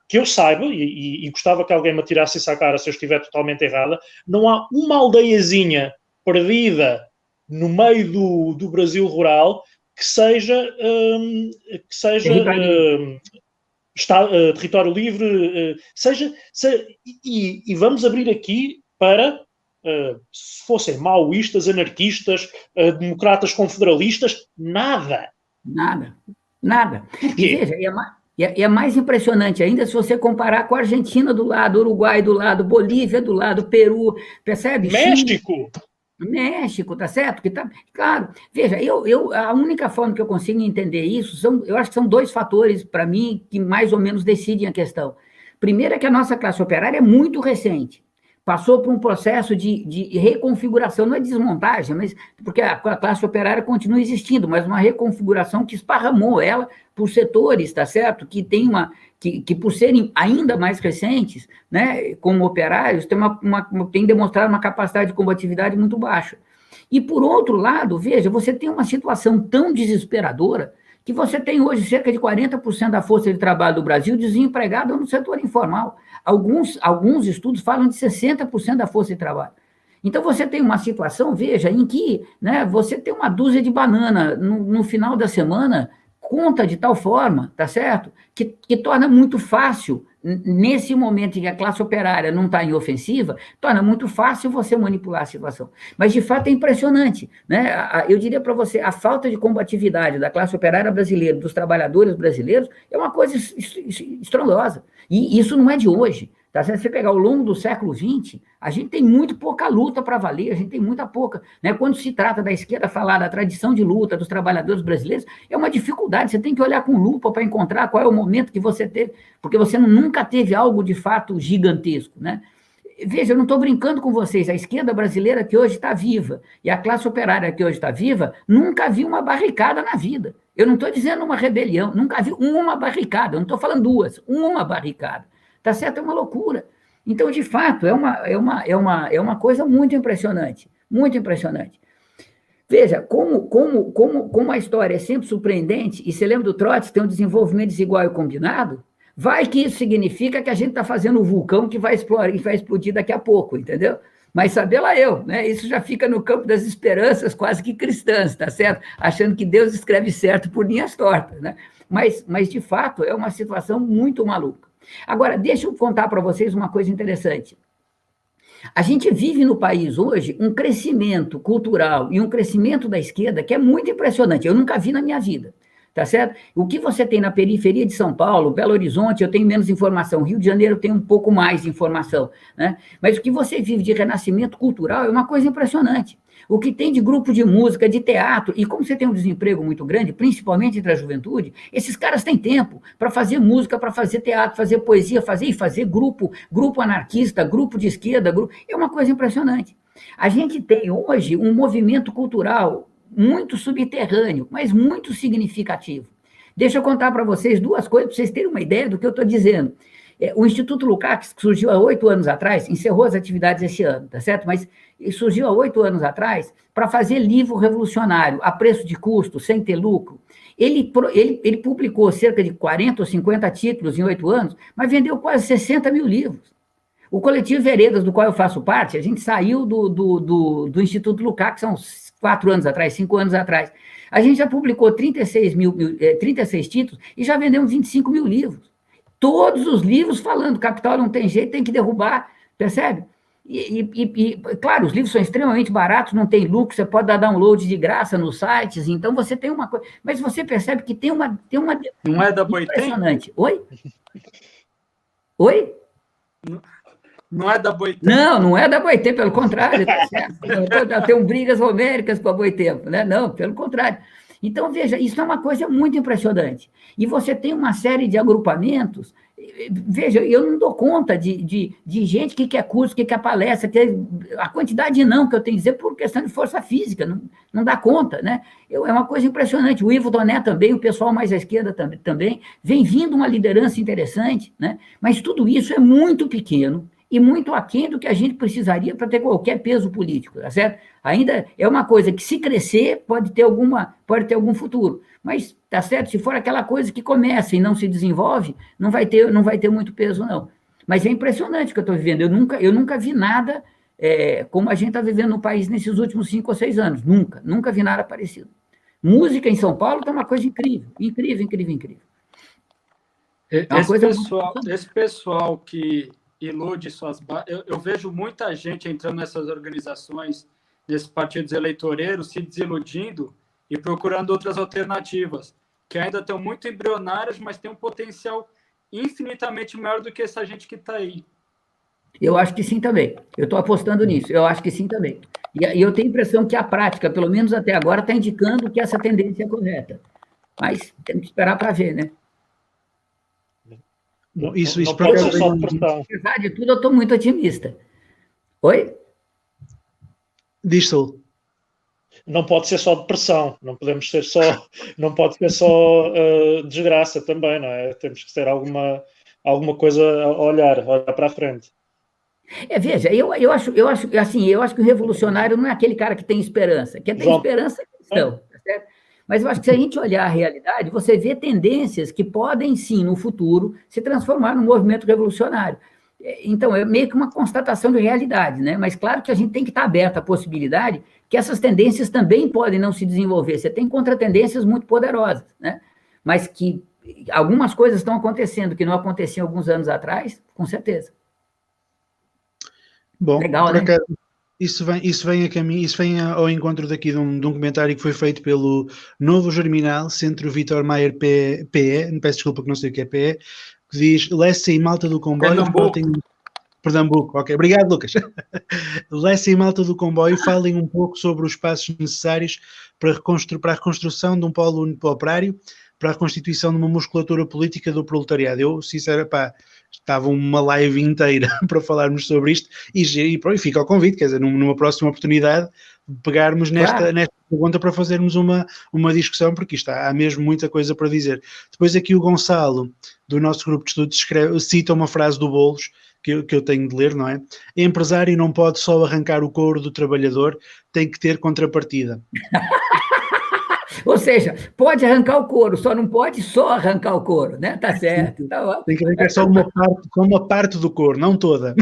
que eu saiba, e, e, e gostava que alguém me atirasse isso à cara se eu estiver totalmente errada, não há uma aldeiazinha perdida no meio do, do Brasil rural que seja, um, que seja um, está, uh, território livre, uh, seja, seja e, e vamos abrir aqui para, uh, se fossem maoístas, anarquistas, uh, democratas confederalistas, nada. Nada, nada. E veja, é mais, é, é mais impressionante ainda se você comparar com a Argentina do lado, Uruguai do lado, Bolívia do lado, Peru, percebe? México! Chile, México, tá certo? Que tá, claro, veja, eu, eu, a única forma que eu consigo entender isso, são, eu acho que são dois fatores, para mim, que mais ou menos decidem a questão. Primeiro é que a nossa classe operária é muito recente, passou por um processo de, de reconfiguração, não é desmontagem, mas porque a, a classe operária continua existindo, mas uma reconfiguração que esparramou ela por setores, tá certo? Que tem uma, que, que por serem ainda mais recentes, né, como operários, tem, uma, uma, tem demonstrado uma capacidade de combatividade muito baixa. E, por outro lado, veja, você tem uma situação tão desesperadora que você tem hoje cerca de quarenta por cento da força de trabalho do Brasil desempregada no setor informal. Alguns, alguns estudos falam de sessenta por cento da força de trabalho. Então, você tem uma situação, veja, em que, né, você tem uma dúzia de banana no, no final da semana, conta de tal forma, tá certo? Que, que torna muito fácil, nesse momento em que a classe operária não está em ofensiva, torna muito fácil você manipular a situação. Mas, de fato, é impressionante, né? Eu diria para você, a falta de combatividade da classe operária brasileira, dos trabalhadores brasileiros, é uma coisa estrondosa. E isso não é de hoje. Tá? Se você pegar ao longo do século vinte, a gente tem muito pouca luta para valer, a gente tem muita pouca. Né? Quando se trata da esquerda falar da tradição de luta dos trabalhadores brasileiros, é uma dificuldade, você tem que olhar com lupa para encontrar qual é o momento que você teve, porque você nunca teve algo de fato gigantesco. Né? Veja, eu não estou brincando com vocês, a esquerda brasileira que hoje está viva e a classe operária que hoje está viva, nunca viu uma barricada na vida. Eu não estou dizendo uma rebelião, nunca vi uma barricada, eu não estou falando duas, uma barricada. Tá certo? É uma loucura. Então, de fato, é uma, é uma, é uma, é uma coisa muito impressionante, muito impressionante. Veja, como, como, como, como a história é sempre surpreendente, e você lembra do Trotsky, tem um desenvolvimento desigual e combinado, vai que isso significa que a gente está fazendo um vulcão que vai explodir, vai explodir daqui a pouco, entendeu? Mas saber lá eu, né? Isso já fica no campo das esperanças quase que cristãs, tá certo? Achando que Deus escreve certo por linhas tortas, né? Mas, mas, de fato, é uma situação muito maluca. Agora, deixa eu contar para vocês uma coisa interessante. A gente vive no país hoje um crescimento cultural e um crescimento da esquerda que é muito impressionante. Eu nunca vi na minha vida, tá certo? O que você tem na periferia de São Paulo, Belo Horizonte, eu tenho menos informação. Rio de Janeiro tem um pouco mais de informação, né? Mas o que você vive de renascimento cultural é uma coisa impressionante. O que tem de grupo de música, de teatro, e como você tem um desemprego muito grande, principalmente entre a juventude, esses caras têm tempo para fazer música, para fazer teatro, fazer poesia, fazer e fazer grupo, grupo anarquista, grupo de esquerda, grupo, é uma coisa impressionante. A gente tem hoje um movimento cultural muito subterrâneo, mas muito significativo. Deixa eu contar para vocês duas coisas, para vocês terem uma ideia do que eu estou dizendo. O Instituto Lukács, que surgiu há oito anos atrás, encerrou as atividades esse ano, tá certo? Mas surgiu há oito anos atrás para fazer livro revolucionário, a preço de custo, sem ter lucro. Ele, ele, ele publicou cerca de quarenta ou cinquenta títulos em oito anos, mas vendeu quase sessenta mil livros. O Coletivo Veredas, do qual eu faço parte, a gente saiu do, do, do, do Instituto Lukács há uns quatro anos atrás, cinco anos atrás. A gente já publicou trinta e seis, mil, trinta e seis títulos e já vendemos vinte e cinco mil livros. Todos os livros falando, capital não tem jeito, tem que derrubar, percebe? E, e, e, claro, os livros são extremamente baratos, não tem lucro, você pode dar download de graça nos sites, então você tem uma coisa... Mas você percebe que tem uma... Tem uma não é da Boitempo? Impressionante. Oi? Oi? Não, não é da Boitempo? Não, não é da Boitempo, pelo contrário, tá certo? Tem brigas homéricas com a Boitempo, né? Não, pelo contrário. Então, veja, isso é uma coisa muito impressionante. E você tem uma série de agrupamentos. Veja, eu não dou conta de, de, de gente que quer curso, que quer palestra, que a quantidade de não que eu tenho que dizer por questão de força física, não, não dá conta, né? Eu, é uma coisa impressionante. O Ivo Doné também, o pessoal mais à esquerda também, também, vem vindo uma liderança interessante, né? Mas tudo isso é muito pequeno e muito aquém do que a gente precisaria para ter qualquer peso político, tá certo? Ainda é uma coisa que, se crescer, pode ter, alguma, pode ter algum futuro, Mas, tá certo, se for aquela coisa que começa e não se desenvolve, não vai ter, não vai ter muito peso, não. Mas é impressionante o que eu estou vivendo. Eu nunca, eu nunca vi nada é, como a gente está vivendo no país nesses últimos cinco ou seis anos. Nunca, nunca vi nada parecido. Música em São Paulo está uma coisa incrível, incrível, incrível, incrível. É esse, pessoal, muito... esse pessoal que ilude suas bases, eu, eu vejo muita gente entrando nessas organizações, nesses partidos eleitoreiros, se desiludindo e procurando outras alternativas, que ainda estão muito embrionárias, mas têm um potencial infinitamente maior do que essa gente que está aí. Eu acho que sim também. Eu estou apostando nisso. Eu acho que sim também. E, e eu tenho a impressão que a prática, pelo menos até agora, está indicando que essa tendência é correta. Mas temos que esperar para ver, né? Bom, isso, isso não pode ser só de pressão. Apesar de tudo, eu estou muito otimista. Oi? Diz, Saúl. Não pode ser só depressão, não podemos ser só, não pode ser só uh, desgraça também, não é? Temos que ter alguma, alguma coisa a olhar, a olhar para a frente. É, veja, eu, eu acho, eu acho, assim, eu acho que o revolucionário não é aquele cara que tem esperança. Quem tem João. esperança é cristão, tá certo? Mas eu acho que se a gente olhar a realidade, você vê tendências que podem, sim, no futuro, se transformar num movimento revolucionário. Então, é meio que uma constatação de realidade, né? Mas claro que a gente tem que estar aberto à possibilidade que essas tendências também podem não se desenvolver. Você tem contratendências muito poderosas, né? Mas que algumas coisas estão acontecendo que não aconteciam alguns anos atrás, com certeza. Bom, legal, né? Acaso, isso vem, isso vem a caminho, isso vem ao encontro daqui de um, de um comentário que foi feito pelo Novo Germinal, Centro Vitor Maier P E, peço desculpa que não sei o que é P E, que diz, Lessa e Malta do Comboio... Pernambuco. Falem... Pernambuco, ok. Obrigado, Lucas. Lessa e Malta do Comboio, falem um pouco sobre os passos necessários para, reconstru... para a reconstrução de um polo operário, para a constituição de uma musculatura política do proletariado. Eu, sinceramente, pá, estava uma live inteira para falarmos sobre isto e, e, e fica ao convite, quer dizer, numa próxima oportunidade, pegarmos nesta, claro. nesta pergunta para fazermos uma, uma discussão, porque isto há, há mesmo muita coisa para dizer. Depois aqui o Gonçalo, do nosso grupo de estudos, escreve, cita uma frase do Boulos, que eu, que eu tenho de ler, não é? Empresário não pode só arrancar o couro do trabalhador, tem que ter contrapartida. Ou seja, pode arrancar o couro, só não pode só arrancar o couro, né? Tá certo. Tá tem que arrancar só uma parte, só uma parte do couro, não toda.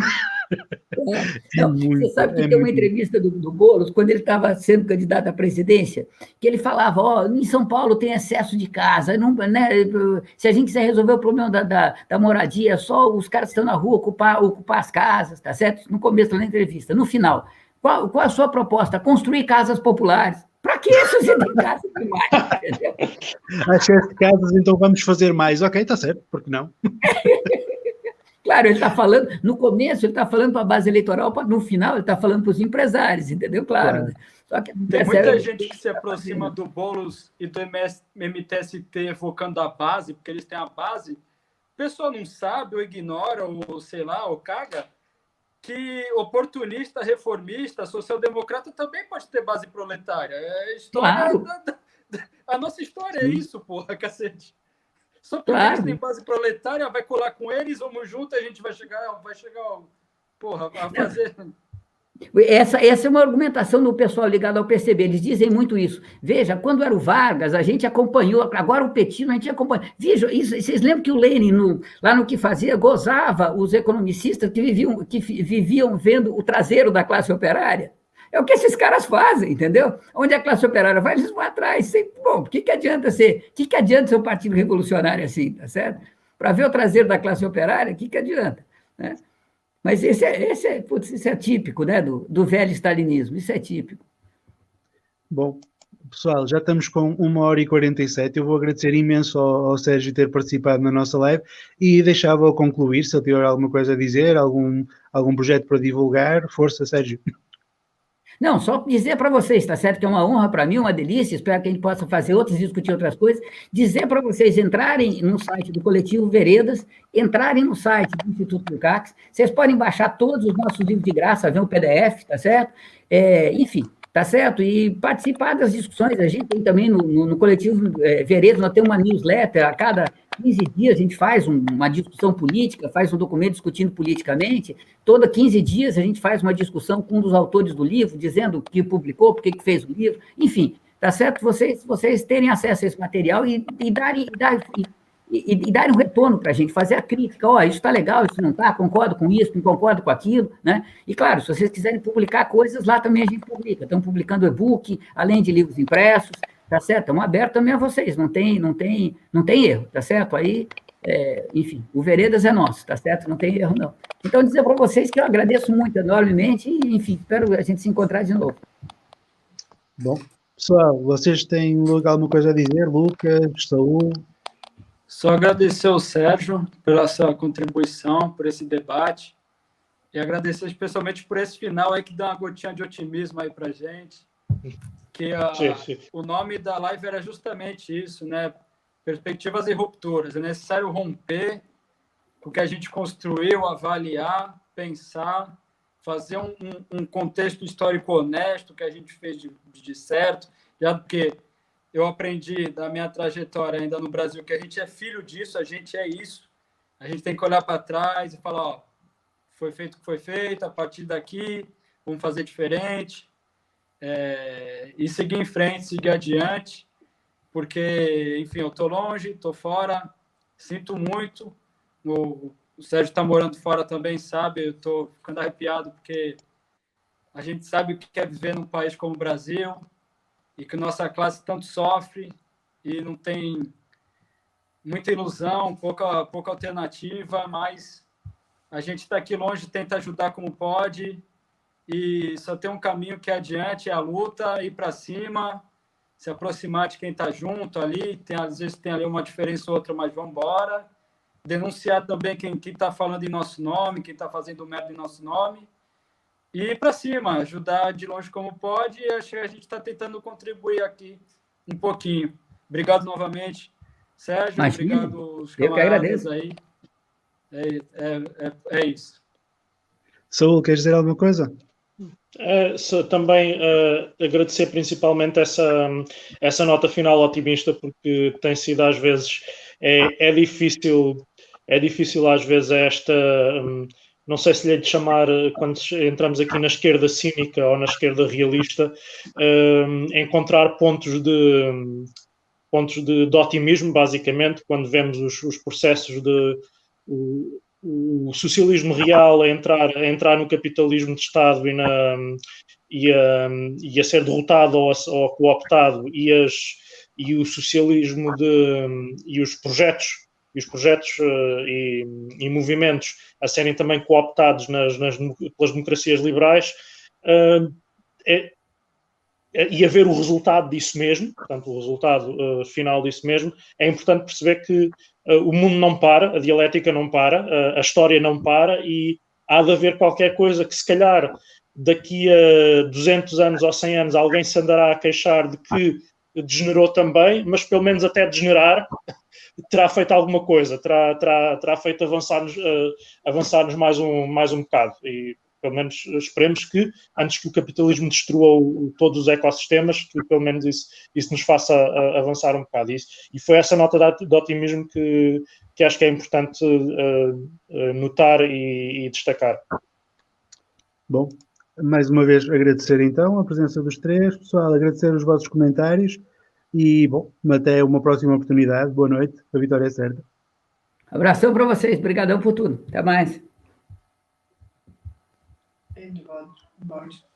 É, não, muito, você sabe que é tem uma entrevista do, do Boulos, quando ele estava sendo candidato à presidência, que ele falava, ó, oh, em São Paulo tem excesso de casa, não, né, se a gente quiser resolver o problema da, da, da moradia, só os caras que estão na rua ocupar, ocupar as casas, tá certo? No começo da entrevista. No final, qual, qual a sua proposta? Construir casas populares. Para que isso você tem casa demais? Entendeu? Há excesso de casas, então vamos fazer mais. Ok, está certo, por que não? Claro, ele está falando, no começo ele está falando para a base eleitoral, no final ele está falando para os empresários, entendeu? Claro. Claro. Só que tem muita é, gente que se aproxima do Boulos e do M T S T evocando a base, porque eles têm a base, o pessoal não sabe, ou ignora, ou sei lá, ou caga, que oportunista, reformista, social-democrata também pode ter base proletária. É a história claro. da, da, da, a nossa história é isso, porra, cacete. Só porque claro. eles têm base proletária, vai colar com eles, vamos junto, a gente vai chegar, vai chegar, porra, a fazer... Essa, essa é uma argumentação do pessoal ligado ao P C B, eles dizem muito isso. Veja, quando era o Vargas, a gente acompanhou, agora o Petino, a gente acompanha. Veja, isso, vocês lembram que o Lenin, no, lá no que fazia, gozava os economicistas que viviam, que viviam vendo o traseiro da classe operária? É o que esses caras fazem, entendeu? Onde a classe operária vai, eles vão atrás. Sempre, bom, o que, que adianta ser? O que, que adianta ser um partido revolucionário assim, tá certo? Para ver o traseiro da classe operária, o que, que adianta? Né? Mas esse é, esse, é, putz, esse é típico, né, do, do velho stalinismo, isso é típico. Bom, pessoal, já estamos com uma hora e quarenta e sete, eu vou agradecer imenso ao, ao Sérgio ter participado na nossa live e deixava-o concluir, se ele tiver alguma coisa a dizer, algum, algum projeto para divulgar, força, Sérgio. Não, só dizer para vocês, tá certo? Que é uma honra para mim, uma delícia, espero que a gente possa fazer outros, discutir outras coisas, dizer para vocês entrarem no site do Coletivo Veredas, entrarem no site do Instituto Lukács, vocês podem baixar todos os nossos livros de graça, ver o P D F, tá certo? É, enfim, tá certo? E participar das discussões, a gente tem também no, no, no Coletivo é, Veredas, nós temos uma newsletter, a cada quinze dias a gente faz um, uma discussão política, faz um documento discutindo politicamente, toda quinze dias a gente faz uma discussão com um dos autores do livro, dizendo o que publicou, por que fez o livro, enfim, tá certo? Vocês, vocês terem acesso a esse material e, e darem... E dar, e, E, e darem um retorno para a gente, fazer a crítica, ó, oh, isso está legal, isso não está, concordo com isso, não concordo com aquilo, né? E, claro, se vocês quiserem publicar coisas, lá também a gente publica. Estamos publicando e-book, além de livros impressos, tá certo? Estamos abertos também a vocês, não tem, não tem, não tem erro, tá certo? Aí, é, enfim, o Veredas é nosso, tá certo? Não tem erro, não. Então, dizer para vocês que eu agradeço muito, enormemente, e, enfim, espero a gente se encontrar de novo. Bom, pessoal, vocês têm alguma coisa a dizer? Lucas, Saúl? Só agradecer ao Sérgio pela sua contribuição, por esse debate, e agradecer especialmente por esse final aí que dá uma gotinha de otimismo aí para a gente, que a, sim, sim. O nome da live era justamente isso, né? Perspectivas e rupturas. É necessário romper com o que a gente construiu, avaliar, pensar, fazer um, um, um contexto histórico honesto que a gente fez de, de certo, já porque eu aprendi da minha trajetória ainda no Brasil que a gente é filho disso, a gente é isso. A gente tem que olhar para trás e falar, ó, foi feito o que foi feito, a partir daqui vamos fazer diferente, é, e seguir em frente, seguir adiante, porque, enfim, eu estou longe, estou fora, sinto muito. O, o Sérgio está morando fora também, sabe? Eu estou ficando arrepiado porque a gente sabe o que é viver num país como o Brasil, e que nossa classe tanto sofre e não tem muita ilusão, pouca, pouca alternativa, mas a gente está aqui longe, tenta ajudar como pode, e só tem um caminho que é adiante, é a luta, ir para cima, se aproximar de quem está junto ali, tem, às vezes tem ali uma diferença ou outra, mas vamos embora. Denunciar também quem está falando em nosso nome, quem está fazendo merda em nosso nome, e ir para cima, ajudar de longe como pode, e acho que a gente está tentando contribuir aqui um pouquinho. Obrigado novamente, Sérgio. Imagina, obrigado os eu que agradeço. aí. É, é, é, é isso. Saúl, queres dizer alguma coisa? É, so, também uh, agradecer principalmente essa, essa nota final otimista, porque tem sido às vezes, é, é difícil, é difícil às vezes esta... Um, não sei se lhe é de chamar, quando entramos aqui na esquerda cínica ou na esquerda realista, um, encontrar pontos de, pontos de, de otimismo, basicamente, quando vemos os, os processos de o, o socialismo real a entrar, a entrar no capitalismo de Estado e, na, e, a, e a ser derrotado ou, a, ou cooptado, e, as, e o socialismo de, e os projetos e os projetos uh, e, e movimentos a serem também cooptados nas, nas, pelas democracias liberais, uh, é, é, e a ver o resultado disso mesmo, portanto, o resultado uh, final disso mesmo, é importante perceber que uh, o mundo não para, a dialética não para, uh, a história não para, e há de haver qualquer coisa que, se calhar, daqui a duzentos anos ou cem anos, alguém se andará a queixar de que degenerou também, mas pelo menos até degenerar terá feito alguma coisa, terá, terá, terá feito avançar-nos, uh, avançar-nos mais, um, mais um bocado, e pelo menos esperemos que, antes que o capitalismo destrua o, todos os ecossistemas, que pelo menos isso, isso nos faça uh, avançar um bocado. Isso, e foi essa nota de, de otimismo que, que acho que é importante uh, uh, notar e, e destacar. Bom, mais uma vez agradecer então a presença dos três, pessoal, agradecer os vossos comentários. E, bom, até uma próxima oportunidade. Boa noite. A vitória é certa. Abração para vocês. Obrigadão por tudo. Até mais.